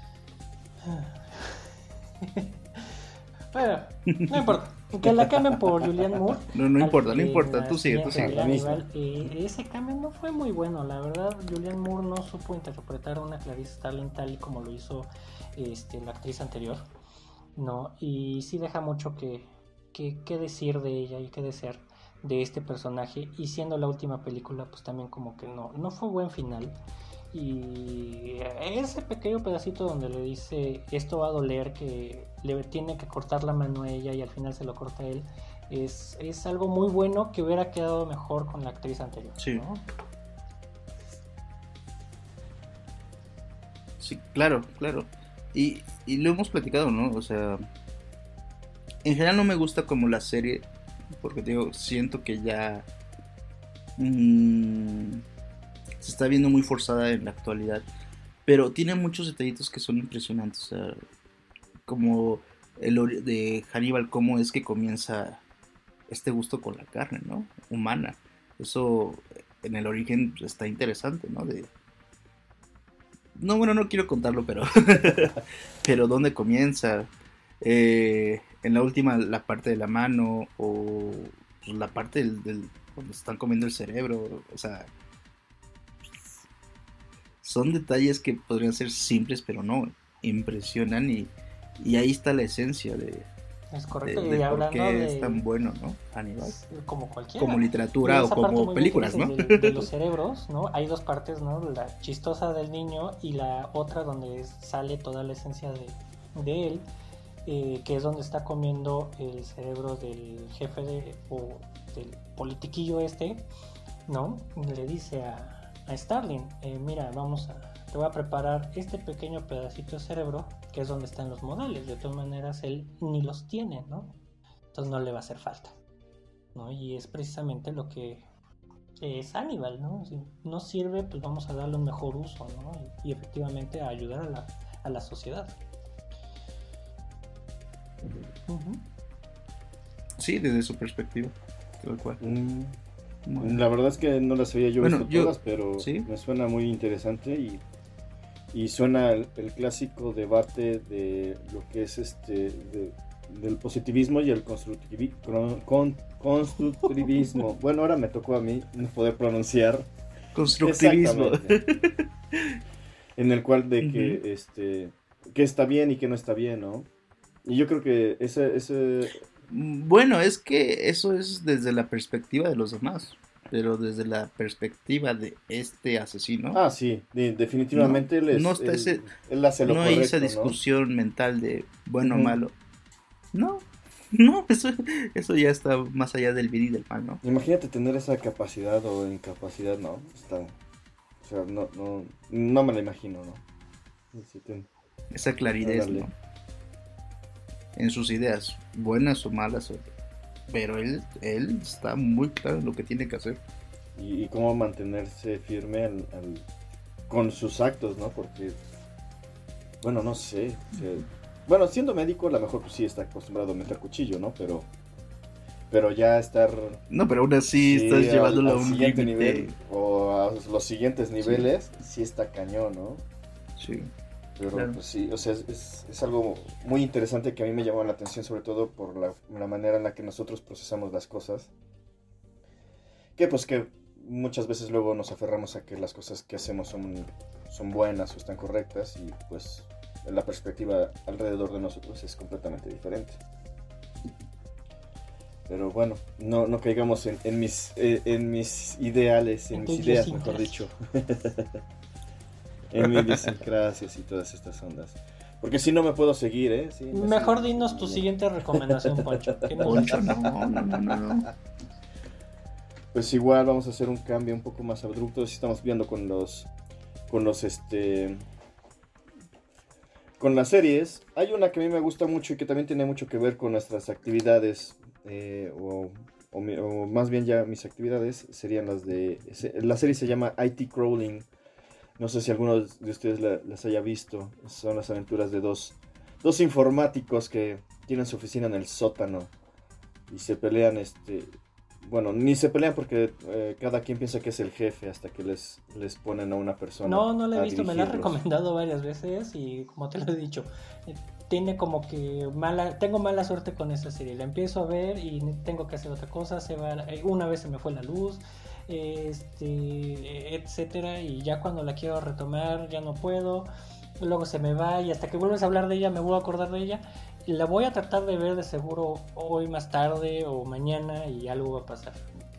Bueno, no importa. Que la cambien por Julianne Moore. No importa, tú sigue. Ese cambio no fue muy bueno, la verdad. Julianne Moore no supo interpretar a una Clarice Starling tal y como lo hizo la actriz anterior, ¿no? Y sí deja mucho que decir de ella y que desear de este personaje. Y siendo la última película, pues también como que no fue buen final. Y ese pequeño pedacito donde le dice esto va a doler, que le tiene que cortar la mano a ella y al final se lo corta a él, Es algo muy bueno que hubiera quedado mejor con la actriz anterior, Sí. ¿no? Sí, claro, claro. Y lo hemos platicado, ¿no? O sea, en general no me gusta como la serie, porque te digo, siento que ya se está viendo muy forzada en la actualidad, pero tiene muchos detallitos que son impresionantes, o sea, como de Hannibal, cómo es que comienza este gusto con la carne, ¿no? Humana. Eso en el origen está interesante, ¿no? No, bueno, no quiero contarlo, pero pero dónde comienza. En la última, la parte de la mano, o pues, la parte cuando están comiendo el cerebro, o sea, son detalles que podrían ser simples, pero no, impresionan, y ahí está la esencia Es correcto, de y por hablando qué es tan bueno, ¿no? Hannibal. como cualquiera. Como Y literatura o esa parte como muy bien que películas, ¿no? dices de los cerebros, ¿no? Hay dos partes, ¿no? La chistosa del niño y la otra donde sale toda la esencia de él, que es donde está comiendo el cerebro del jefe o del politiquillo ¿no? Le dice a Starling, mira, te voy a preparar este pequeño pedacito de cerebro, que es donde están los modales. De todas maneras, él ni los tiene, ¿no? Entonces no le va a hacer falta, ¿no? Y es precisamente lo que es Hannibal, ¿no? Si no sirve, pues vamos a darle un mejor uso, ¿no? Y efectivamente a ayudar a la sociedad. Uh-huh. Sí, desde su perspectiva, tal cual. La verdad es que no las había visto todas, pero ¿sí? Me suena muy interesante y suena el clásico debate de lo que es del positivismo y el constructivismo. Bueno, ahora me tocó a mí no poder pronunciar. Constructivismo. En el cual de que que está bien y que no está bien, ¿no? Y yo creo que ese... Bueno, es que eso es desde la perspectiva de los demás, pero desde la perspectiva de este asesino. Ah, sí, definitivamente él hace lo correcto, hay esa discusión mental de bueno o malo. No, eso ya está más allá del bien y del mal, ¿no? Imagínate tener esa capacidad o incapacidad, ¿no? O sea, no me la imagino, ¿no? Esa claridad, ¿no? En sus ideas, buenas o malas, pero él está muy claro en lo que tiene que hacer. Y cómo mantenerse firme con sus actos, ¿no? Porque, bueno, no sé. O sea, bueno, siendo médico, a lo mejor pues sí está acostumbrado a meter cuchillo, ¿no? Pero ya estar... No, pero aún así sí, estás llevándolo a un siguiente nivel o a los siguientes niveles, sí está cañón, ¿no? Sí. Pero claro. Pues sí, o sea, es algo muy interesante que a mí me llamó la atención, sobre todo por la manera en la que nosotros procesamos las cosas. Que pues que muchas veces luego nos aferramos a que las cosas que hacemos son buenas o están correctas, y pues la perspectiva alrededor de nosotros es completamente diferente. Pero bueno, no caigamos en mis ideales, en mis ideas, mejor dicho. En mi idiosincrasias y todas estas ondas. Porque si no me puedo seguir, ¿eh? Sí, mejor dinos tu siguiente recomendación, Poncho. Poncho, no. Pues igual vamos a hacer un cambio un poco más abrupto. Si estamos viendo con las series. Hay una que a mí me gusta mucho y que también tiene mucho que ver con nuestras actividades, o más bien ya mis actividades serían la serie se llama IT Crawling. No sé si alguno de ustedes las haya visto. Son las aventuras de dos informáticos que tienen su oficina en el sótano y se pelean. Bueno, ni se pelean porque cada quien piensa que es el jefe hasta que les ponen a una persona. No la he visto, me la has recomendado varias veces y como te lo he dicho, tiene como que tengo mala suerte con esa serie. La empiezo a ver y tengo que hacer otra cosa. Una vez se me fue la luz, etcétera, y ya cuando la quiero retomar ya no puedo, luego se me va y hasta que vuelves a hablar de ella me vuelvo a acordar de ella, y la voy a tratar de ver de seguro hoy más tarde o mañana y algo va a pasar.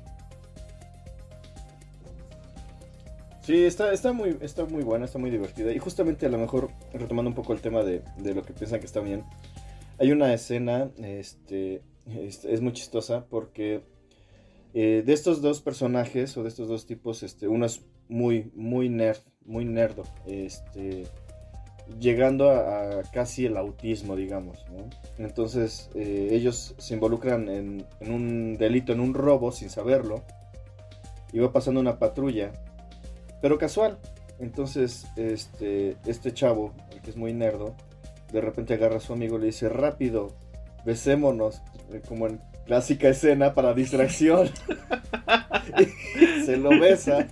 Sí, está muy buena, está muy divertida, y justamente a lo mejor retomando un poco el tema de lo que piensan que está bien, hay una escena es muy chistosa porque de estos dos personajes o de estos dos tipos, uno es muy nerd, muy nerdo, llegando a casi el autismo, digamos, ¿no? Entonces ellos se involucran en un delito, en un robo sin saberlo, y va pasando una patrulla, pero casual. Entonces este chavo, el que es muy nerdo, de repente agarra a su amigo y le dice: rápido, besémonos, como en clásica escena para distracción. Y se lo besa.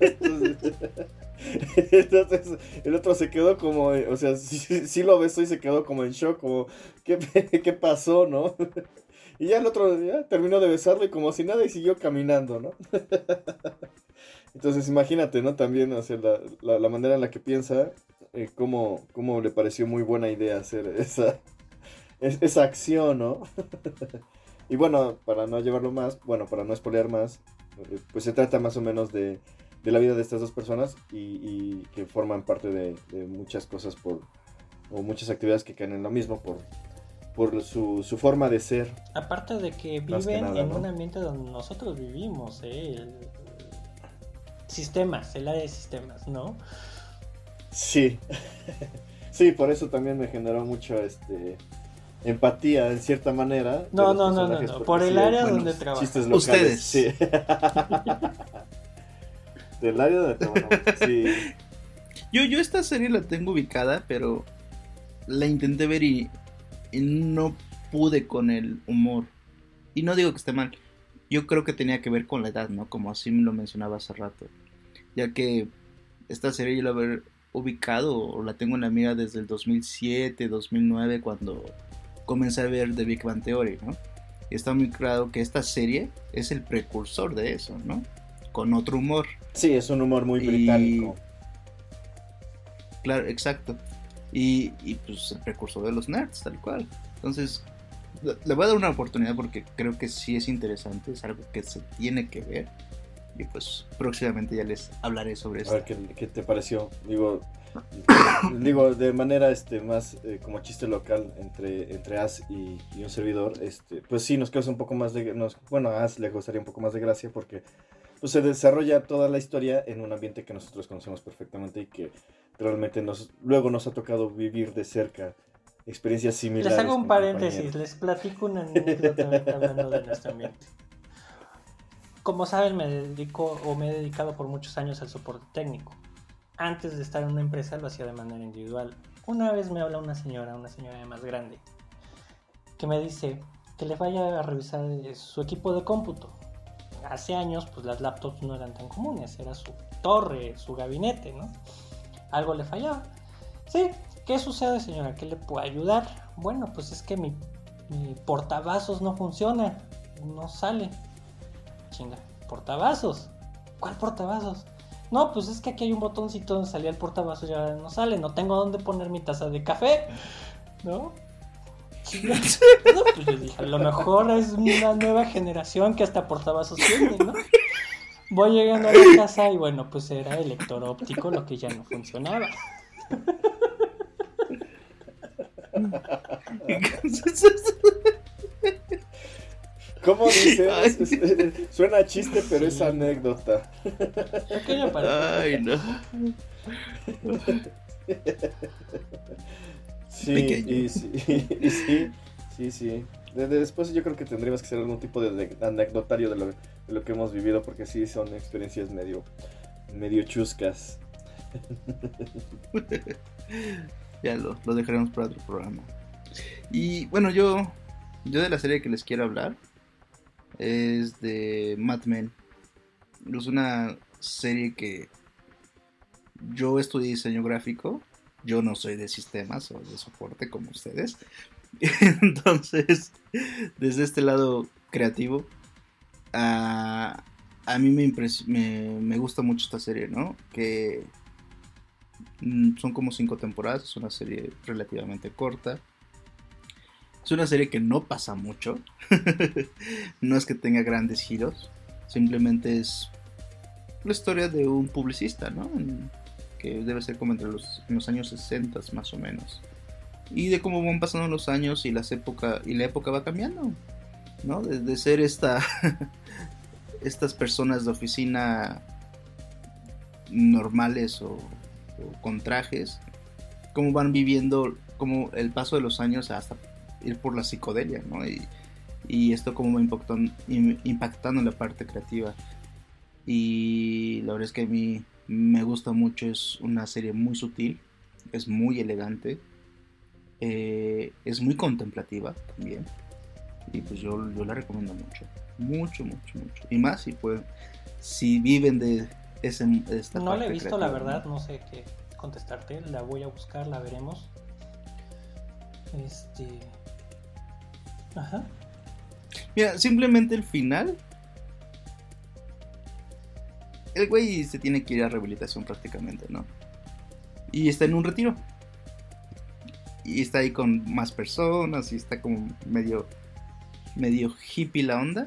Entonces el otro se quedó como, o sea, sí lo besó y se quedó como en shock, como, ¿qué pasó, no? Y ya el otro ya terminó de besarlo y como si nada y siguió caminando, ¿no? Entonces imagínate, ¿no? También, o sea, la manera en la que piensa, cómo le pareció muy buena idea hacer esa acción, ¿no? Y bueno, para no llevarlo más, para no spoilear más, pues se trata más o menos de la vida de estas dos personas y que forman parte de muchas cosas o muchas actividades que caen en lo mismo por su forma de ser. Aparte de que viven en un ambiente donde nosotros vivimos, el área de sistemas, ¿no? Sí. Sí, por eso también me generó mucho empatía en cierta manera. No, por el área donde trabajan. Chistes locales. Ustedes. Sí. Del área donde trabajamos. Sí. Yo esta serie la tengo ubicada, pero la intenté ver y no pude con el humor. Y no digo que esté mal. Yo creo que tenía que ver con la edad, ¿no? Como así me lo mencionaba hace rato. Ya que esta serie yo la haber ubicado o la tengo en la mira desde el 2007, 2009, cuando comencé a ver The Big Bang Theory, ¿no? Y está muy claro que esta serie es el precursor de eso, ¿no? Con otro humor. Sí, es un humor muy británico. Claro, exacto. Y pues el precursor de los nerds, tal cual. Entonces, le voy a dar una oportunidad porque creo que sí es interesante, es algo que se tiene que ver. Y pues próximamente ya les hablaré sobre eso. A ver qué te pareció. Digo, de manera más como chiste local entre As y un servidor, pues sí nos causa un poco más de... a As le gustaría un poco más de gracia porque pues se desarrolla toda la historia en un ambiente que nosotros conocemos perfectamente y que realmente luego nos ha tocado vivir de cerca experiencias similares. Les hago un paréntesis, les platico una anécdota hablando de nuestro ambiente. Como saben, me he dedicado por muchos años al soporte técnico. Antes de estar en una empresa lo hacía de manera individual. Una vez me habla una señora más grande, que me dice que le vaya a revisar su equipo de cómputo. Hace años, pues las laptops no eran tan comunes, era su torre, su gabinete, ¿no? Algo le fallaba. Sí, ¿qué sucede, señora? ¿Qué le puedo ayudar? Bueno, pues es que mi portavasos no funciona, no sale. Chinga, ¿portavasos? ¿Cuál portavasos? No, pues es que aquí hay un botoncito donde salía el portavasos y ahora no sale, no tengo dónde poner mi taza de café, ¿no? No, pues yo dije, a lo mejor es una nueva generación que hasta portavasos tiene, ¿no? Voy llegando a la casa y bueno, pues era el lector óptico lo que ya no funcionaba. ¿Cómo dices? Suena a chiste, pero es anécdota. Ay, no. Sí, sí. Después yo creo que tendríamos que hacer algún tipo de anecdotario de lo que hemos vivido, porque sí son experiencias medio chuscas. Ya lo dejaremos para otro programa. Y bueno, yo de la serie que les quiero hablar es de Mad Men. Es una serie que yo estudié diseño gráfico. Yo no soy de sistemas o de soporte como ustedes. Entonces, desde este lado creativo, a mí me gusta mucho esta serie, ¿no? Que son como 5 temporadas, es una serie relativamente corta. Es una serie que no pasa mucho. No es que tenga grandes giros. Simplemente es la historia de un publicista, ¿no? Que debe ser como entre los años 60 más o menos. Y de cómo van pasando los años y la época va cambiando. ¿no? De ser estas personas de oficina normales o con trajes, cómo van viviendo, como el paso de los años hasta ir por la psicodelia, ¿no? Y esto cómo va impactando en la parte creativa. Y la verdad es que a mí me gusta mucho, es una serie muy sutil, es muy elegante, es muy contemplativa también. Y pues yo la recomiendo mucho. Mucho. Y más si viven de esta No parte la he visto, creativa, la verdad, ¿no? no sé qué contestarte. La voy a buscar, la veremos. Ajá. Mira, simplemente el final. El güey se tiene que ir a rehabilitación prácticamente, ¿no? Y está en un retiro. Y está ahí con más personas. Y está como medio hippie la onda.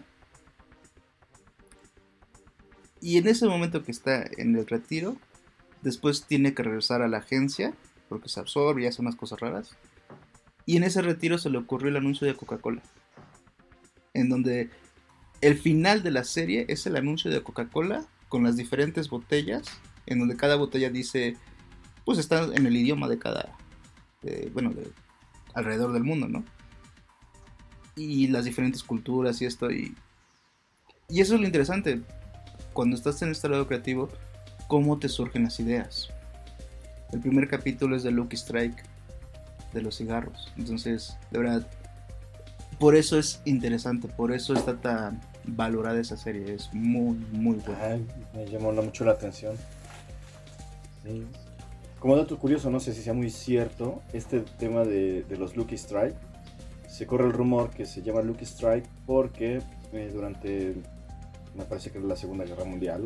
Y en ese momento que está en el retiro, después tiene que regresar a la agencia, porque se absorbe y hace unas cosas raras. Y en ese retiro se le ocurrió el anuncio de Coca-Cola, en donde el final de la serie es el anuncio de Coca-Cola con las diferentes botellas, en donde cada botella dice, pues está en el idioma de cada, de alrededor del mundo, ¿no? Y las diferentes culturas y esto, y eso es lo interesante, cuando estás en este lado creativo, cómo te surgen las ideas. El primer capítulo es de Lucky Strike, de los cigarros. Entonces, de verdad, por eso es interesante, por eso está tan valorada esa serie, es muy buena. Ay, me llamó mucho la atención. Sí. Como dato curioso, no sé si sea muy cierto, este tema de los Lucky Strike, se corre el rumor que se llama Lucky Strike porque durante, me parece que era la Segunda Guerra Mundial,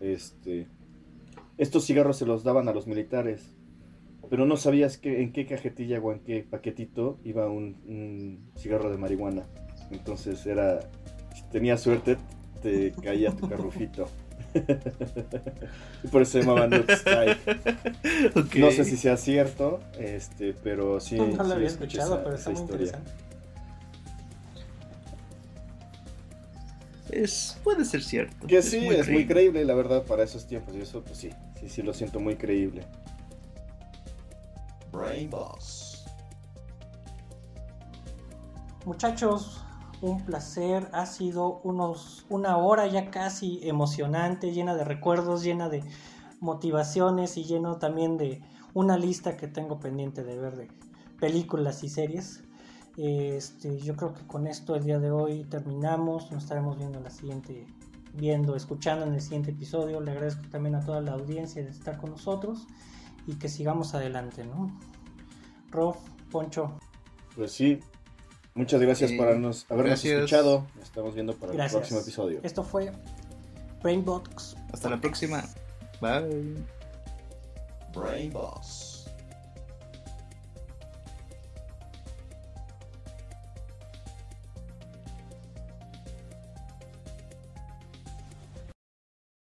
estos cigarros se los daban a los militares, pero no sabías en qué cajetilla o en qué paquetito iba un cigarro de marihuana. Entonces si tenías suerte, te caía tu carrufito. Y por eso se llamaban Lucky Strike. Okay. No sé si sea cierto, pero sí. No lo sí había escuché escuchado, pero esa está muy historia. interesante. Puede ser cierto. Que sí, es muy creíble, la verdad, para esos tiempos. Y eso, pues sí, lo siento muy creíble. Brain Boss. Muchachos, un placer. Ha sido una hora ya casi emocionante, llena de recuerdos, llena de motivaciones y lleno también de una lista que tengo pendiente de ver de películas y series. Yo creo que con esto el día de hoy terminamos. Nos estaremos escuchando en el siguiente episodio. Le agradezco también a toda la audiencia de estar con nosotros y que sigamos adelante, ¿no? Rof, Poncho. Pues sí, muchas gracias por habernos escuchado. Nos estamos viendo para el próximo episodio. Esto fue Brain Box. Hasta la próxima. Bye. Brain Boss.